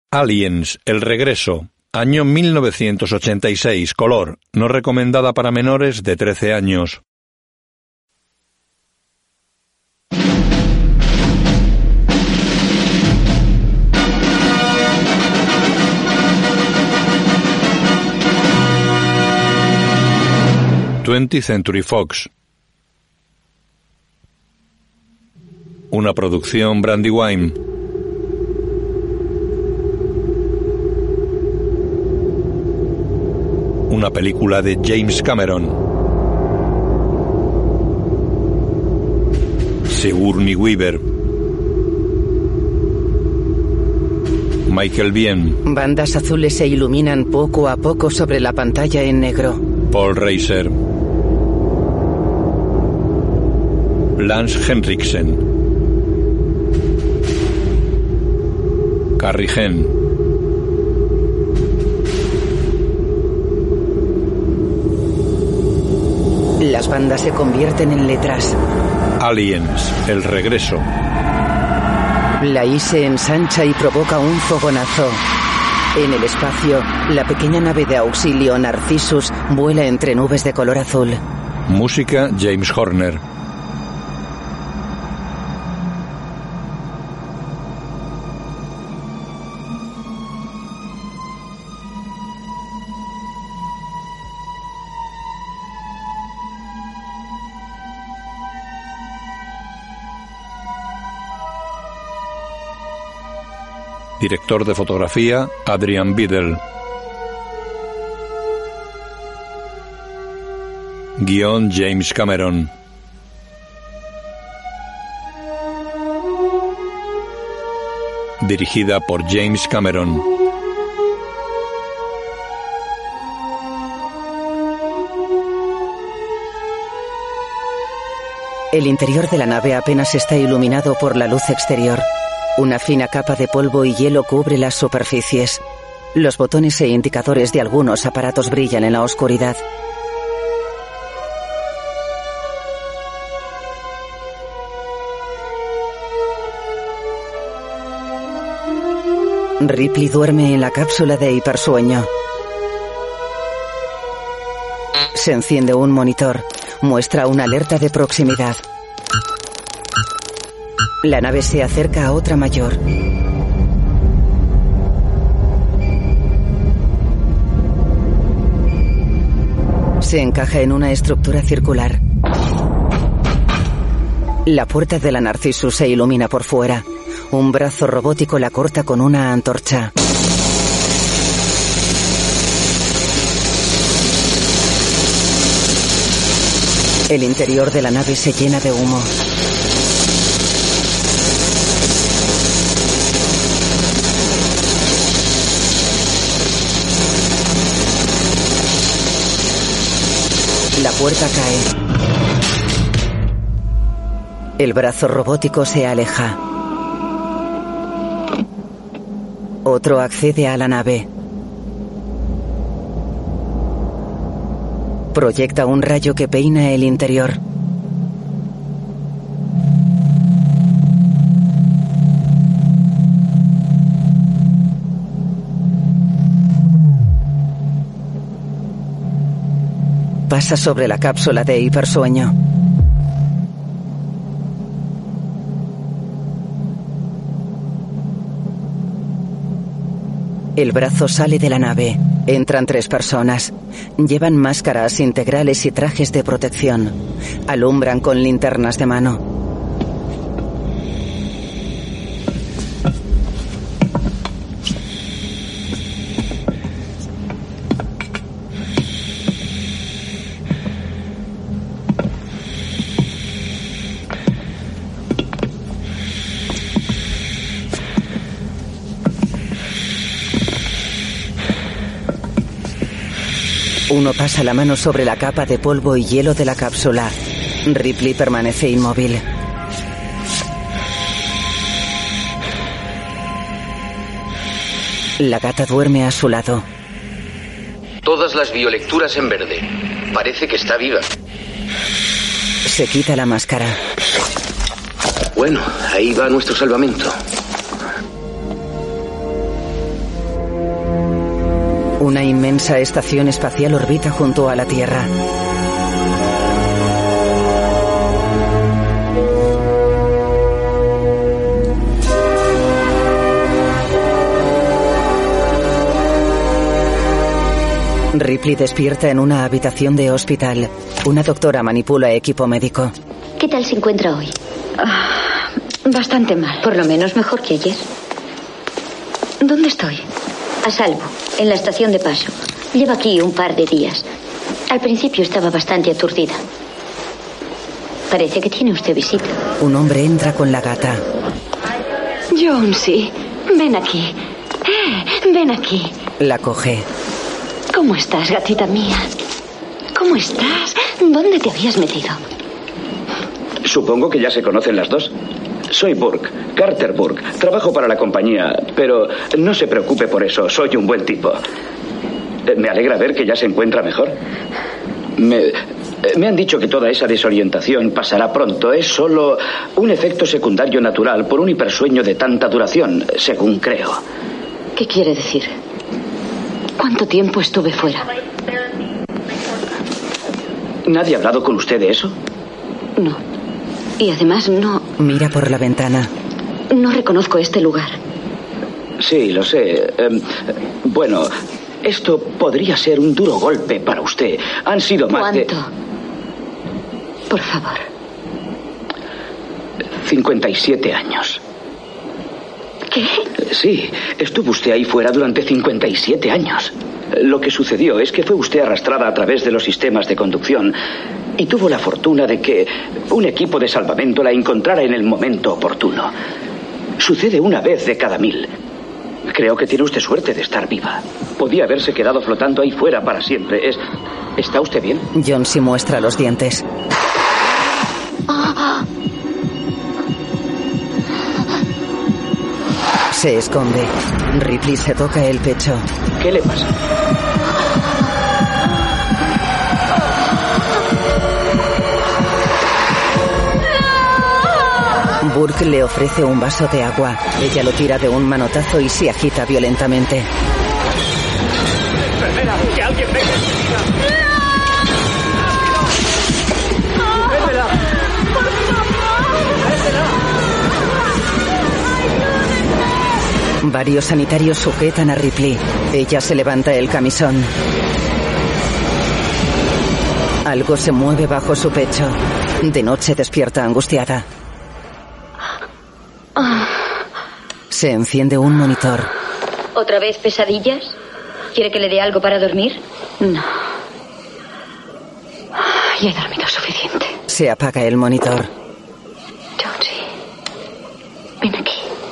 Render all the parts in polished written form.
Aliens, el regreso. Año 1986. Color. No recomendada para menores de 13 años. Twentieth Century Fox. Una producción Brandywine. Una película de James Cameron. Sigourney Weaver. Michael Biehn. Bandas azules se iluminan poco a poco sobre la pantalla en negro. Paul Reiser. Lance Henriksen. Carrie Henn. Las bandas se convierten en letras. Aliens, el regreso. La I se ensancha y provoca un fogonazo. En el espacio, la pequeña nave de auxilio Narcissus vuela entre nubes de color azul. Música James Horner. Director de fotografía, Adrian Biddle. Guión, James Cameron. Dirigida por James Cameron. El interior de la nave apenas está iluminado por la luz exterior. Una fina capa de polvo y hielo cubre las superficies. Los botones e indicadores de algunos aparatos brillan en la oscuridad. Ripley duerme en la cápsula de hipersueño. Se enciende un monitor. Muestra una alerta de proximidad. La nave se acerca a otra mayor. Se encaja en una estructura circular. La puerta de la Narcissus se ilumina por fuera. Un brazo robótico la corta con una antorcha. El interior de la nave se llena de humo. La puerta cae. El brazo robótico se aleja. Otro accede a la nave. Proyecta un rayo que peina el interior. Pasa sobre la cápsula de hipersueño. El brazo sale de la nave. Entran 3 personas. Llevan máscaras integrales y trajes de protección. Alumbran con linternas de mano. Uno pasa la mano sobre la capa de polvo y hielo de la cápsula. Ripley permanece inmóvil. La gata duerme a su lado. Todas las biolecturas en verde. Parece que está viva. Se quita la máscara. Bueno, ahí va nuestro salvamento. Una inmensa estación espacial orbita junto a la Tierra. Ripley despierta en una habitación de hospital. Una doctora manipula equipo médico. ¿Qué tal se encuentra hoy? Bastante mal. Por lo menos mejor que ayer. ¿Dónde estoy? A salvo, en la estación de paso. Lleva aquí un par de días. Al principio estaba bastante aturdida. Parece que tiene usted visita. Un hombre entra con la gata. Jonesy, ven aquí. Ven aquí. La coge. ¿Cómo estás, gatita mía? ¿Cómo estás? ¿Dónde te habías metido? Supongo que ya se conocen las dos. Soy Burke, Carter Burke. Trabajo para la compañía, pero no se preocupe por eso. Soy un buen tipo. Me alegra ver que ya se encuentra mejor. Me han dicho que toda esa desorientación pasará pronto. Es solo un efecto secundario natural por un hipersueño de tanta duración, según creo. ¿Qué quiere decir? ¿Cuánto tiempo estuve fuera? ¿Nadie ha hablado con usted de eso? No. Y además no... Mira por la ventana. No reconozco este lugar. Sí, lo sé. Bueno, esto podría ser un duro golpe para usted. Han sido más de... ¿Cuánto? Por favor. 57 años. ¿Qué? Sí, estuvo usted ahí fuera durante 57 años. Lo que sucedió es que fue usted arrastrada a través de los sistemas de conducción y tuvo la fortuna de que un equipo de salvamento la encontrara en el momento oportuno. Sucede una vez de cada 1000. Creo que tiene usted suerte de estar viva. Podía haberse quedado flotando ahí fuera para siempre. ¿Está usted bien? Jonesy muestra los dientes. Se esconde. Ripley se toca el pecho. ¿Qué le pasa? Burke le ofrece un vaso de agua. Ella lo tira de un manotazo y se agita violentamente. ¡Enfermera! ¡Que alguien venga! ¡Véndela! Varios sanitarios sujetan a Ripley. Ella se levanta el camisón. Algo se mueve bajo su pecho. De noche despierta angustiada. Se enciende un monitor. ¿Otra vez pesadillas? ¿Quiere que le dé algo para dormir? No. Ya he dormido suficiente. Se apaga el monitor. Jonesy, ven aquí.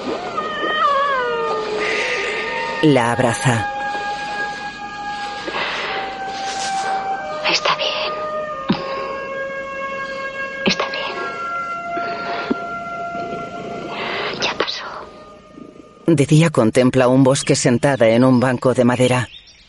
La abraza. Está bien. Está bien. Ya pasó. De día contempla un bosque sentada en un banco de madera.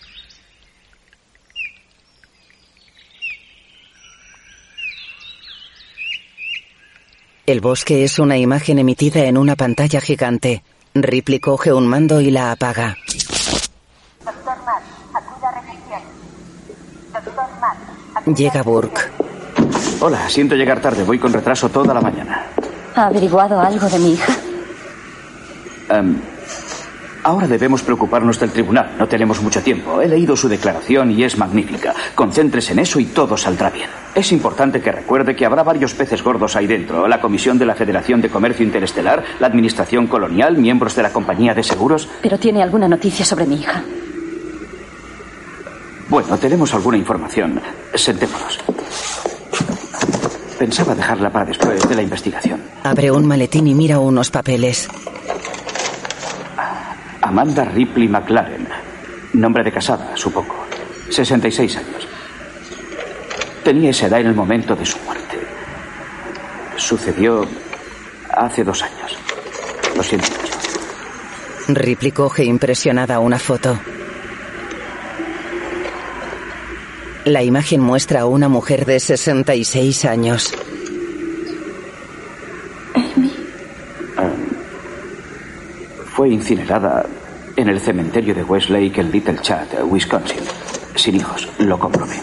El bosque es una imagen emitida en una pantalla gigante. Ripley coge un mando y la apaga. Doctor Matt, acuda a recepción. Doctor Matt. Llega Burke. Hola, siento llegar tarde. Voy con retraso toda la mañana. ¿Ha averiguado algo de mi hija? Ahora debemos preocuparnos del tribunal. No tenemos mucho tiempo. He leído su declaración y es magnífica. Concéntrese en eso y todo saldrá bien. Es importante que recuerde que habrá varios peces gordos ahí dentro. La Comisión de la Federación de Comercio Interestelar, la Administración Colonial, miembros de la Compañía de Seguros. ¿Pero tiene alguna noticia sobre mi hija? Bueno, tenemos alguna información. Sentémonos. Pensaba dejarla para después de la investigación. Abre un maletín y mira unos papeles. Amanda Ripley McLaren. Nombre de casada, supongo. 66 años. Tenía esa edad en el momento de su muerte. Sucedió hace 2 años. Lo siento mucho. Ripley coge impresionada una foto. La imagen muestra a una mujer de 66 años. Fue incinerada en el cementerio de Westlake en Little Chat, Wisconsin. Sin hijos, lo comprobé.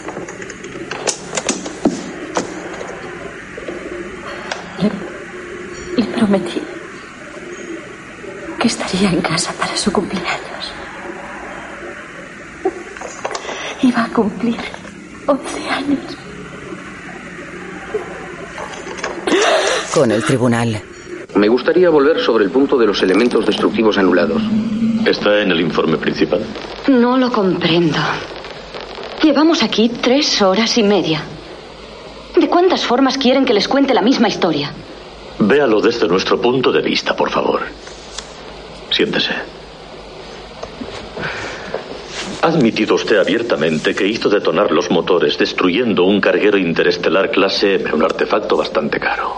Le prometí que estaría en casa para su cumpleaños. Iba a cumplir 11 años. Con el tribunal. Me gustaría volver sobre el punto de los elementos destructivos anulados. ¿Está en el informe principal? No lo comprendo. Llevamos aquí 3 horas y media. ¿De cuántas formas quieren que les cuente la misma historia? Véalo desde nuestro punto de vista, por favor. Siéntese. Ha admitido usted abiertamente que hizo detonar los motores destruyendo un carguero interestelar clase M, un artefacto bastante caro.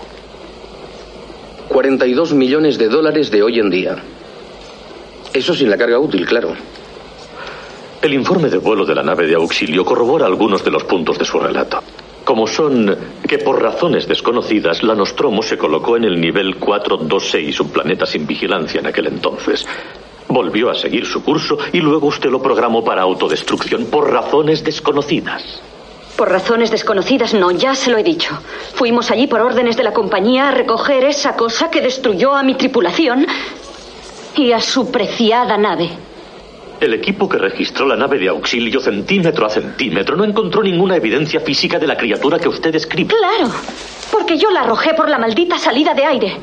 $42 millones de hoy en día. Eso sin la carga útil, claro. El informe de vuelo de la nave de auxilio corrobora algunos de los puntos de su relato. Como son que por razones desconocidas la Nostromo se colocó en el nivel 426, un planeta sin vigilancia en aquel entonces. Volvió a seguir su curso y luego usted lo programó para autodestrucción por razones desconocidas. Por razones desconocidas no, ya se lo he dicho. Fuimos allí por órdenes de la compañía a recoger esa cosa que destruyó a mi tripulación y a su preciada nave. El equipo que registró la nave de auxilio centímetro a centímetro no encontró ninguna evidencia física de la criatura que usted describe. Claro, porque yo la arrojé por la maldita salida de aire.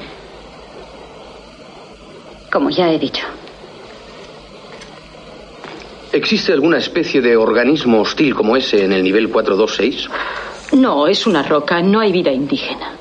Como ya he dicho. ¿Existe alguna especie de organismo hostil como ese en el nivel 426? No, es una roca, no hay vida indígena.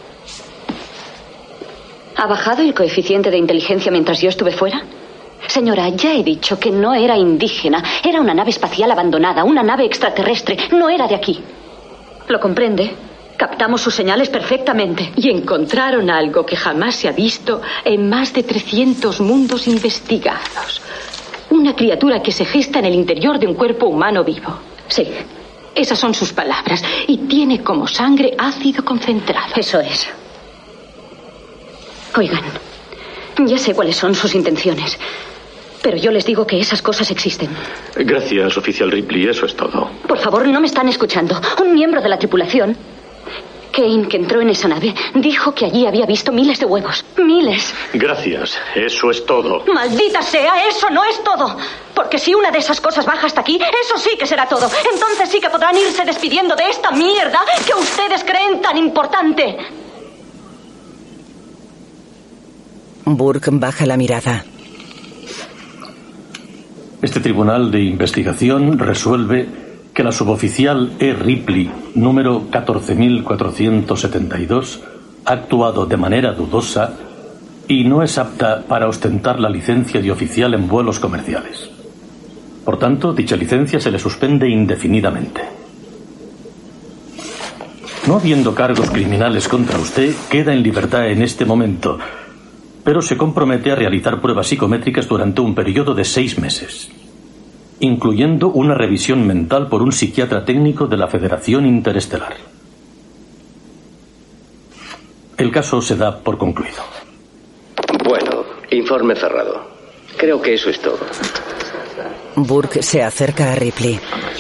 ¿Ha bajado el coeficiente de inteligencia mientras yo estuve fuera? Señora, ya he dicho que no era indígena. Era una nave espacial abandonada, una nave extraterrestre. No era de aquí. ¿Lo comprende? Captamos sus señales perfectamente. Y encontraron algo que jamás se ha visto en más de 300 mundos investigados. Una criatura que se gesta en el interior de un cuerpo humano vivo. Sí. Esas son sus palabras. Y tiene como sangre ácido concentrado. Eso es. Oigan, ya sé cuáles son sus intenciones. Pero yo les digo que esas cosas existen. Gracias, oficial Ripley, eso es todo. Por favor, no me están escuchando. Un miembro de la tripulación, Kane, que entró en esa nave, dijo que allí había visto miles de huevos. ¡Miles! Gracias, eso es todo. ¡Maldita sea! ¡Eso no es todo! Porque si una de esas cosas baja hasta aquí, eso sí que será todo. Entonces sí que podrán irse despidiendo de esta mierda que ustedes creen tan importante. Burke baja la mirada. Este tribunal de investigación resuelve que la suboficial E. Ripley, número 14.472, ha actuado de manera dudosa y no es apta para ostentar la licencia de oficial en vuelos comerciales. Por tanto, dicha licencia se le suspende indefinidamente. No habiendo cargos criminales contra usted, queda en libertad en este momento, pero se compromete a realizar pruebas psicométricas durante un periodo de 6 meses, incluyendo una revisión mental por un psiquiatra técnico de la Federación Interestelar. El caso se da por concluido. Bueno, informe cerrado. Creo que eso es todo. Burke se acerca a Ripley.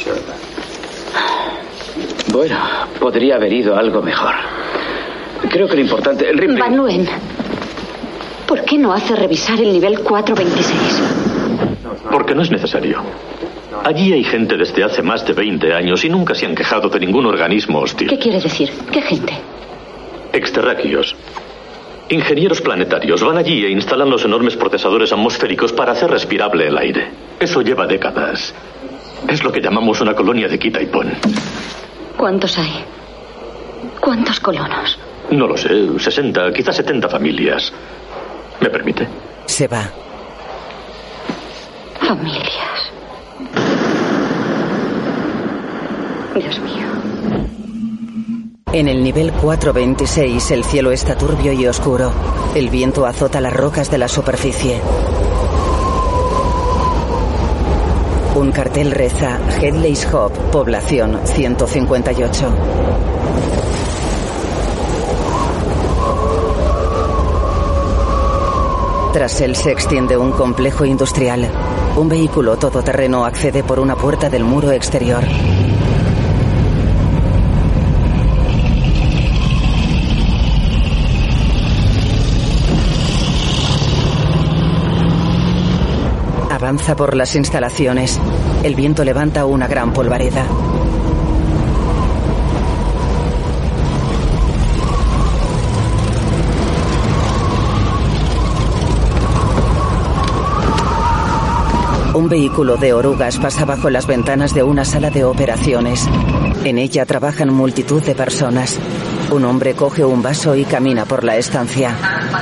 Bueno, podría haber ido algo mejor. Creo que lo importante... Ripley... Van Loen, ¿por qué no hace revisar el nivel 426? Porque no es necesario. Allí hay gente desde hace más de 20 años y nunca se han quejado de ningún organismo hostil. ¿Qué quiere decir? ¿Qué gente? Exterráqueos. Ingenieros planetarios van allí e instalan los enormes procesadores atmosféricos para hacer respirable el aire. Eso lleva décadas. Es lo que llamamos una colonia de quita y pon. ¿Cuántos hay? ¿Cuántos colonos? No lo sé, 60, quizás 70 familias. ¿Me permite? Se va. Familias. Dios mío. En el nivel 426 el cielo está turbio y oscuro. El viento azota las rocas de la superficie. Un cartel reza Headley's Hope, población 158. Tras él se extiende un complejo industrial. Un vehículo todoterreno accede por una puerta del muro exterior. Avanza por las instalaciones. El viento levanta una gran polvareda. Un vehículo de orugas pasa bajo las ventanas de una sala de operaciones. En ella trabajan multitud de personas. Un hombre coge un vaso y camina por la estancia.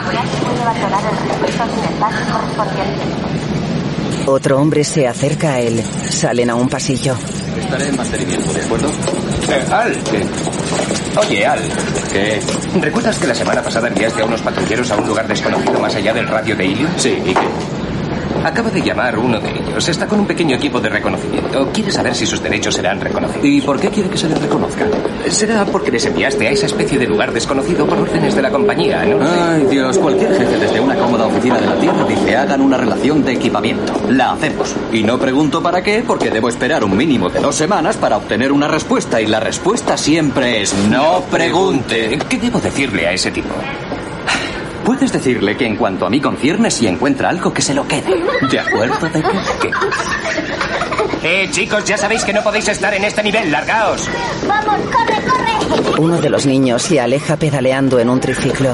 Otro hombre se acerca a él. Salen a un pasillo. Estaré en mantenimiento, ¿de acuerdo? Al, ¿qué? Oye, Al, ¿qué? ¿Recuerdas que la semana pasada enviaste a unos patrulleros a un lugar desconocido más allá del radio de Ilion? Sí, ¿y qué? Acaba de llamar uno de ellos. Está con un pequeño equipo de reconocimiento. Quiere saber si sus derechos serán reconocidos. ¿Y por qué quiere que se les reconozca? Será porque les enviaste a esa especie de lugar desconocido por órdenes de la compañía, ¿no? Ay, Dios, cualquier jefe desde una cómoda oficina de la Tierra dice hagan una relación de equipamiento. La hacemos. Y no pregunto para qué, porque debo esperar un mínimo de 2 semanas para obtener una respuesta. Y la respuesta siempre es no pregunte. ¿Qué debo decirle a ese tipo? Puedes decirle que en cuanto a mí concierne, si encuentra algo, que se lo quede. ¿De acuerdo, Decker? ¿Qué? Chicos, ya sabéis que no podéis estar en este nivel. ¡Largaos! ¡Vamos, corre, corre! Uno de los niños se aleja pedaleando en un triciclo.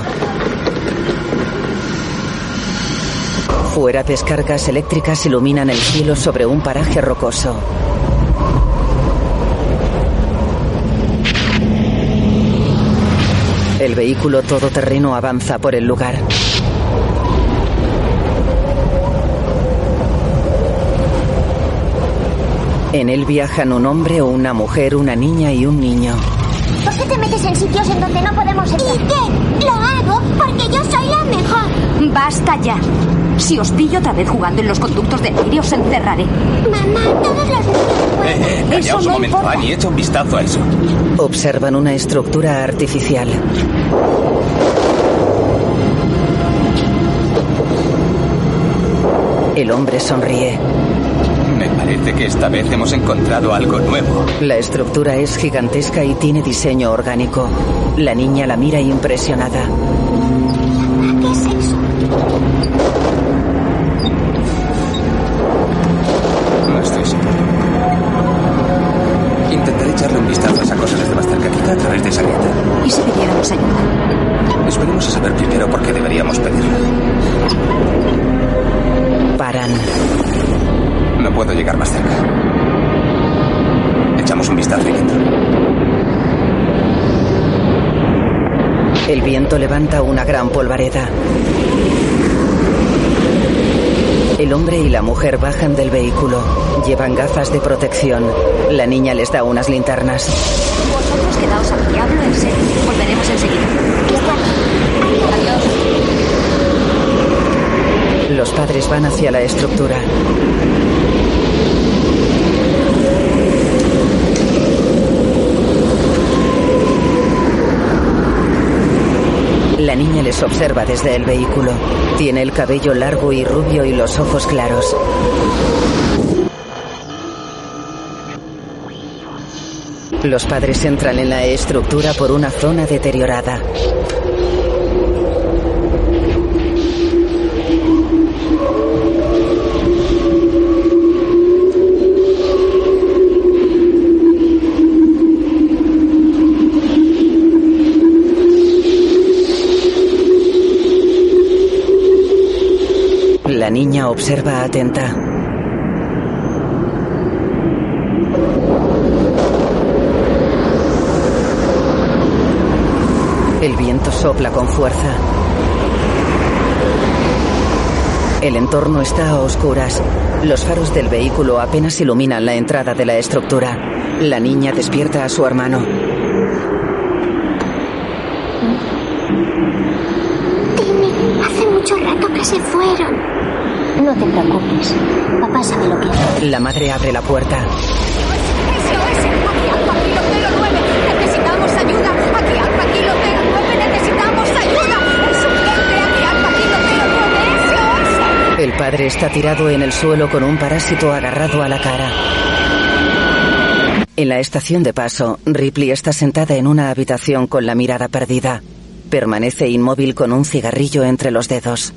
Fuera, descargas eléctricas iluminan el cielo sobre un paraje rocoso. El vehículo todoterreno avanza por el lugar. En él viajan un hombre, una mujer, una niña y un niño. ¿Por qué te metes en sitios en donde no podemos entrar? ¿Y qué? Lo hago porque yo soy la mejor. Basta ya. Si os pillo otra vez jugando en los conductos del aire, os encerraré. Mamá, todos los niños... Callaos un momento, importa. Annie, echa un vistazo a eso. Observan una estructura artificial. El hombre sonríe. Me parece que esta vez hemos encontrado algo nuevo. La estructura es gigantesca y tiene diseño orgánico. La niña la mira impresionada. ¿Qué es eso? No estoy seguro. Intentaré echarle un vistazo a esa cosa desde más cerca, quizá a través de esa grieta. ¿Y si pidiéramos ayuda? Esperemos a saber primero por qué deberíamos pedirla. Paran. No puedo llegar más cerca. Echamos un vistazo y dentro. El viento levanta una gran polvareda. El hombre y la mujer bajan del vehículo. Llevan gafas de protección. La niña les da unas linternas. Vosotros quedaos aquí, hablo en serio. Volveremos enseguida. Adiós. Los padres van hacia la estructura. La niña les observa desde el vehículo. Tiene el cabello largo y rubio y los ojos claros. Los padres entran en la estructura por una zona deteriorada. La niña observa atenta. El viento sopla con fuerza. El entorno está a oscuras. Los faros del vehículo apenas iluminan la entrada de la estructura. La niña despierta a su hermano. Timmy, hace mucho rato que se fueron. No te preocupes. Papá sabe lo que hace. La madre abre la puerta. SOS. Aquí Alfa Kilo 09. Necesitamos ayuda. Aquí Alfa Kilo 09. Necesitamos ayuda. Es urgente. Aquí Alfa Kilo 09. SOS. El padre está tirado en el suelo con un parásito agarrado a la cara. En la estación de paso, Ripley está sentada en una habitación con la mirada perdida. Permanece inmóvil con un cigarrillo entre los dedos.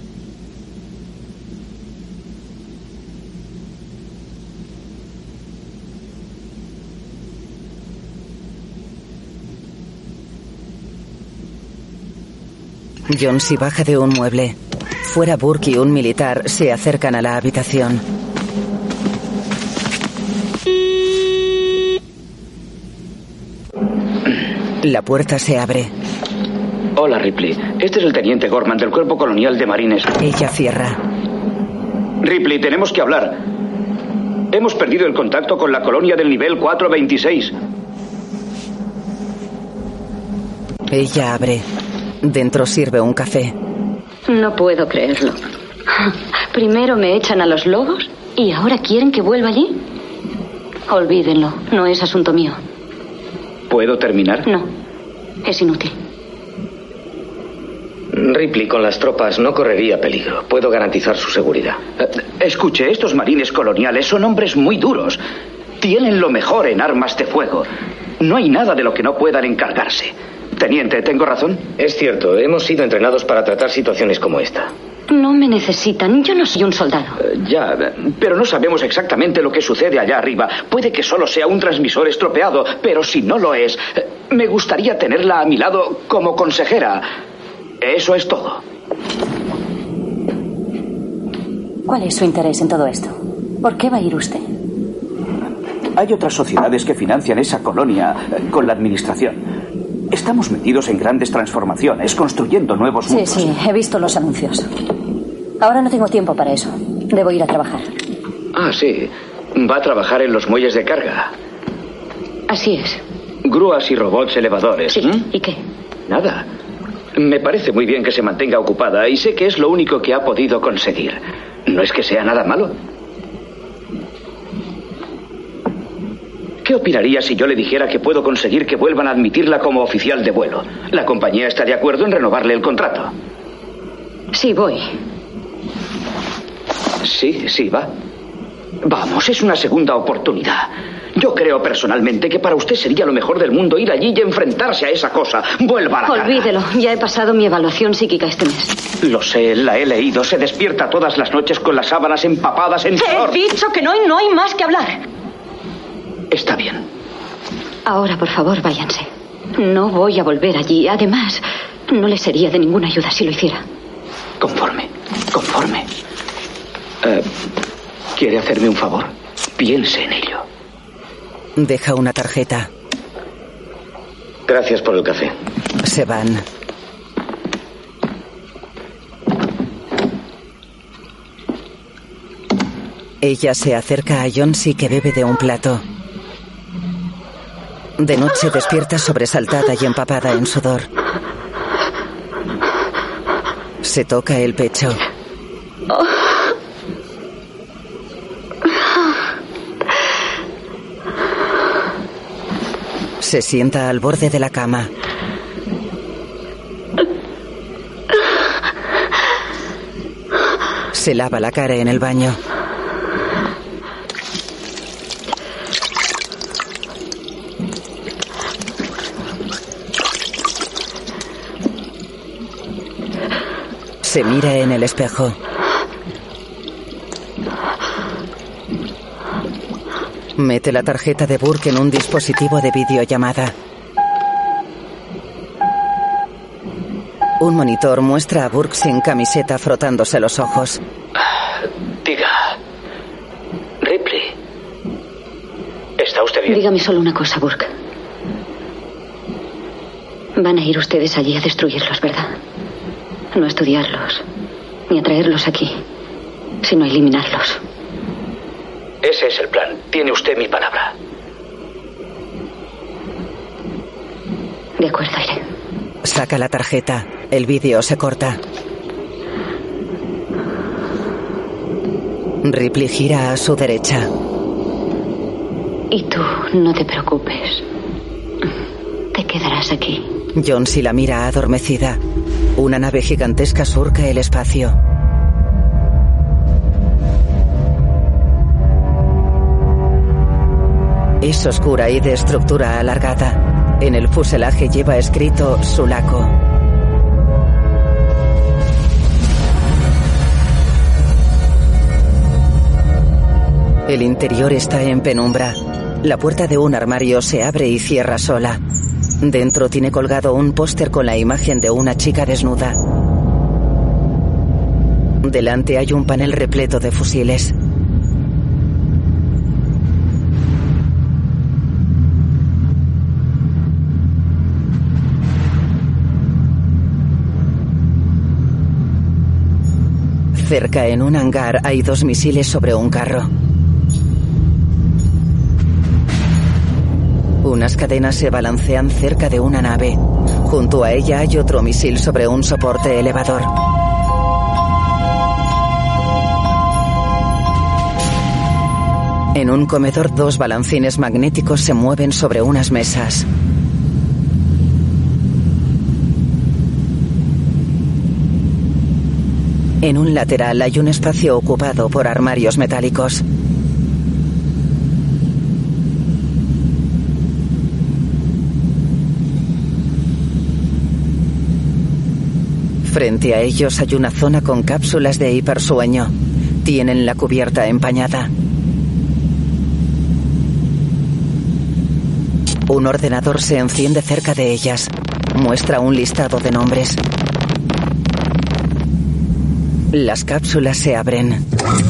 Jonesy baja de un mueble. Fuera, Burke y un militar se acercan a la habitación. La puerta se abre. Hola, Ripley. Este es el teniente Gorman del Cuerpo Colonial de Marines. Ella cierra. Ripley, tenemos que hablar. Hemos perdido el contacto con la colonia del nivel 426. Ella abre. Dentro sirve un café. No puedo creerlo. Primero me echan a los lobos y ahora quieren que vuelva allí. Olvídenlo, no es asunto mío. ¿Puedo terminar? No, es inútil. Ripley, con las tropas no correría peligro. Puedo garantizar su seguridad. Escuche, estos marines coloniales son hombres muy duros. Tienen lo mejor en armas de fuego. No hay nada de lo que no puedan encargarse. Teniente, ¿tengo razón? Es cierto, hemos sido entrenados para tratar situaciones como esta. No me necesitan, yo no soy un soldado. Ya, pero no sabemos exactamente lo que sucede allá arriba. Puede que solo sea un transmisor estropeado, pero si no lo es, me gustaría tenerla a mi lado como consejera. Eso es todo. ¿Cuál es su interés en todo esto? ¿Por qué va a ir usted? Hay otras sociedades que financian esa colonia con la administración. Estamos metidos en grandes transformaciones, construyendo nuevos mundos. Sí, he visto los anuncios. Ahora no tengo tiempo para eso. Debo ir a trabajar. Ah, sí. Va a trabajar en los muelles de carga. Así es. Grúas y robots elevadores. Sí, ¿y qué? Nada. Me parece muy bien que se mantenga ocupada y sé que es lo único que ha podido conseguir. No es que sea nada malo. ¿Qué opinaría si yo le dijera que puedo conseguir que vuelvan a admitirla como oficial de vuelo? La compañía está de acuerdo en renovarle el contrato. Sí, voy. Sí, va. Vamos, es una segunda oportunidad. Yo creo personalmente que para usted sería lo mejor del mundo ir allí y enfrentarse a esa cosa. Vuelva a la carga. Olvídelo, ya he pasado mi evaluación psíquica este mes. Lo sé, la he leído. Se despierta todas las noches con las sábanas empapadas en sudor. He dicho que no hay más que hablar. Está bien. Ahora, por favor, váyanse. No voy a volver allí. Además, no le sería de ninguna ayuda si lo hiciera. Conforme. ¿Quiere hacerme un favor? Piense en ello. Deja una tarjeta. Gracias por el café. Se van. Ella se acerca a Jonesy, que bebe de un plato. De noche despierta sobresaltada y empapada en sudor. Se toca el pecho. Se sienta al borde de la cama. Se lava la cara en el baño. Se mira en el espejo. Mete la tarjeta de Burke en un dispositivo de videollamada. Un monitor muestra a Burke sin camiseta frotándose los ojos. Diga. Ripley. ¿Está usted bien? Dígame solo una cosa, Burke. Van a ir ustedes allí a destruirlos, ¿verdad? No a estudiarlos, ni a traerlos aquí, sino a eliminarlos. Ese es el plan. Tiene usted mi palabra. De acuerdo, iré. Saca la tarjeta. El vídeo se corta. Ripley gira a su derecha. Y tú, no te preocupes. Te quedarás aquí. Jonesy la mira adormecida. Una nave gigantesca surca el espacio. Es oscura y de estructura alargada. En el fuselaje lleva escrito Sulaco. El interior está en penumbra. La puerta de un armario se abre y cierra sola. Dentro tiene colgado un póster con la imagen de una chica desnuda. Delante hay un panel repleto de fusiles. Cerca, en un hangar, hay 2 misiles sobre un carro. Unas cadenas se balancean cerca de una nave. Junto a ella hay otro misil sobre un soporte elevador. En un comedor, 2 balancines magnéticos se mueven sobre unas mesas. En un lateral hay un espacio ocupado por armarios metálicos. Frente a ellos hay una zona con cápsulas de hipersueño. Tienen la cubierta empañada. Un ordenador se enciende cerca de ellas. Muestra un listado de nombres. Las cápsulas se abren.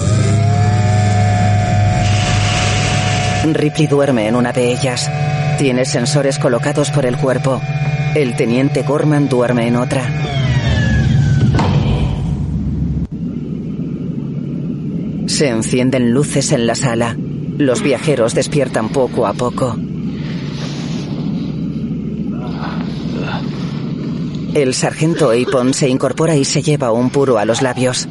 Ripley duerme en una de ellas. Tiene sensores colocados por el cuerpo. El teniente Gorman duerme en otra. Se encienden luces en la sala. Los viajeros despiertan poco a poco. El sargento Apon se incorpora y se lleva un puro a los labios.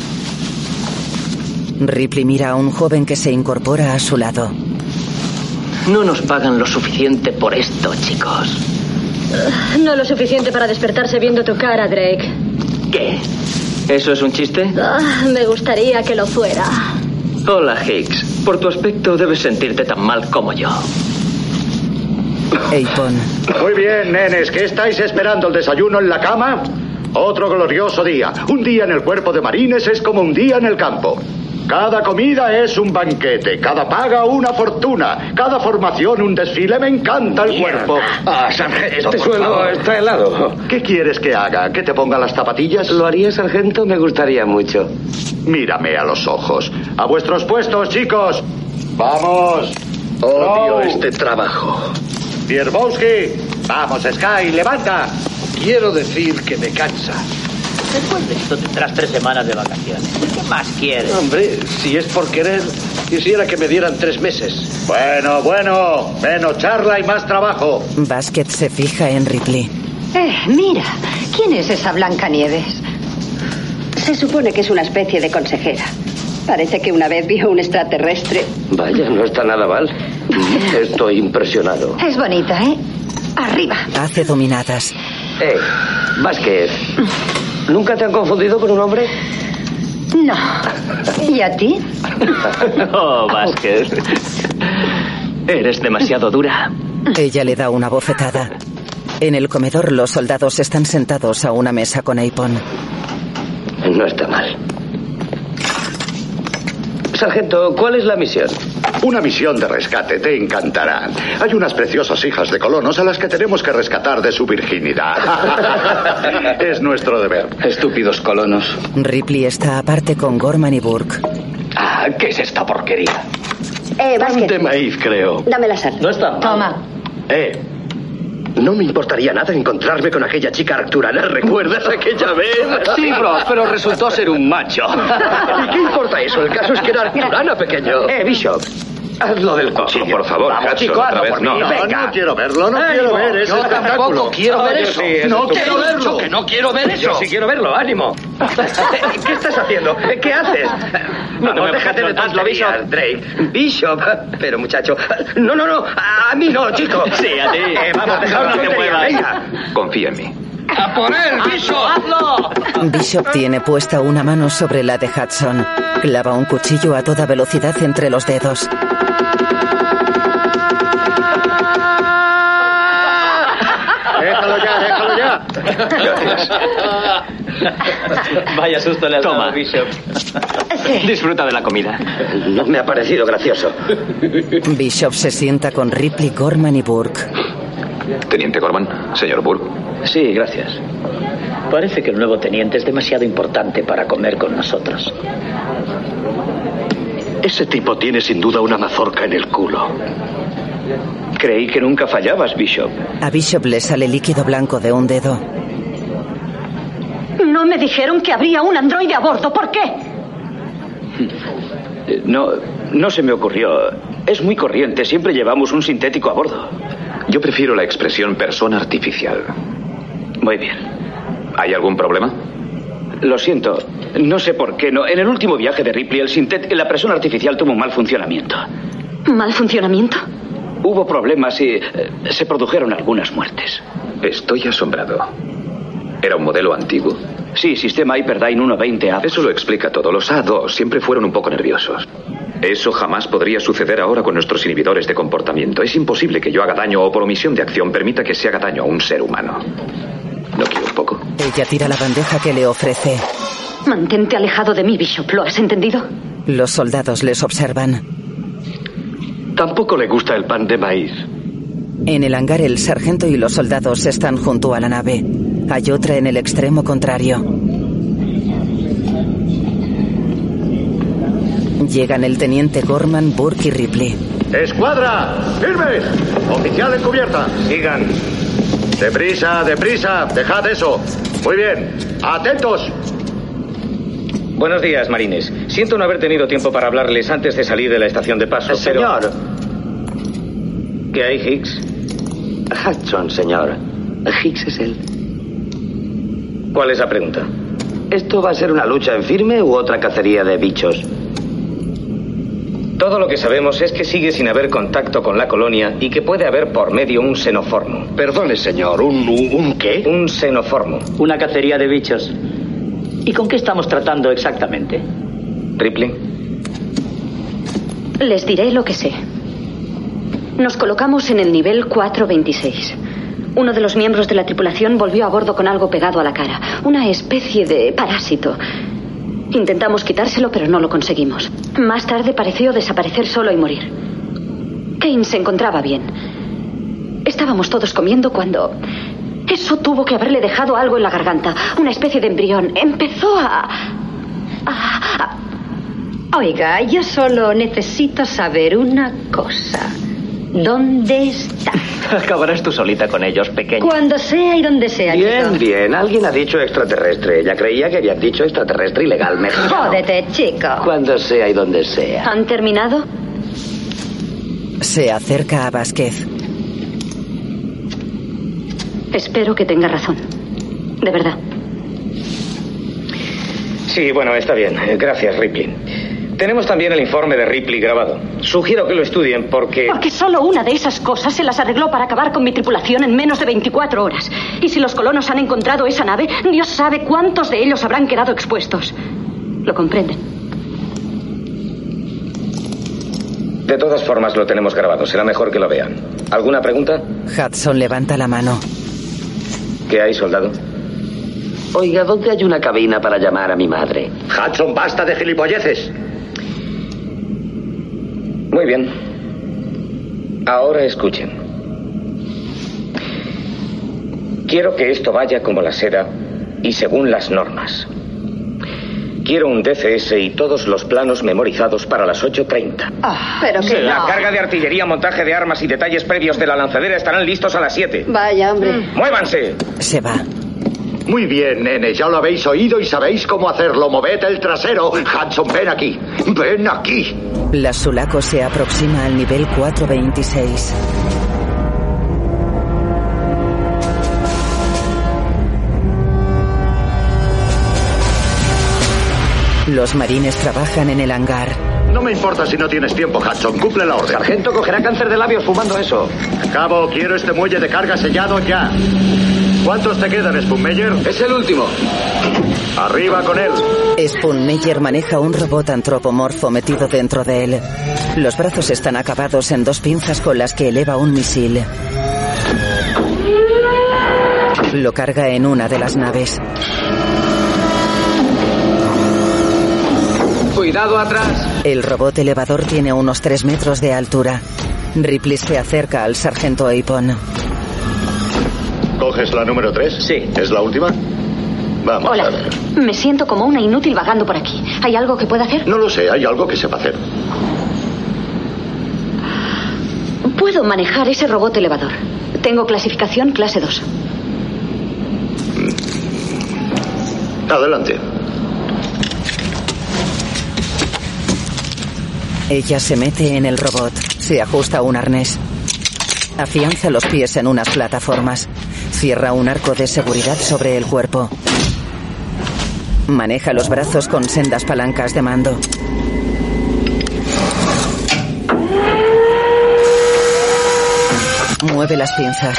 Ripley mira a un joven que se incorpora a su lado. No nos pagan lo suficiente por esto, chicos. No lo suficiente para despertarse viendo tu cara, Drake. ¿Qué? ¿Eso es un chiste? Me gustaría que lo fuera. Hola, Higgs. Por tu aspecto debes sentirte tan mal como yo. Apon. Muy bien, nenes, ¿qué estáis esperando? ¿El desayuno en la cama? Otro glorioso día. Un día en el cuerpo de marines es como un día en el campo. Cada comida es un banquete, cada paga una fortuna, cada formación un desfile. Me encanta el cuerpo. Ah, sargento, este suelo está helado. ¿Qué quieres que haga? ¿Que te ponga las zapatillas? ¿Lo haría, sargento? Me gustaría mucho. Mírame a los ojos. A vuestros puestos, chicos. ¡Vamos! Odio este trabajo. Bierbowski, vamos, Sky, levanta. Quiero decir que me cansa. Después de esto tendrás 3 semanas de vacaciones. ¿Qué más quieres? Hombre, si es por querer, quisiera que me dieran 3 meses. Bueno, menos charla y más trabajo. Basket se fija en Ripley. Mira, ¿quién es esa Blancanieves? Se supone que es una especie de consejera. Parece que una vez vio un extraterrestre. Vaya, no está nada mal. Estoy impresionado. Es bonita, ¿eh? Arriba. Hace dominadas. Basket, ¿nunca te han confundido con un hombre? No. ¿Y a ti? Oh, Basket. Eres demasiado dura. Ella le da una bofetada. En el comedor, los soldados están sentados a una mesa con Apon. No está mal. Sargento, ¿cuál es la misión? Una misión de rescate, te encantará. Hay unas preciosas hijas de colonos a las que tenemos que rescatar de su virginidad. Es nuestro deber. Estúpidos colonos. Ripley está aparte con Gorman y Burke. ¿Qué es esta porquería? Basket. De maíz, creo. Dame la sal. No está mal. Toma. No me importaría nada encontrarme con aquella chica arcturana. ¿Recuerdas aquella vez? Sí, bro, pero resultó ser un macho. ¿Y qué importa eso? El caso es que era arcturana, pequeño. Bishop. Haz lo del cuchillo, por favor. Vamos, chico, otra vez. No quiero verlo, no quiero ver ese espectáculo. Quiero ver eso. No quiero verlo. Que no quiero ver eso. Yo sí quiero verlo, ánimo. ¿Qué estás haciendo? ¿Qué haces? Vamos, déjate de tonterías, Drake. Bishop. Pero, muchacho. No. A mí no, chico. Sí, a ti. Vamos, déjame que te muevas. Venga. Confía en mí. ¡A por él, Bishop! ¡Hazlo! Bishop tiene puesta una mano sobre la de Hudson. Clava un cuchillo a toda velocidad entre los dedos. déjalo ya. Gracias. Vaya susto le has dado, Bishop. Disfruta de la comida. No me ha parecido gracioso. Bishop se sienta con Ripley, Gorman y Burke. Teniente Gorman, señor Burke. Sí, gracias. Parece que el nuevo teniente es demasiado importante para comer con nosotros. Ese tipo tiene sin duda una mazorca en el culo. Creí que nunca fallabas, Bishop. A Bishop le sale líquido blanco de un dedo. No me dijeron que habría un androide a bordo. ¿Por qué? No se me ocurrió. Es muy corriente. Siempre llevamos un sintético a bordo. Yo prefiero la expresión persona artificial. Muy bien. ¿Hay algún problema? Lo siento. No sé por qué no. En el último viaje de Ripley, la persona artificial tuvo un mal funcionamiento. ¿Mal funcionamiento? Hubo problemas y se produjeron algunas muertes. Estoy asombrado. ¿Era un modelo antiguo? Sí, sistema Hyperdyne 120A. Eso lo explica todo. Los A2 siempre fueron un poco nerviosos. Eso jamás podría suceder ahora con nuestros inhibidores de comportamiento. Es imposible que yo haga daño o por omisión de acción permita que se haga daño a un ser humano. ¿No quiero un poco? Ella tira la bandeja que le ofrece. Mantente alejado de mí, Bishop. ¿Lo has entendido? Los soldados les observan. Tampoco le gusta el pan de maíz. En el hangar, el sargento y los soldados están junto a la nave. Hay otra en el extremo contrario. Llegan el teniente Gorman, Burke y Ripley. ¡Escuadra! ¡Firmes! Oficial en cubierta. Sigan. Deprisa, deprisa. Dejad eso. Muy bien. Atentos. Buenos días, marines. Siento no haber tenido tiempo para hablarles antes de salir de la estación de paso, Señor. ¿Qué hay, Higgs? Hudson, señor. Higgs es él. ¿Cuál es la pregunta? ¿Esto va a ser una lucha en firme u otra cacería de bichos? Todo lo que sabemos es que sigue sin haber contacto con la colonia y que puede haber por medio un xenoformo. Perdone, señor, ¿un qué? Un xenoformo. Una cacería de bichos. ¿Y con qué estamos tratando exactamente? Ripley. Les diré lo que sé. Nos colocamos en el nivel 426. Uno de los miembros de la tripulación volvió a bordo con algo pegado a la cara. Una especie de parásito. Intentamos quitárselo, pero no lo conseguimos. Más tarde pareció desaparecer solo y morir. Kane se encontraba bien. Estábamos todos comiendo cuando... Eso tuvo que haberle dejado algo en la garganta. Una especie de embrión. Empezó a... Oiga, yo solo necesito saber una cosa. ¿Dónde está? Acabarás tú solita con ellos, pequeña. Cuando sea y donde sea, Bien, chico. bien. Alguien ha dicho extraterrestre. Ella creía que habían dicho extraterrestre ilegalmente. Jódete, chico. Cuando sea y donde sea. ¿Han terminado? Se acerca a Vázquez. Espero que tenga razón. De verdad. Sí, bueno, está bien. Gracias, Ripley. Tenemos también el informe de Ripley grabado. Sugiero que lo estudien porque... Porque solo una de esas cosas se las arregló para acabar con mi tripulación en menos de 24 horas. Y si los colonos han encontrado esa nave, Dios sabe cuántos de ellos habrán quedado expuestos. ¿Lo comprenden? De todas formas, lo tenemos grabado. Será mejor que lo vean. ¿Alguna pregunta? Hudson levanta la mano. ¿Qué hay, soldado? Oiga, ¿dónde hay una cabina para llamar a mi madre? Hudson, basta de gilipolleces. Muy bien. Ahora escuchen. Quiero que esto vaya como la seda y según las normas. Quiero un DCS y todos los planos memorizados para las 8:30. Pero que La no. carga de artillería, montaje de armas y detalles previos de la lanzadera estarán listos a las 7. Vaya, hombre. ¡Muévanse! Se va. Muy bien, nene, ya lo habéis oído y sabéis cómo hacerlo. Moved el trasero. Hudson, ven aquí. Ven aquí. La Sulaco se aproxima al nivel 426. Los marines trabajan en el hangar. No me importa si no tienes tiempo, Hudson. Cumple la orden. Sargento cogerá cáncer de labios fumando eso. Cabo, quiero este muelle de carga sellado ya. ¿Cuántos te quedan, Spoonmeyer? Es el último. Arriba con él. Spoonmeyer maneja un robot antropomorfo metido dentro de él. Los brazos están acabados en dos pinzas con las que eleva un misil. Lo carga en una de las naves. ¡Cuidado atrás! El robot elevador tiene unos 3 metros de altura. Ripley se acerca al sargento Apon. ¿Coges la número 3? Sí. ¿Es la última? Vamos Hola. a ver. Me siento como una inútil vagando por aquí. ¿Hay algo que pueda hacer? No lo sé, hay algo que sepa hacer. Puedo manejar ese robot elevador. Tengo clasificación clase 2. Adelante. Ella se mete en el robot. Se ajusta un arnés. Afianza los pies en unas plataformas. Cierra un arco de seguridad sobre el cuerpo. Maneja los brazos con sendas palancas de mando. Mueve las pinzas.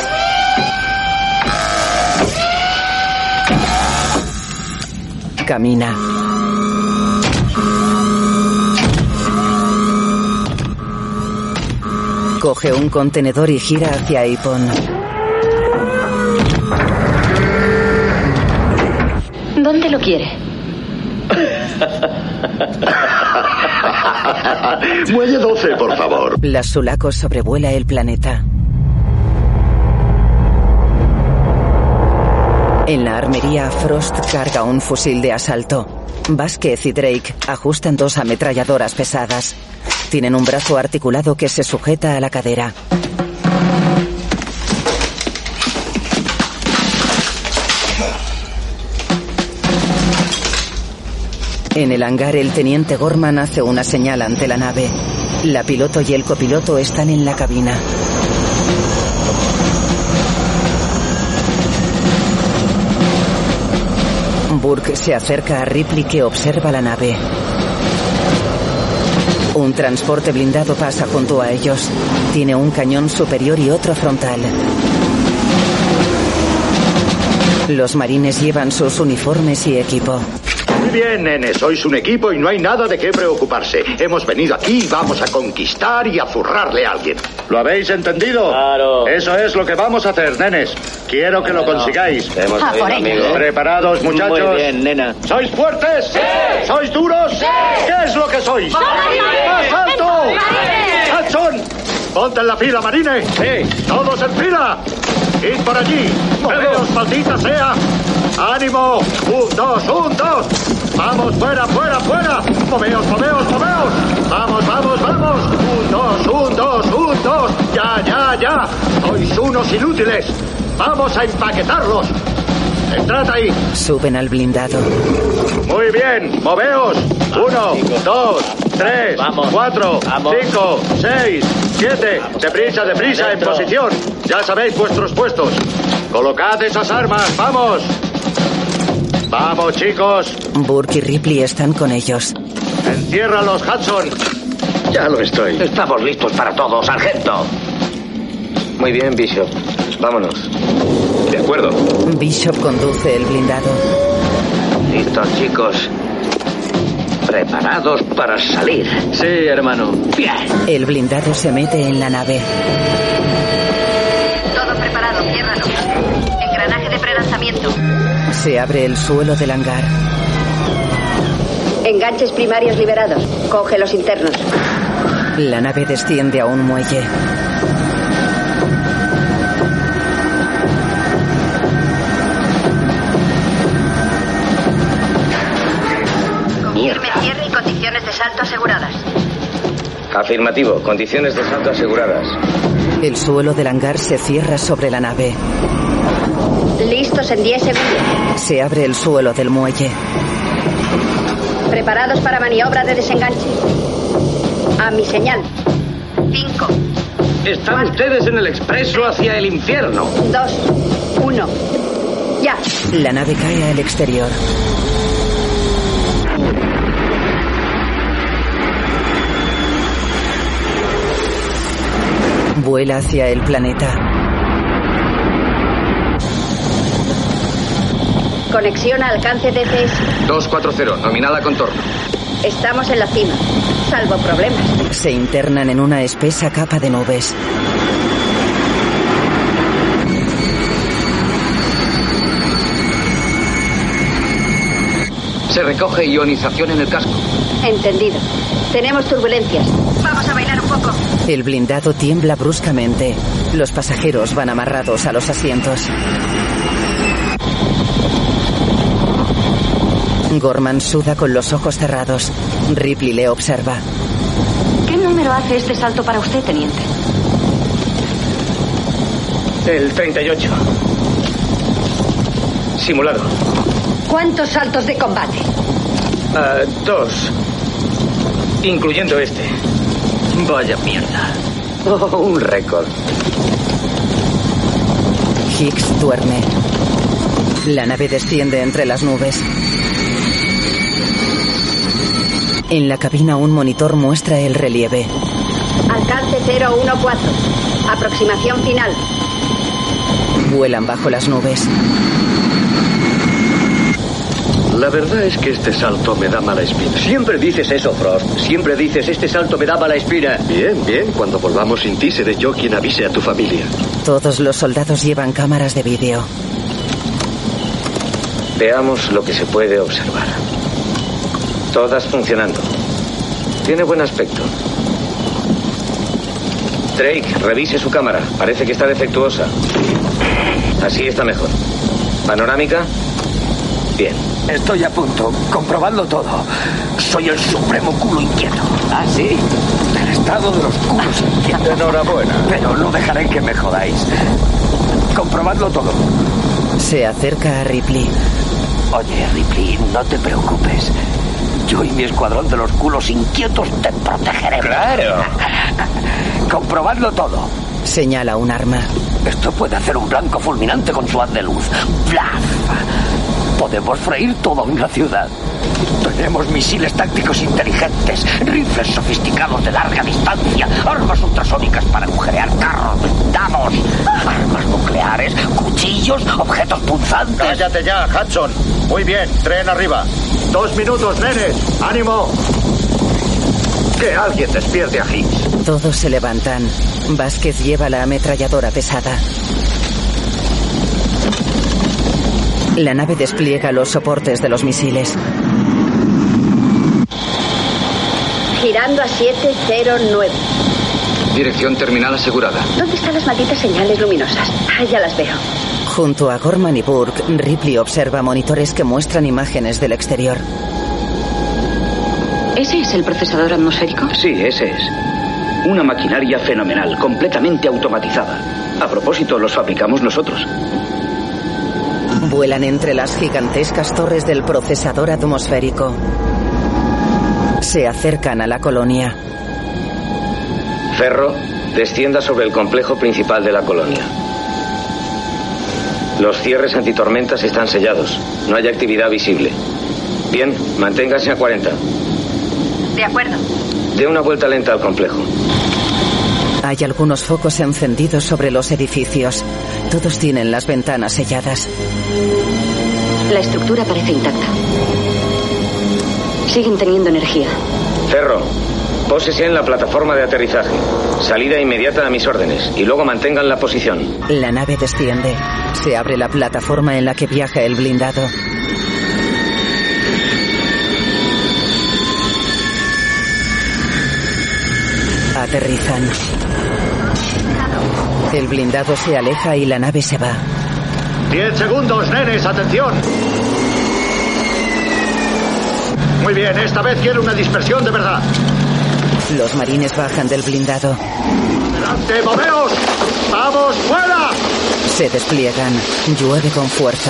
Camina. Coge un contenedor y gira hacia Apon. ¿Dónde lo quiere? Muelle 12, por favor. La Sulaco sobrevuela el planeta. En la armería, Frost carga un fusil de asalto. Vázquez y Drake ajustan 2 ametralladoras pesadas. Tienen un brazo articulado que se sujeta a la cadera. En el hangar, el teniente Gorman hace una señal ante la nave. La piloto y el copiloto están en la cabina. Burke se acerca a Ripley, que observa la nave. Un transporte blindado pasa junto a ellos. Tiene un cañón superior y otro frontal. Los marines llevan sus uniformes y equipo. Muy bien, nene, sois un equipo y no hay nada de qué preocuparse. Hemos venido aquí y vamos a conquistar y a zurrarle a alguien. ¿Lo habéis entendido? Claro. Eso es lo que vamos a hacer, nenes. Quiero que lo consigáis. Por ello. ¿Preparados, muchachos? Muy bien, nena. ¿Sois fuertes? Sí. ¿Sois duros? Sí. ¿Qué es lo que sois? ¡Más alto! ¡Hudson! ¡Ponte en la fila, marine! ¡Sí! ¡Todos en fila! ¡Id por allí! ¡Moveos, maldita sea! ¡Ánimo! ¡Un, dos! ¡Vamos, fuera! ¡Moveos! ¡Vamos! ¡Un, dos! ¡Ya! ¡Sois unos inútiles! ¡Vamos a empaquetarlos! ¡Entrad ahí! Suben al blindado. Muy bien, moveos. 1, 2, 3, 4, 5, 6, 7. Deprisa, en posición. Ya sabéis vuestros puestos. Colocad esas armas, vamos. Vamos, chicos. Burke y Ripley están con ellos. Enciérralos, Hudson. Ya lo estoy. Estamos listos para todo, sargento. Muy bien, Bishop. Vámonos. De acuerdo. Bishop conduce el blindado. Listos, chicos. Preparados para salir. Sí, hermano. Bien. El blindado se mete en la nave. Todo preparado, ciérralo. Engranaje de prelanzamiento. Se abre el suelo del hangar. Enganches primarios liberados. Coge los internos. La nave desciende a un muelle. Confirme cierre y condiciones de salto aseguradas. Afirmativo. Condiciones de salto aseguradas. El suelo del hangar se cierra sobre la nave. Listos en 10 segundos. Se abre el suelo del muelle. Preparados para maniobra de desenganche. A mi señal. 5. Están ustedes en el expreso hacia el infierno. 2, 1. Ya. La nave cae al exterior. Vuela hacia el planeta. Conexión a alcance DCS. 240, nominada contorno. Estamos en la cima. Salvo problemas. Se internan en una espesa capa de nubes. Se recoge ionización en el casco. Entendido. Tenemos turbulencias. Vamos a bailar un poco. El blindado tiembla bruscamente. Los pasajeros van amarrados a los asientos. Gorman suda con los ojos cerrados. Ripley le observa. ¿Qué número hace este salto para usted, teniente? El 38. Simulado. ¿Cuántos saltos de combate? 2. Incluyendo este. Vaya mierda. Oh, un récord. Hicks duerme. La nave desciende entre las nubes. En la cabina un monitor muestra el relieve. Alcance 014. Aproximación final. Vuelan bajo las nubes. La verdad es que este salto me da mala espina. Siempre dices eso, Frost. Siempre dices, este salto me da mala espina. Bien, bien. Cuando volvamos sin ti, seré yo quien avise a tu familia. Todos los soldados llevan cámaras de vídeo. Veamos lo que se puede observar. Todas funcionando. Tiene buen aspecto. Drake, revise su cámara. Parece que está defectuosa. Así está mejor. ¿Panorámica? Bien. Estoy a punto. Comprobadlo todo. Soy el supremo culo inquieto. ¿Ah, sí? El estado de los culos inquietos. Enhorabuena. Pero no dejaré que me jodáis. Comprobadlo todo. Se acerca a Ripley. Oye, Ripley, no te preocupes. Yo y mi escuadrón de los culos inquietos te protegeremos. ¡Claro! Comprobadlo todo. Señala un arma. Esto puede hacer un blanco fulminante con su haz de luz. ¡Blaf! Podemos freír toda una ciudad. Tenemos misiles tácticos inteligentes, rifles sofisticados de larga distancia, armas ultrasónicas para agujerear carros blindados, armas nucleares, cuchillos, objetos punzantes. Cállate ya, Hudson. Muy bien, tren arriba. 2 minutos, nenes. ¡Ánimo! Que alguien despierte a Hicks. Todos se levantan. Vázquez lleva la ametralladora pesada. La nave despliega los soportes de los misiles. Girando a 709. Dirección terminal asegurada. ¿Dónde están las malditas señales luminosas? Ah, ya las veo. Junto a Gorman y Burke, Ripley observa monitores que muestran imágenes del exterior. ¿Ese es el procesador atmosférico? Sí, ese es. Una maquinaria fenomenal, completamente automatizada. A propósito, los fabricamos nosotros. Vuelan entre las gigantescas torres del procesador atmosférico. Se acercan a la colonia. Ferro, descienda sobre el complejo principal de la colonia. Los cierres antitormentas están sellados. No hay actividad visible. Bien, manténgase a 40. De acuerdo. Dé una vuelta lenta al complejo. Hay algunos focos encendidos sobre los edificios. Todos tienen las ventanas selladas. La estructura parece intacta. Siguen teniendo energía. Ferro, pósese en la plataforma de aterrizaje. Salida inmediata a mis órdenes y luego mantengan la posición. La nave desciende. Se abre la plataforma en la que viaja el blindado. Aterrizan. El blindado se aleja y la nave se va. 10 segundos, nenes, atención. Muy bien, esta vez quiero una dispersión de verdad. Los marines bajan del blindado. ¡Adelante, moveos! ¡Vamos, fuera! Se despliegan. Llueve con fuerza.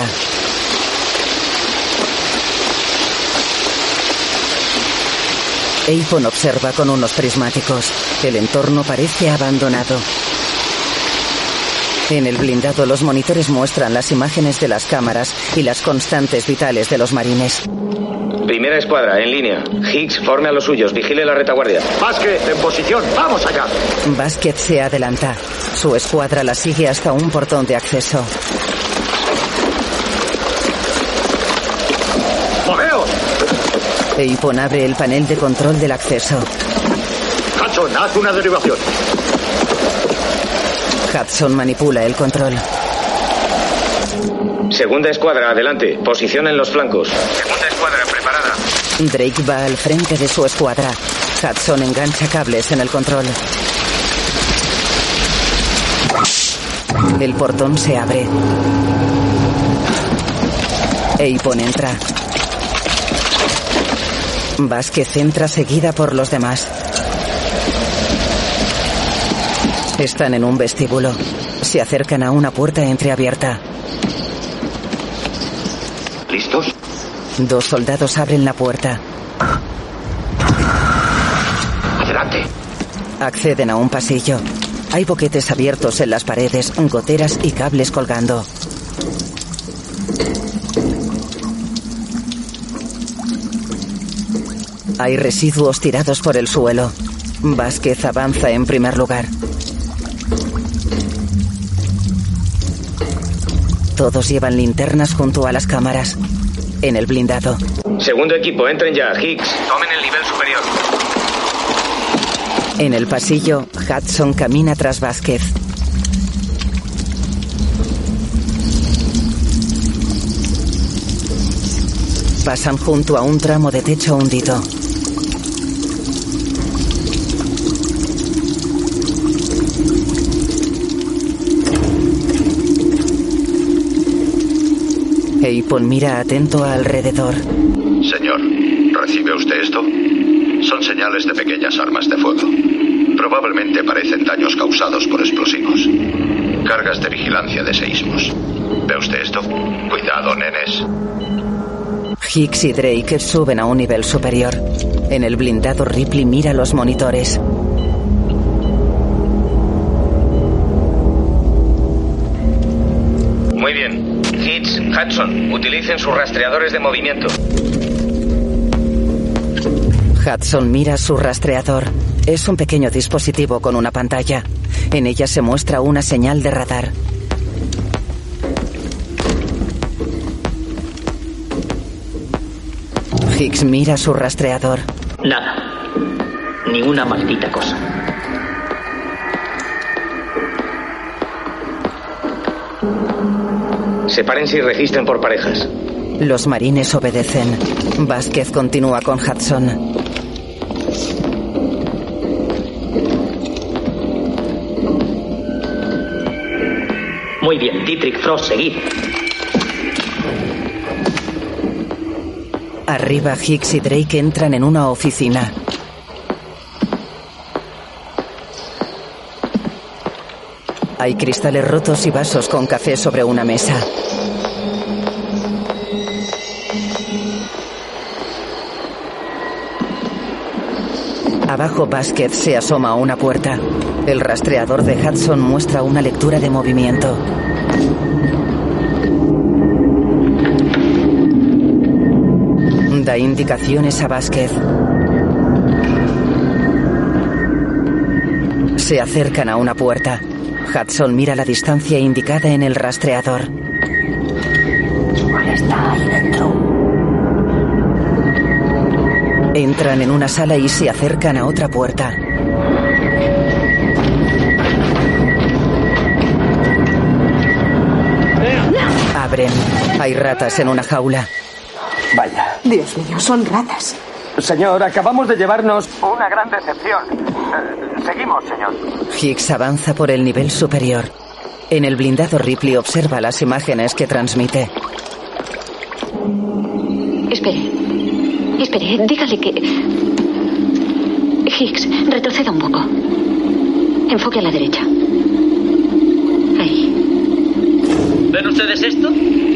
Avon observa con unos prismáticos. El entorno parece abandonado. En el blindado, los monitores muestran las imágenes de las cámaras y las constantes vitales de los marines. Primera escuadra, en línea. Hicks, forme a los suyos. Vigile la retaguardia. Vázquez, en posición. ¡Vamos allá! Vázquez se adelanta. Su escuadra la sigue hasta un portón de acceso. ¡Moveos! Avon abre el panel de control del acceso. Hudson, haz una derivación. Hudson manipula el control. Segunda escuadra, adelante. Posición en los flancos. Segunda escuadra, preparada. Drake va al frente de su escuadra. Hudson engancha cables en el control. El portón se abre. Avon entra. Vázquez entra seguida por los demás. Están en un vestíbulo. Se acercan a una puerta entreabierta. ¿Listos? 2 soldados abren la puerta. Adelante. Acceden a un pasillo. Hay boquetes abiertos en las paredes, goteras y cables colgando. Hay residuos tirados por el suelo. Vázquez avanza en primer lugar. Todos llevan linternas junto a las cámaras. En el blindado. Segundo equipo, entren ya. Hicks, tomen el nivel superior. En el pasillo, Hudson camina tras Vázquez. Pasan junto a un tramo de techo hundido. Avon mira atento alrededor. Señor, ¿recibe usted esto? Son señales de pequeñas armas de fuego. Probablemente parecen daños causados por explosivos. Cargas de vigilancia de seísmos. ¿Ve usted esto? Cuidado, nenes. Hicks y Drake suben a un nivel superior. En el blindado, Ripley mira los monitores. Muy bien. Hicks, Hudson, utilicen sus rastreadores de movimiento. Hudson mira su rastreador. Es un pequeño dispositivo con una pantalla. En ella se muestra una señal de radar. Hicks mira su rastreador. Nada. Ni una maldita cosa. Sepárense y registren por parejas. Los marines obedecen. Vázquez continúa con Hudson. Muy bien, Dietrich, Frost, seguid. Arriba, Hicks y Drake entran en una oficina. Hay cristales rotos y vasos con café sobre una mesa. Abajo, Vázquez se asoma a una puerta. El rastreador de Hudson muestra una lectura de movimiento. Da indicaciones a Vázquez. Se acercan a una puerta. Hudson mira la distancia indicada en el rastreador. ¿Cuál está ahí dentro? Entran en una sala y se acercan a otra puerta. Abren. Hay ratas en una jaula. Vaya. Dios mío, son ratas. Señor, acabamos de llevarnos una gran decepción. Seguimos, señor. Hicks avanza por el nivel superior. En el blindado, Ripley observa las imágenes que transmite. Espere, dígale que... Hicks, retroceda un poco. Enfoque a la derecha. Ahí. ¿Ven ustedes esto?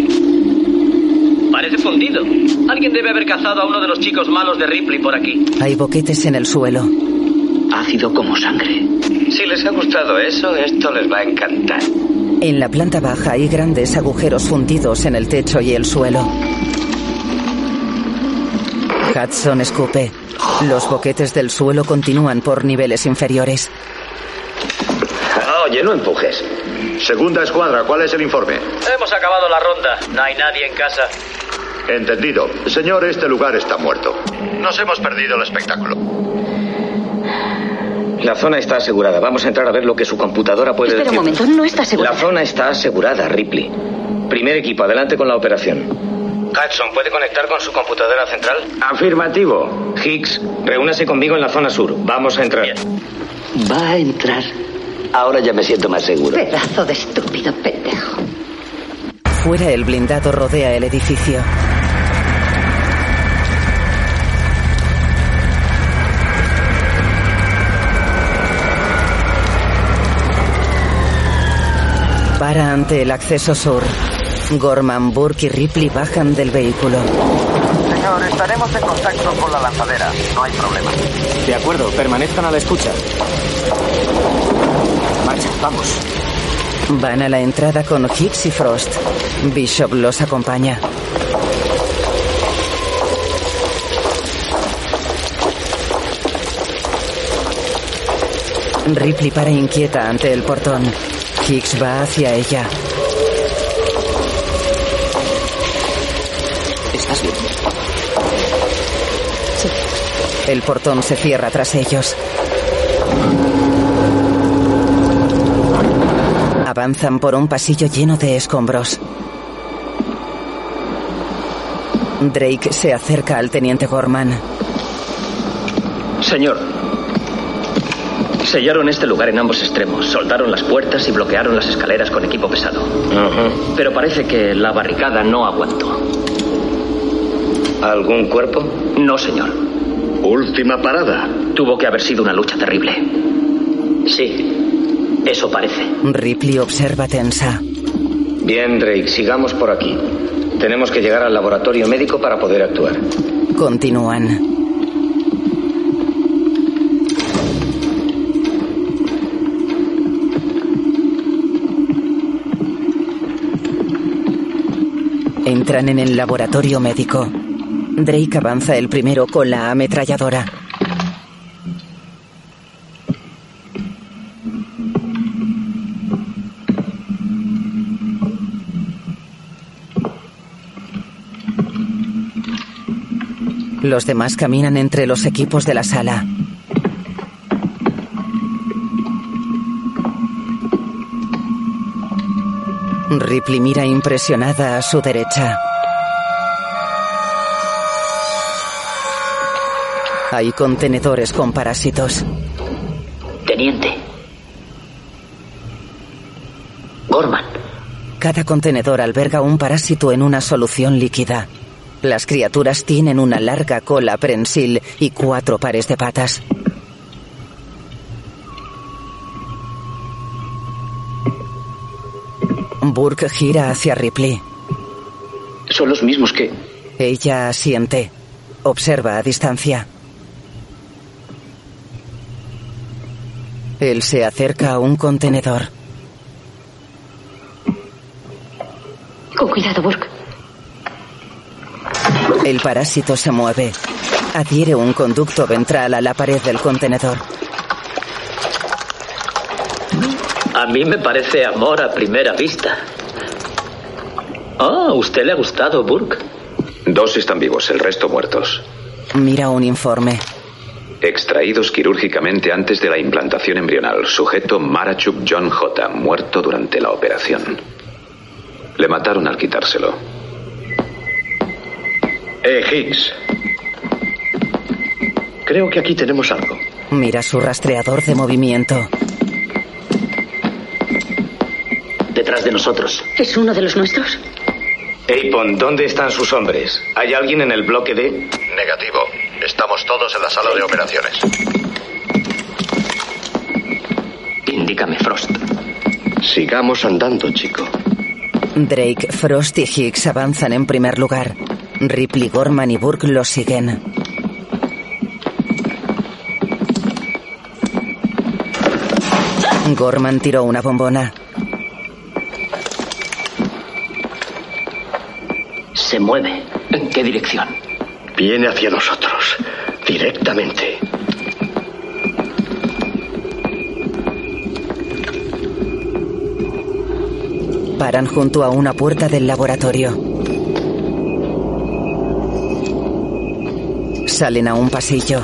Parece fundido. Alguien debe haber cazado a uno de los chicos malos de Ripley por aquí. Hay boquetes en el suelo. Ácido como sangre. Si les ha gustado eso, esto les va a encantar. En la planta baja hay grandes agujeros fundidos en el techo y el suelo. Hudson escupe. Los boquetes del suelo continúan por niveles inferiores. Oye, no empujes. Segunda escuadra, ¿cuál es el informe? Hemos acabado la ronda. No hay nadie en casa. Entendido. Señor, este lugar está muerto. Nos hemos perdido el espectáculo. La zona está asegurada. Vamos a entrar a ver lo que su computadora puede decir. Espera un momento, no está asegurada. La zona está asegurada, Ripley. Primer equipo, adelante con la operación. Hudson, ¿puede conectar con su computadora central? Afirmativo. Higgs, reúnase conmigo en la zona sur. Vamos a entrar. ¿Va a entrar? Ahora ya me siento más seguro. Pedazo de estúpido pendejo. Fuera, el blindado rodea el edificio. Para ante el acceso sur. Gorman, Burke y Ripley bajan del vehículo. Señor, estaremos en contacto con la lanzadera. No hay problema. De acuerdo, permanezcan a la escucha. Marcha, vamos. Van a la entrada con Higgs y Frost. Bishop los acompaña. Ripley para inquieta ante el portón. Higgs va hacia ella. ¿Estás bien? Sí. El portón se cierra tras ellos. Avanzan por un pasillo lleno de escombros. Drake se acerca al teniente Gorman. Señor, sellaron este lugar en ambos extremos, soldaron las puertas y bloquearon las escaleras con equipo pesado. Pero parece que la barricada no aguantó. ¿Algún cuerpo? No, señor. Última parada. Tuvo que haber sido una lucha terrible. Sí, eso parece. Ripley observa tensa. Bien, Drake, sigamos por aquí. Tenemos que llegar al laboratorio médico para poder actuar. Continúan. Entran en el laboratorio médico. Drake avanza el primero con la ametralladora. Los demás caminan entre los equipos de la sala. Ripley mira impresionada a su derecha. Hay contenedores con parásitos. Teniente. Gorman. Cada contenedor alberga un parásito en una solución líquida. Las criaturas tienen una larga cola prensil y 4 pares de patas. Burke gira hacia Ripley. Son los mismos que... Ella asiente. Observa a distancia. Él se acerca a un contenedor. Con cuidado, Burke. El parásito se mueve. Adhiere un conducto ventral a la pared del contenedor. A mí me parece amor a primera vista. ¿A usted le ha gustado, Burke? 2 están vivos, el resto muertos. Mira un informe. Extraídos quirúrgicamente antes de la implantación embrional. Sujeto Marachuk John J., muerto durante la operación. Le mataron al quitárselo. Higgs. Creo que aquí tenemos algo. Mira su rastreador de movimiento. Detrás de nosotros. ¿Es uno de los nuestros? Apon, ¿dónde están sus hombres? ¿Hay alguien en el bloque D? Negativo. Estamos todos en la sala de operaciones. Indícame, Frost. Sigamos andando, chico. Drake, Frost y Higgs avanzan en primer lugar. Ripley, Gorman y Burke los siguen. Gorman tiró una bombona. Se mueve. ¿En qué dirección? Viene hacia nosotros. Directamente. Paran junto a una puerta del laboratorio. Salen a un pasillo.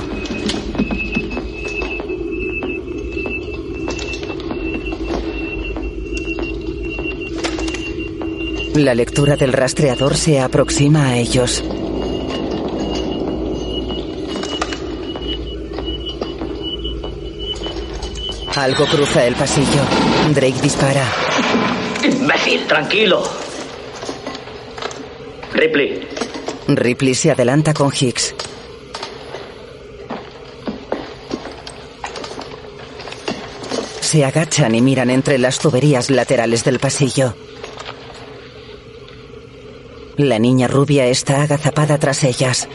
La lectura del rastreador se aproxima a ellos. Algo cruza el pasillo. Drake dispara. ¡Imbécil! ¡Tranquilo! Ripley. Ripley se adelanta con Hicks. Se agachan y miran entre las tuberías laterales del pasillo. La niña rubia está agazapada tras ellas.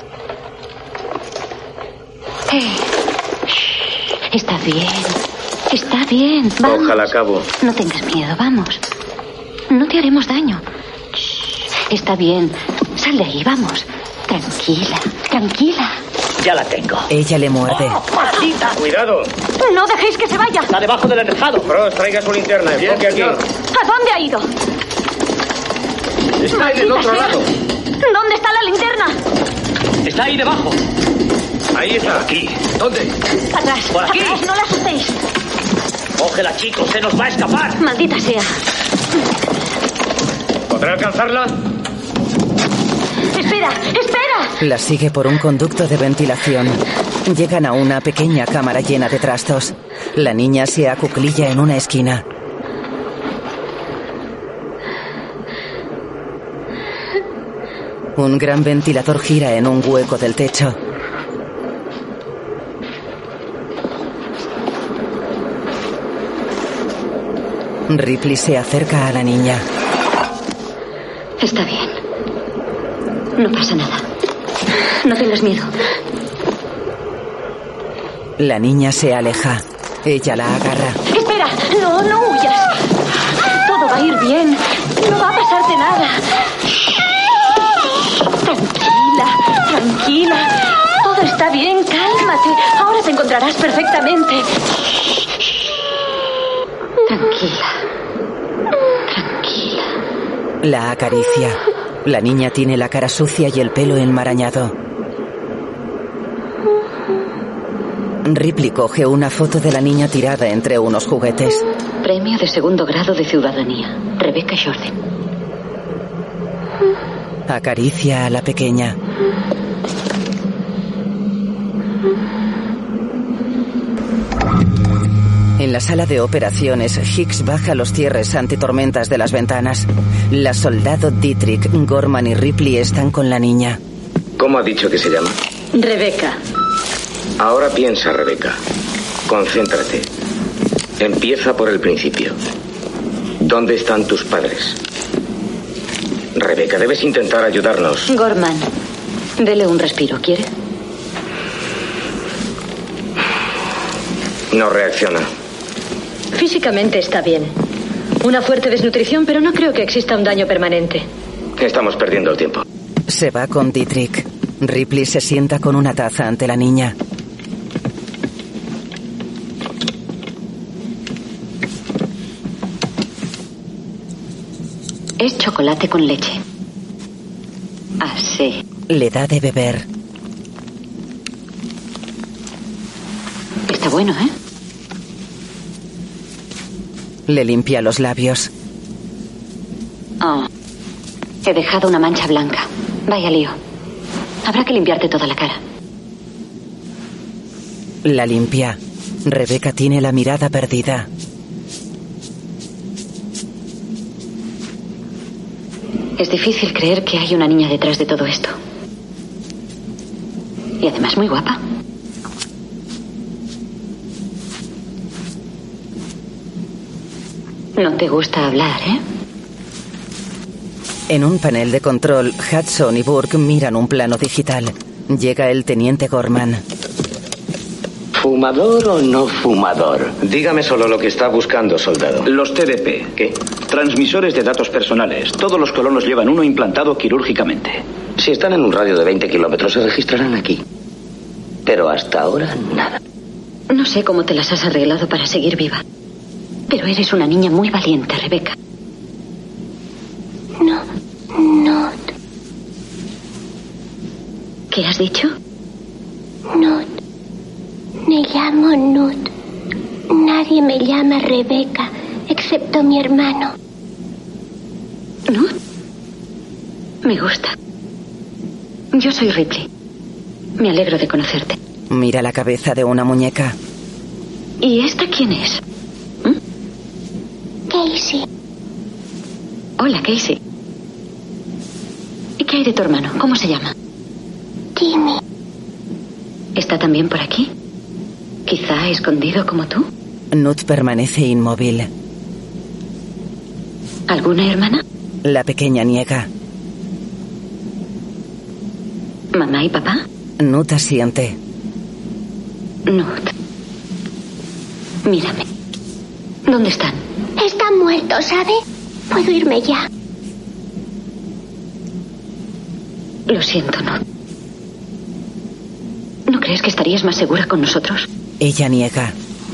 Está bien. Está bien. Vamos. Ojalá, Cabo. No tengas miedo, vamos. No te haremos daño. Está bien. Sal de ahí, vamos. Tranquila, tranquila. Ya la tengo. Ella le muerde. ¡Oh, maldita! ¡Cuidado! No dejéis que se vaya. Está debajo del enrejado. Frost, traiga su linterna. Enfoque aquí. ¿A dónde ha ido? Está ahí del otro lado. ¿Dónde está la linterna? Está ahí debajo. Ahí está. Aquí. ¿Dónde? Atrás. Por aquí. Atrás, no la asustéis. Cógela, chicos, se nos va a escapar. Maldita sea. ¿Podrá alcanzarla? ¡Espera! ¡Espera! La sigue por un conducto de ventilación. Llegan a una pequeña cámara llena de trastos. La niña se acuclilla en una esquina. Un gran ventilador gira en un hueco del techo. Ripley se acerca a la niña. Está bien. No pasa nada. No tengas miedo. La niña se aleja. Ella la agarra. ¡Espera! No, no huyas. Todo va a ir bien. No va a pasarte nada. Tranquila, tranquila. Todo está bien, cálmate. Ahora te encontrarás perfectamente. Tranquila. Tranquila. La acaricia. La niña tiene la cara sucia y el pelo enmarañado. Ripley coge una foto de la niña tirada entre unos juguetes. Premio de 2º grado de ciudadanía. Rebecca Jordan. Acaricia a la pequeña. En la sala de operaciones, Hicks baja los cierres antitormentas de las ventanas. La soldado Dietrich, Gorman y Ripley están con la niña. ¿Cómo ha dicho que se llama? Rebecca. Ahora piensa, Rebecca. Concéntrate. Empieza por el principio. ¿Dónde están tus padres? Rebecca, debes intentar ayudarnos. Gorman, dele un respiro, ¿quiere? No reacciona. Físicamente está bien. Una fuerte desnutrición, pero no creo que exista un daño permanente. Estamos perdiendo el tiempo. Se va con Dietrich. Ripley se sienta con una taza ante la niña. Es chocolate con leche. Así. Le da de beber. Está bueno, ¿eh? Le limpia los labios. Oh. He dejado una mancha blanca. Vaya lío. Habrá que limpiarte toda la cara. La limpia. Rebecca tiene la mirada perdida. Es difícil creer que hay una niña detrás de todo esto. Y además muy guapa. No te gusta hablar, ¿eh? En un panel de control, Hudson y Burke miran un plano digital. Llega el teniente Gorman. ¿Fumador o no fumador? Dígame solo lo que está buscando, soldado. Los TDP. ¿Qué? Transmisores de datos personales. Todos los colonos llevan uno implantado quirúrgicamente. Si están en un radio de 20 kilómetros, se registrarán aquí. Pero hasta ahora, nada. No sé cómo te las has arreglado para seguir viva. Pero eres una niña muy valiente, Rebecca. No. ¿Qué has dicho? Nut. Me llamo Nut. Nadie me llama Rebecca, excepto mi hermano. ¿No? Me gusta. Yo soy Ripley. Me alegro de conocerte. Mira la cabeza de una muñeca. ¿Y esta quién es? Casey. Hola, Casey. ¿Y qué hay de tu hermano? ¿Cómo se llama? Timmy. ¿Está también por aquí? ¿Quizá escondido como tú? Nut permanece inmóvil. ¿Alguna hermana? La pequeña niega. ¿Mamá y papá? Nut asiente. Nut. Mírame. ¿Dónde están? Están muertos, ¿sabe? Puedo irme ya. Lo siento, Nut. ¿No crees que estarías más segura con nosotros? Ella niega.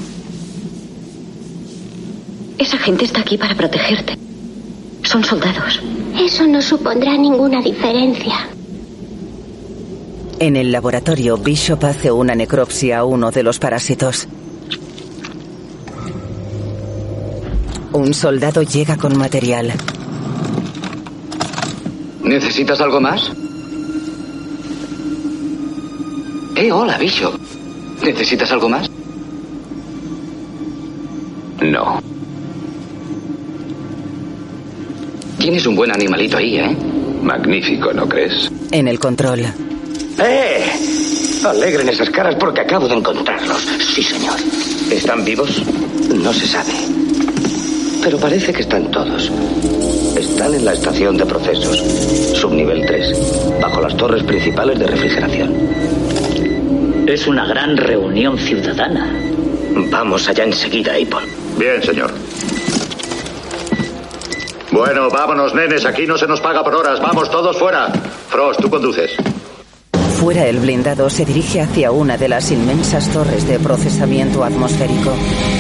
Esa gente está aquí para protegerte. Son soldados. Eso no supondrá ninguna diferencia. En el laboratorio, Bishop hace una necropsia a uno de los parásitos. Un soldado llega con material. ¿Necesitas algo más? Hola, Bishop. ¿Necesitas algo más? No. Tienes un buen animalito ahí, ¿eh? Magnífico, ¿no crees? En el control. Alegren esas caras porque acabo de encontrarlos. Sí, señor. ¿Están vivos? No se sabe. Pero parece que están todos. Están en la estación de procesos, subnivel 3, bajo las torres principales de refrigeración. Es una gran reunión ciudadana. Vamos allá enseguida, Apple. Bien, señor. Bueno, vámonos, nenes. Aquí no se nos paga por horas. Vamos todos fuera. Frost, tú conduces. Fuera, el blindado se dirige hacia una de las inmensas torres de procesamiento atmosférico.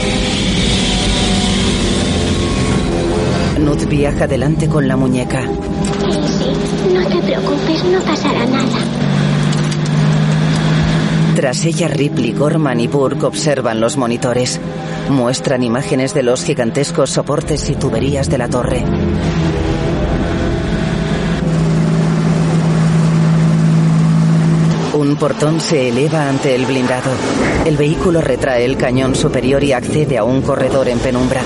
Nut viaja delante con la muñeca. Casey, no te preocupes, no pasará nada. Tras ella, Ripley, Gorman y Burke observan los monitores. Muestran imágenes de los gigantescos soportes y tuberías de la torre. Un portón se eleva ante el blindado. El vehículo retrae el cañón superior y accede a un corredor en penumbra.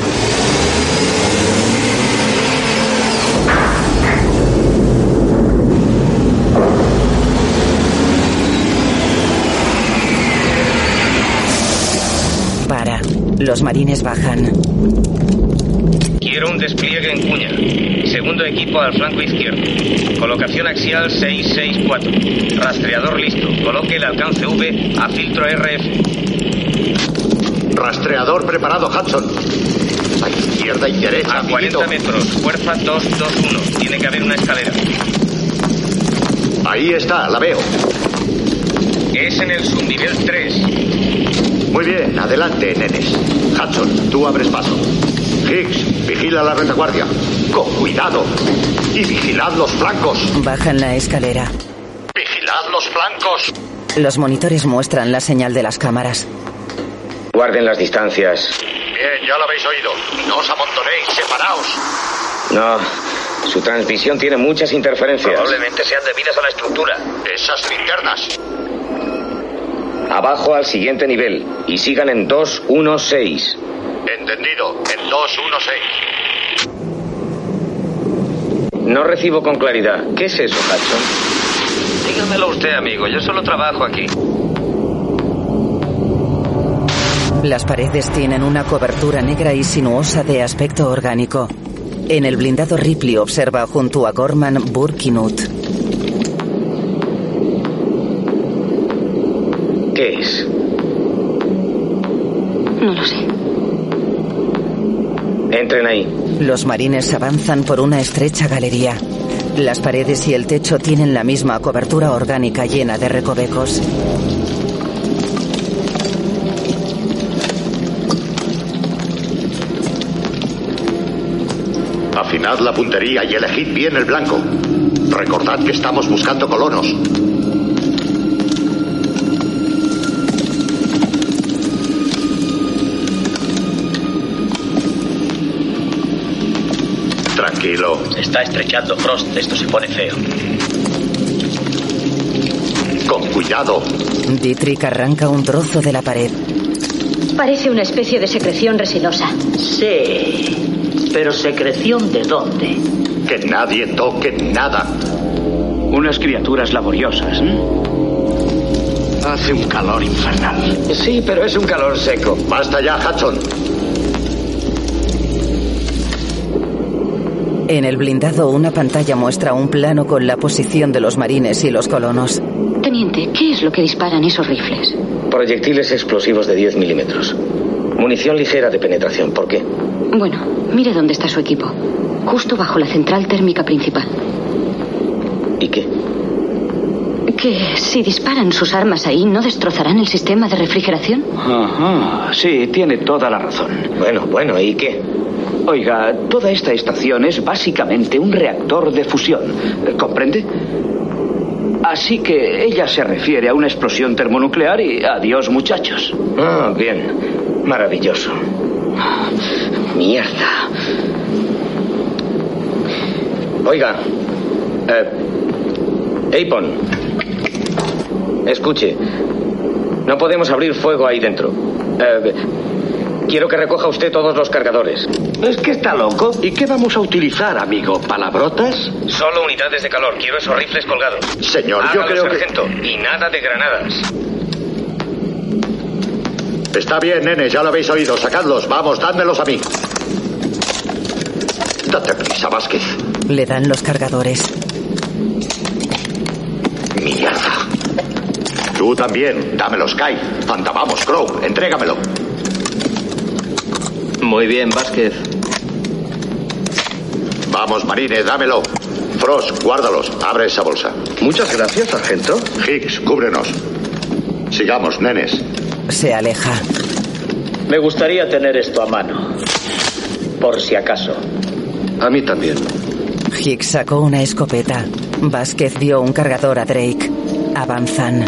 Para. Los marines bajan. Quiero un despliegue en cuña. Segundo equipo al flanco izquierdo. Colocación axial 664. Rastreador listo. Coloque el alcance V a filtro RF. Rastreador preparado, Hudson. A izquierda y derecha, a 40 amiguito. metros. Fuerza 221. Tiene que haber una escalera. Ahí está, la veo. Es en el subnivel 3. Muy bien, adelante, nenes. Hudson, tú abres paso. Higgs, vigila la retaguardia. Con cuidado. Y vigilad los flancos. Bajan la escalera. Vigilad los flancos. Los monitores muestran la señal de las cámaras. Guarden las distancias. Bien, ya lo habéis oído. No os amontonéis, separaos. No, su transmisión tiene muchas interferencias. Probablemente sean debidas a la estructura. Esas linternas. Abajo al siguiente nivel y sigan en 216. Entendido, en 216. No recibo con claridad. ¿Qué es eso, Hudson? Dígamelo usted, amigo. Yo solo trabajo aquí. Las paredes tienen una cobertura negra y sinuosa de aspecto orgánico. En el blindado, Ripley observa junto a Gorman, Burke y Nut. ¿Qué es? No lo sé. Entren ahí. Los marines avanzan por una estrecha galería. Las paredes y el techo tienen la misma cobertura orgánica llena de recovecos. Afinad la puntería y elegid bien el blanco. Recordad que estamos buscando colonos. Tranquilo. Se está estrechando, Frost. Esto se pone feo. Con cuidado. Dietrich arranca un trozo de la pared. Parece una especie de secreción resinosa. Sí. ¿Pero secreción de dónde? Que nadie toque nada. Unas criaturas laboriosas, ¿eh? Hace un calor infernal. Sí, pero es un calor seco. Basta ya, Hudson. En el blindado, una pantalla muestra un plano con la posición de los marines y los colonos. Teniente, ¿qué es lo que disparan esos rifles? Proyectiles explosivos de 10 milímetros. Munición ligera de penetración. ¿Por qué? Bueno, mire dónde está su equipo. Justo bajo la central térmica principal. ¿Y qué? Que si disparan sus armas ahí, ¿no destrozarán el sistema de refrigeración? Ajá, sí, tiene toda la razón. Bueno, ¿y qué? Oiga, toda esta estación es básicamente un reactor de fusión. ¿Comprende? Así que ella se refiere a una explosión termonuclear y adiós, muchachos. Ah, bien. Maravilloso. Mierda. Oiga. Apon. Escuche. No podemos abrir fuego ahí dentro. Quiero que recoja usted todos los cargadores. ¿Es que está loco? ¿Y qué vamos a utilizar, amigo? ¿Palabrotas? Solo unidades de calor. Quiero esos rifles colgados. Señor, Hágalo, yo creo sargento. Y nada de granadas. Está bien, nene, ya lo habéis oído. Sacadlos, vamos, dádmelos a mí. Date prisa, Vázquez. Le dan los cargadores. Mierda. Tú también, dámelos, Kai. Anda, vamos, Crow, entrégamelo. Muy bien, Vázquez. Vamos, Marine, dámelo. Frost, guárdalos. Abre esa bolsa. Muchas gracias, sargento. Hicks, cúbrenos. Sigamos, nenes. Se aleja. Me gustaría tener esto a mano. Por si acaso. A mí también. Hicks sacó una escopeta. Vázquez dio un cargador a Drake. Avanzan.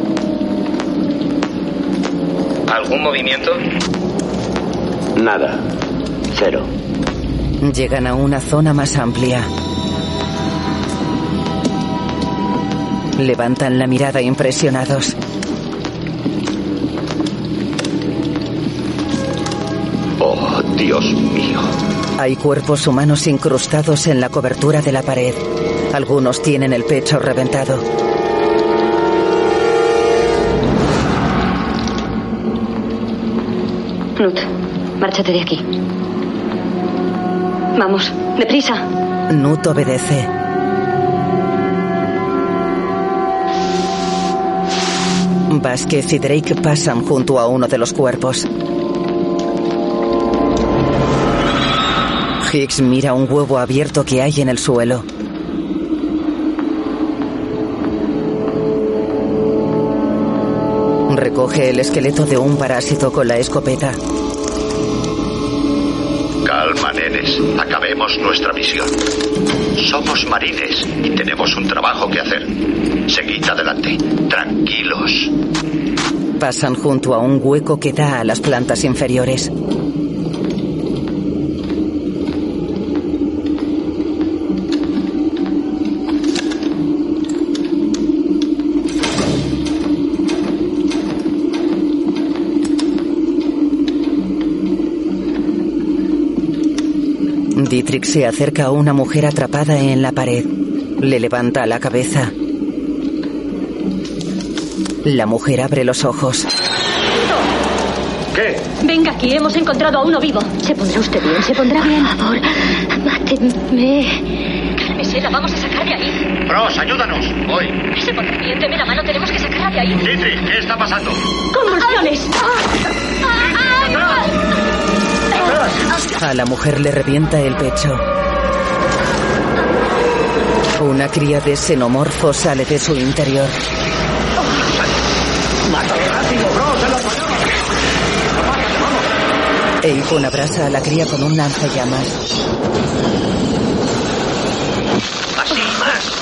¿Algún movimiento? Nada. Cero. Llegan a una zona más amplia. Levantan la mirada impresionados. Oh, Dios mío. Hay cuerpos humanos incrustados en la cobertura de la pared. Algunos tienen el pecho reventado. Knut, márchate de aquí. Vamos, deprisa. Knut obedece. Vázquez y Drake pasan junto a uno de los cuerpos. Hicks mira un huevo abierto que hay en el suelo. Recoge el esqueleto de un parásito con la escopeta. Calma, nenes. Acabemos nuestra misión. Somos marines y tenemos un trabajo que hacer. Seguid adelante. Tranquilos. Pasan junto a un hueco que da a las plantas inferiores. Dietrich se acerca a una mujer atrapada en la pared. Le levanta la cabeza. La mujer abre los ojos. ¿Qué? Venga aquí, hemos encontrado a uno vivo. ¿Se pondrá usted bien? ¿Se pondrá bien? Por favor, mátenme. Cálmese, la vamos a sacar de ahí. Bros, ayúdanos. Voy. Se pondrá bien, deme la mano, tenemos que sacarla de ahí. Dietrich, ¿qué está pasando? ¡Convulsiones! A la mujer le revienta el pecho. Una cría de xenomorfo sale de su interior. ¡Mátalo rápido, Bros! ¡En los pañales! Apon abraza a la cría con un lanzallamas. Así, más.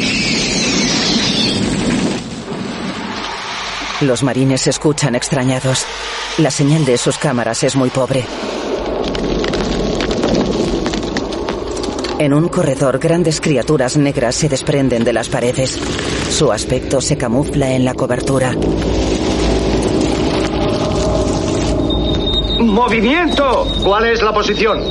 Los marines escuchan extrañados. La señal de sus cámaras es muy pobre. En un corredor, grandes criaturas negras se desprenden de las paredes. Su aspecto se camufla en la cobertura. ¡Movimiento! ¿Cuál es la posición?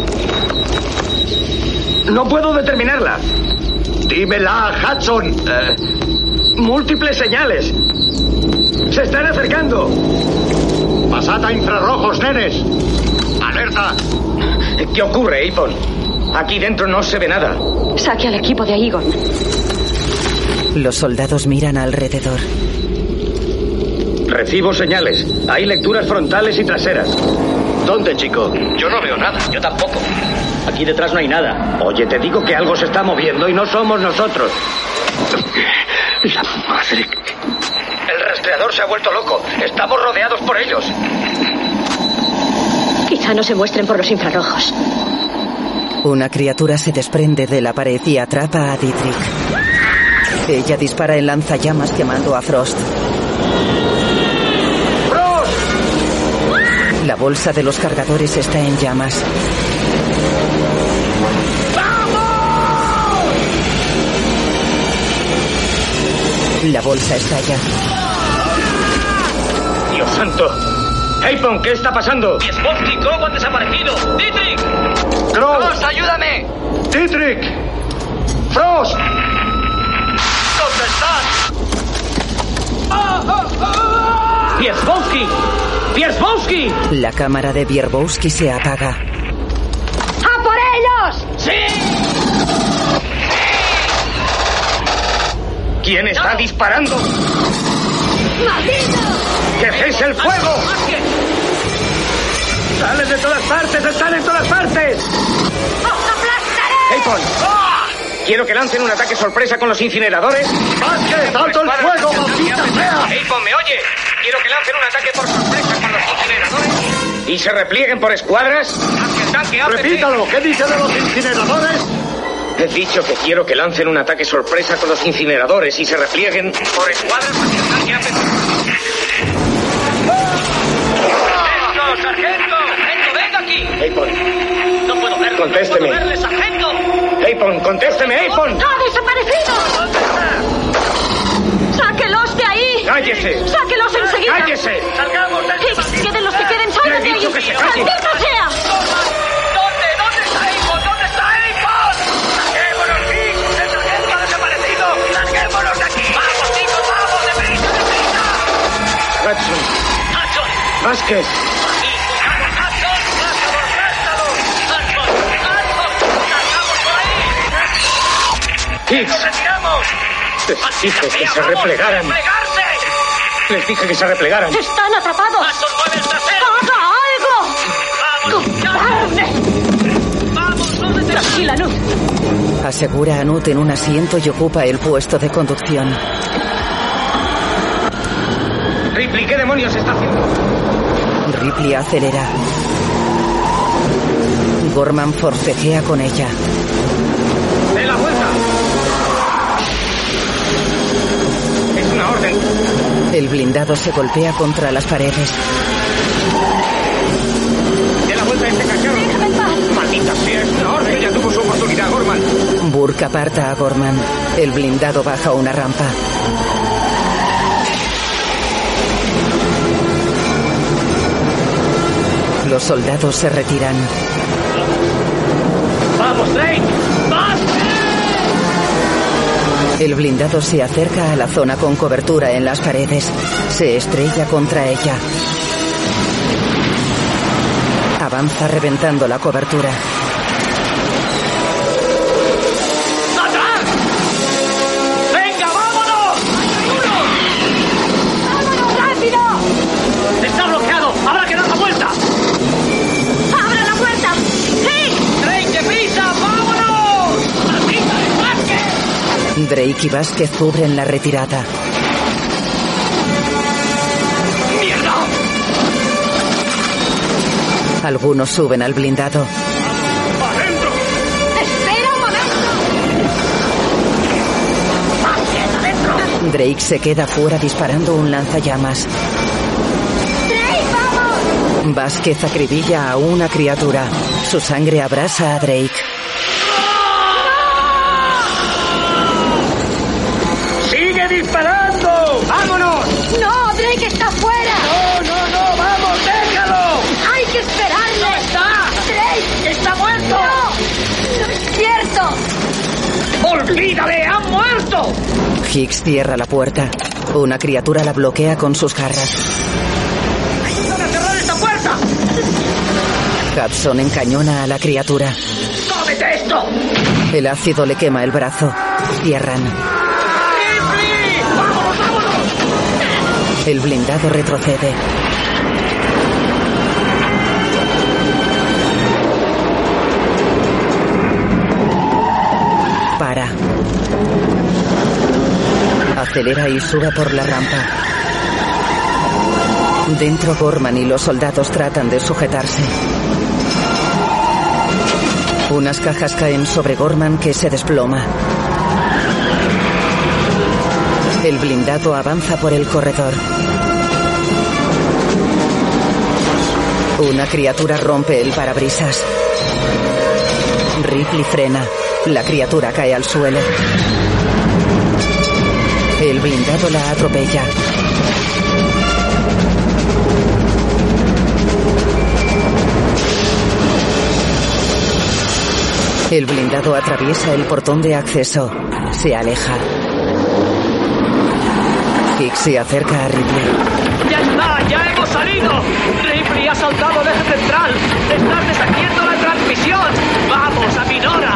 No puedo determinarla. Dímela, Hudson. Múltiples señales. Se están acercando. Pasad a infrarrojos, nenes. ¡Alerta! ¿Qué ocurre, Apon? Aquí dentro no se ve nada. Saque al equipo de Aegon. Los soldados miran alrededor. Recibo señales. Hay lecturas frontales y traseras. ¿Dónde, chico? Yo no veo nada. Yo tampoco. Aquí detrás no hay nada. Oye, te digo que algo se está moviendo y no somos nosotros. La madre... El rastreador se ha vuelto loco. Estamos rodeados por ellos. Quizá no se muestren por los infrarrojos. Una criatura se desprende de la pared y atrapa a Dietrich. Ella dispara el lanzallamas quemando a Frost. ¡Frost! La bolsa de los cargadores está en llamas. ¡Vamos! La bolsa estalla. ¡Dios santo! Apon, ¿qué está pasando? ¡Spolsky y Crow han desaparecido! ¡Dietrich! ¡Crow! ¡Frost, ayúdame! ¡Dietrich! ¡Frost! ¿Dónde están? ¡Bierzbowski! ¡Bierzbowski! La cámara de Bierzbowski se apaga. ¡A por ellos! ¡Sí! ¿Quién está disparando? ¡Maldito! ¡Que cese el fuego! ¡Salen de todas partes! ¡Están en todas partes! ¡Os aplastaré! Apon, quiero que lancen un ataque sorpresa con los incineradores. ¡Vázquez, alto el fuego, maldita sea! Apon, ¿me oye? Quiero que lancen un ataque por sorpresa con los incineradores. ¿Y se replieguen por escuadras? Repítalo, ¿qué dice de los incineradores? He dicho que quiero que lancen un ataque sorpresa con los incineradores y se replieguen por escuadras para que el tanque hace... ¡Sargento! ¡Sargento! ¡Sargento, venga aquí! Apon. No puedo verle. Contésteme. No puedo verle, sargento. Apon, contésteme, Apon. ¡Ha desaparecido! ¡Sáquelos de ahí! ¡Cállese! ¡Sáquelos enseguida! ¡Cállese! ¡Salgamos de aquí! ¡Sí! ¡Queden los que queden! ¡Salgan de ahí! dicho que se calle. ¡Maldita sea! ¿Dónde? ¿Dónde está Apon? ¿Dónde está Apon? ¡Larguémonos, Nick! ¡El sargento ha desaparecido! ¡Larguémonos de aquí! ¡Vamos, chicos, vamos! ¡Deprisa, deprisa! Hudson. ¡Hudson! Vázquez. ¡Aquí! ¡Buscamos Hudson! ¡Plástalo, plástalo! ¡Hudson! ¡Hudson! ¡Salgamos por ahí! Hicks. ¡Nos retiramos! Les dije que se replegaran. ¡Replegarse! Les dije que se replegaran. ¡Están atrapados! ¡Hudson, mueve el trasero! ¡Haga algo! ¡Vamos! ¡Ya! ¡Vamos! ¿Dónde te Tranquila, Nut. Asegura a Nut en un asiento y ocupa el puesto de conducción. Ripley, ¿qué demonios está haciendo? Ripley acelera. Gorman forcejea con ella. ¡De la vuelta! Es una orden. El blindado se golpea contra las paredes. ¡De la vuelta a este cacharro! ¡Déjame en paz! ¡Maldita sea! Es una orden. Ya tuvo su oportunidad, Gorman. Burke aparta a Gorman. El blindado baja una rampa. Los soldados se retiran. ¡Vamos, Drake! ¡Vas! El blindado se acerca a la zona con cobertura en las paredes. Se estrella contra ella. Avanza reventando la cobertura. ¡Atrás! ¡Venga, vámonos! ¡Vámonos rápido! ¡Está bloqueado! ¡Habrá que dar la vuelta! ¡Abre la puerta! ¡Sí! ¡Drake, deprisa! ¡Vámonos! ¡Maldita de Vázquez! Drake y Vázquez cubren la retirada. ¡Mierda! Algunos suben al blindado. ¡Adentro! ¡Espera un momento! ¡Vázquez, adentro! Drake se queda fuera disparando un lanzallamas. ¡Drake, vamos! Vázquez acribilla a una criatura. Su sangre abrasa a Drake. ¡Rápido! Hicks cierra la puerta. Una criatura la bloquea con sus garras. ¡Ayúdame a cerrar esta puerta! Hudson encañona a la criatura. ¡Cómete esto! El ácido le quema el brazo. Cierran. ¡Ripley! ¡Vámonos, vámonos! El blindado retrocede. Para. Acelera y sube por la rampa. Dentro, Gorman y los soldados tratan de sujetarse. Unas cajas caen sobre Gorman, que se desploma. El blindado avanza por el corredor. Una criatura rompe el parabrisas. Ripley frena. La criatura cae al suelo. El blindado la atropella. El blindado atraviesa el portón de acceso. Se aleja. Hicks se acerca a Ripley. ¡Ya está! ¡Ya hemos salido! ¡Ripley ha saltado el eje central! ¡Estás deshaciendo la transmisión! ¡Vamos, a Minora!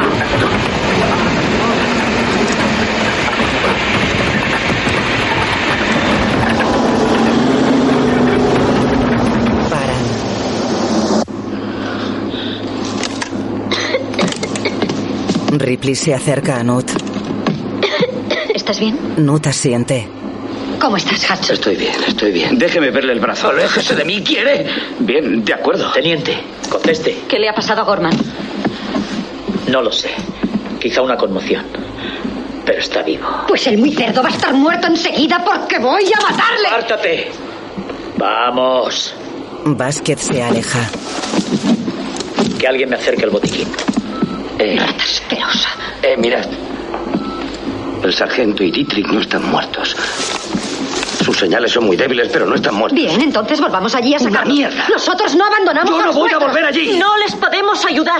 Ripley se acerca a Nut. ¿Estás bien? Nut asiente. ¿Cómo estás, Hudson? Estoy bien. Déjeme verle el brazo. Aléjese de mí, ¿quiere? Bien, de acuerdo. Teniente, conteste. ¿Qué le ha pasado a Gorman? No lo sé. Quizá una conmoción. Pero está vivo. Pues el muy cerdo va a estar muerto enseguida porque voy a matarle. ¡Apártate! ¡Vamos! Vázquez se aleja. Que alguien me acerque el botiquín. Rata asquerosa. Mirad. El sargento y Dietrich no están muertos. Sus señales son muy débiles, pero no están muertos. Bien, entonces volvamos allí a sacar. ¡Una mierda! Nosotros no abandonamos. Yo no los voy a vuestros. volver allí. No les podemos ayudar.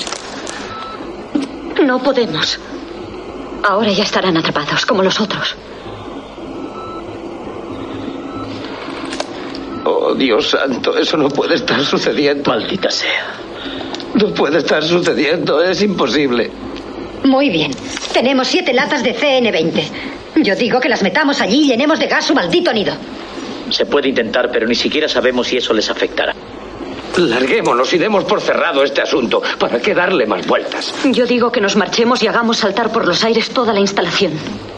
No podemos. Ahora ya estarán atrapados, como los otros. Oh, Dios santo, eso no puede estar sucediendo. Maldita sea. No puede estar sucediendo, es imposible. Muy bien. Tenemos 7 latas de CN20. Yo digo que las metamos allí y llenemos de gas su maldito nido. Se puede intentar, pero ni siquiera sabemos si eso les afectará. Larguémonos y demos por cerrado este asunto. ¿Para qué darle más vueltas? Yo digo que nos marchemos y hagamos saltar por los aires toda la instalación.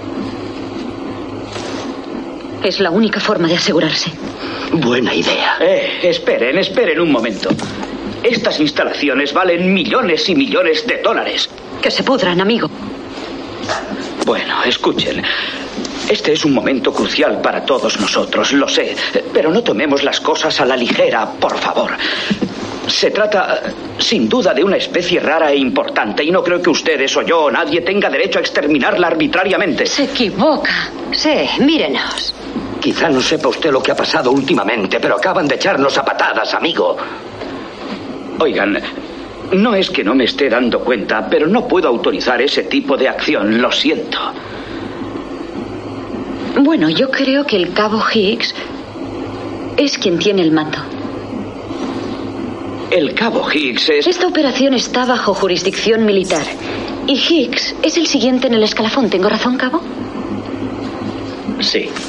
Es la única forma de asegurarse. Buena idea. Esperen un momento. Estas instalaciones valen millones y millones de dólares. Que se pudran, amigo. Bueno, escuchen. Este es un momento crucial para todos nosotros, lo sé. Pero no tomemos las cosas a la ligera, por favor. Se trata, sin duda, de una especie rara e importante, y no creo que ustedes o yo o nadie tenga derecho a exterminarla arbitrariamente. Se equivoca. Sí, mírenos. Quizá no sepa usted lo que ha pasado últimamente, pero acaban de echarnos a patadas, amigo. Oigan, no es que no me esté dando cuenta, pero no puedo autorizar ese tipo de acción, lo siento. Bueno, yo creo que el cabo Hicks es quien tiene el mando. El cabo Hicks es... Esta operación está bajo jurisdicción militar. Y Hicks es el siguiente en el escalafón. ¿Tengo razón, cabo? Sí.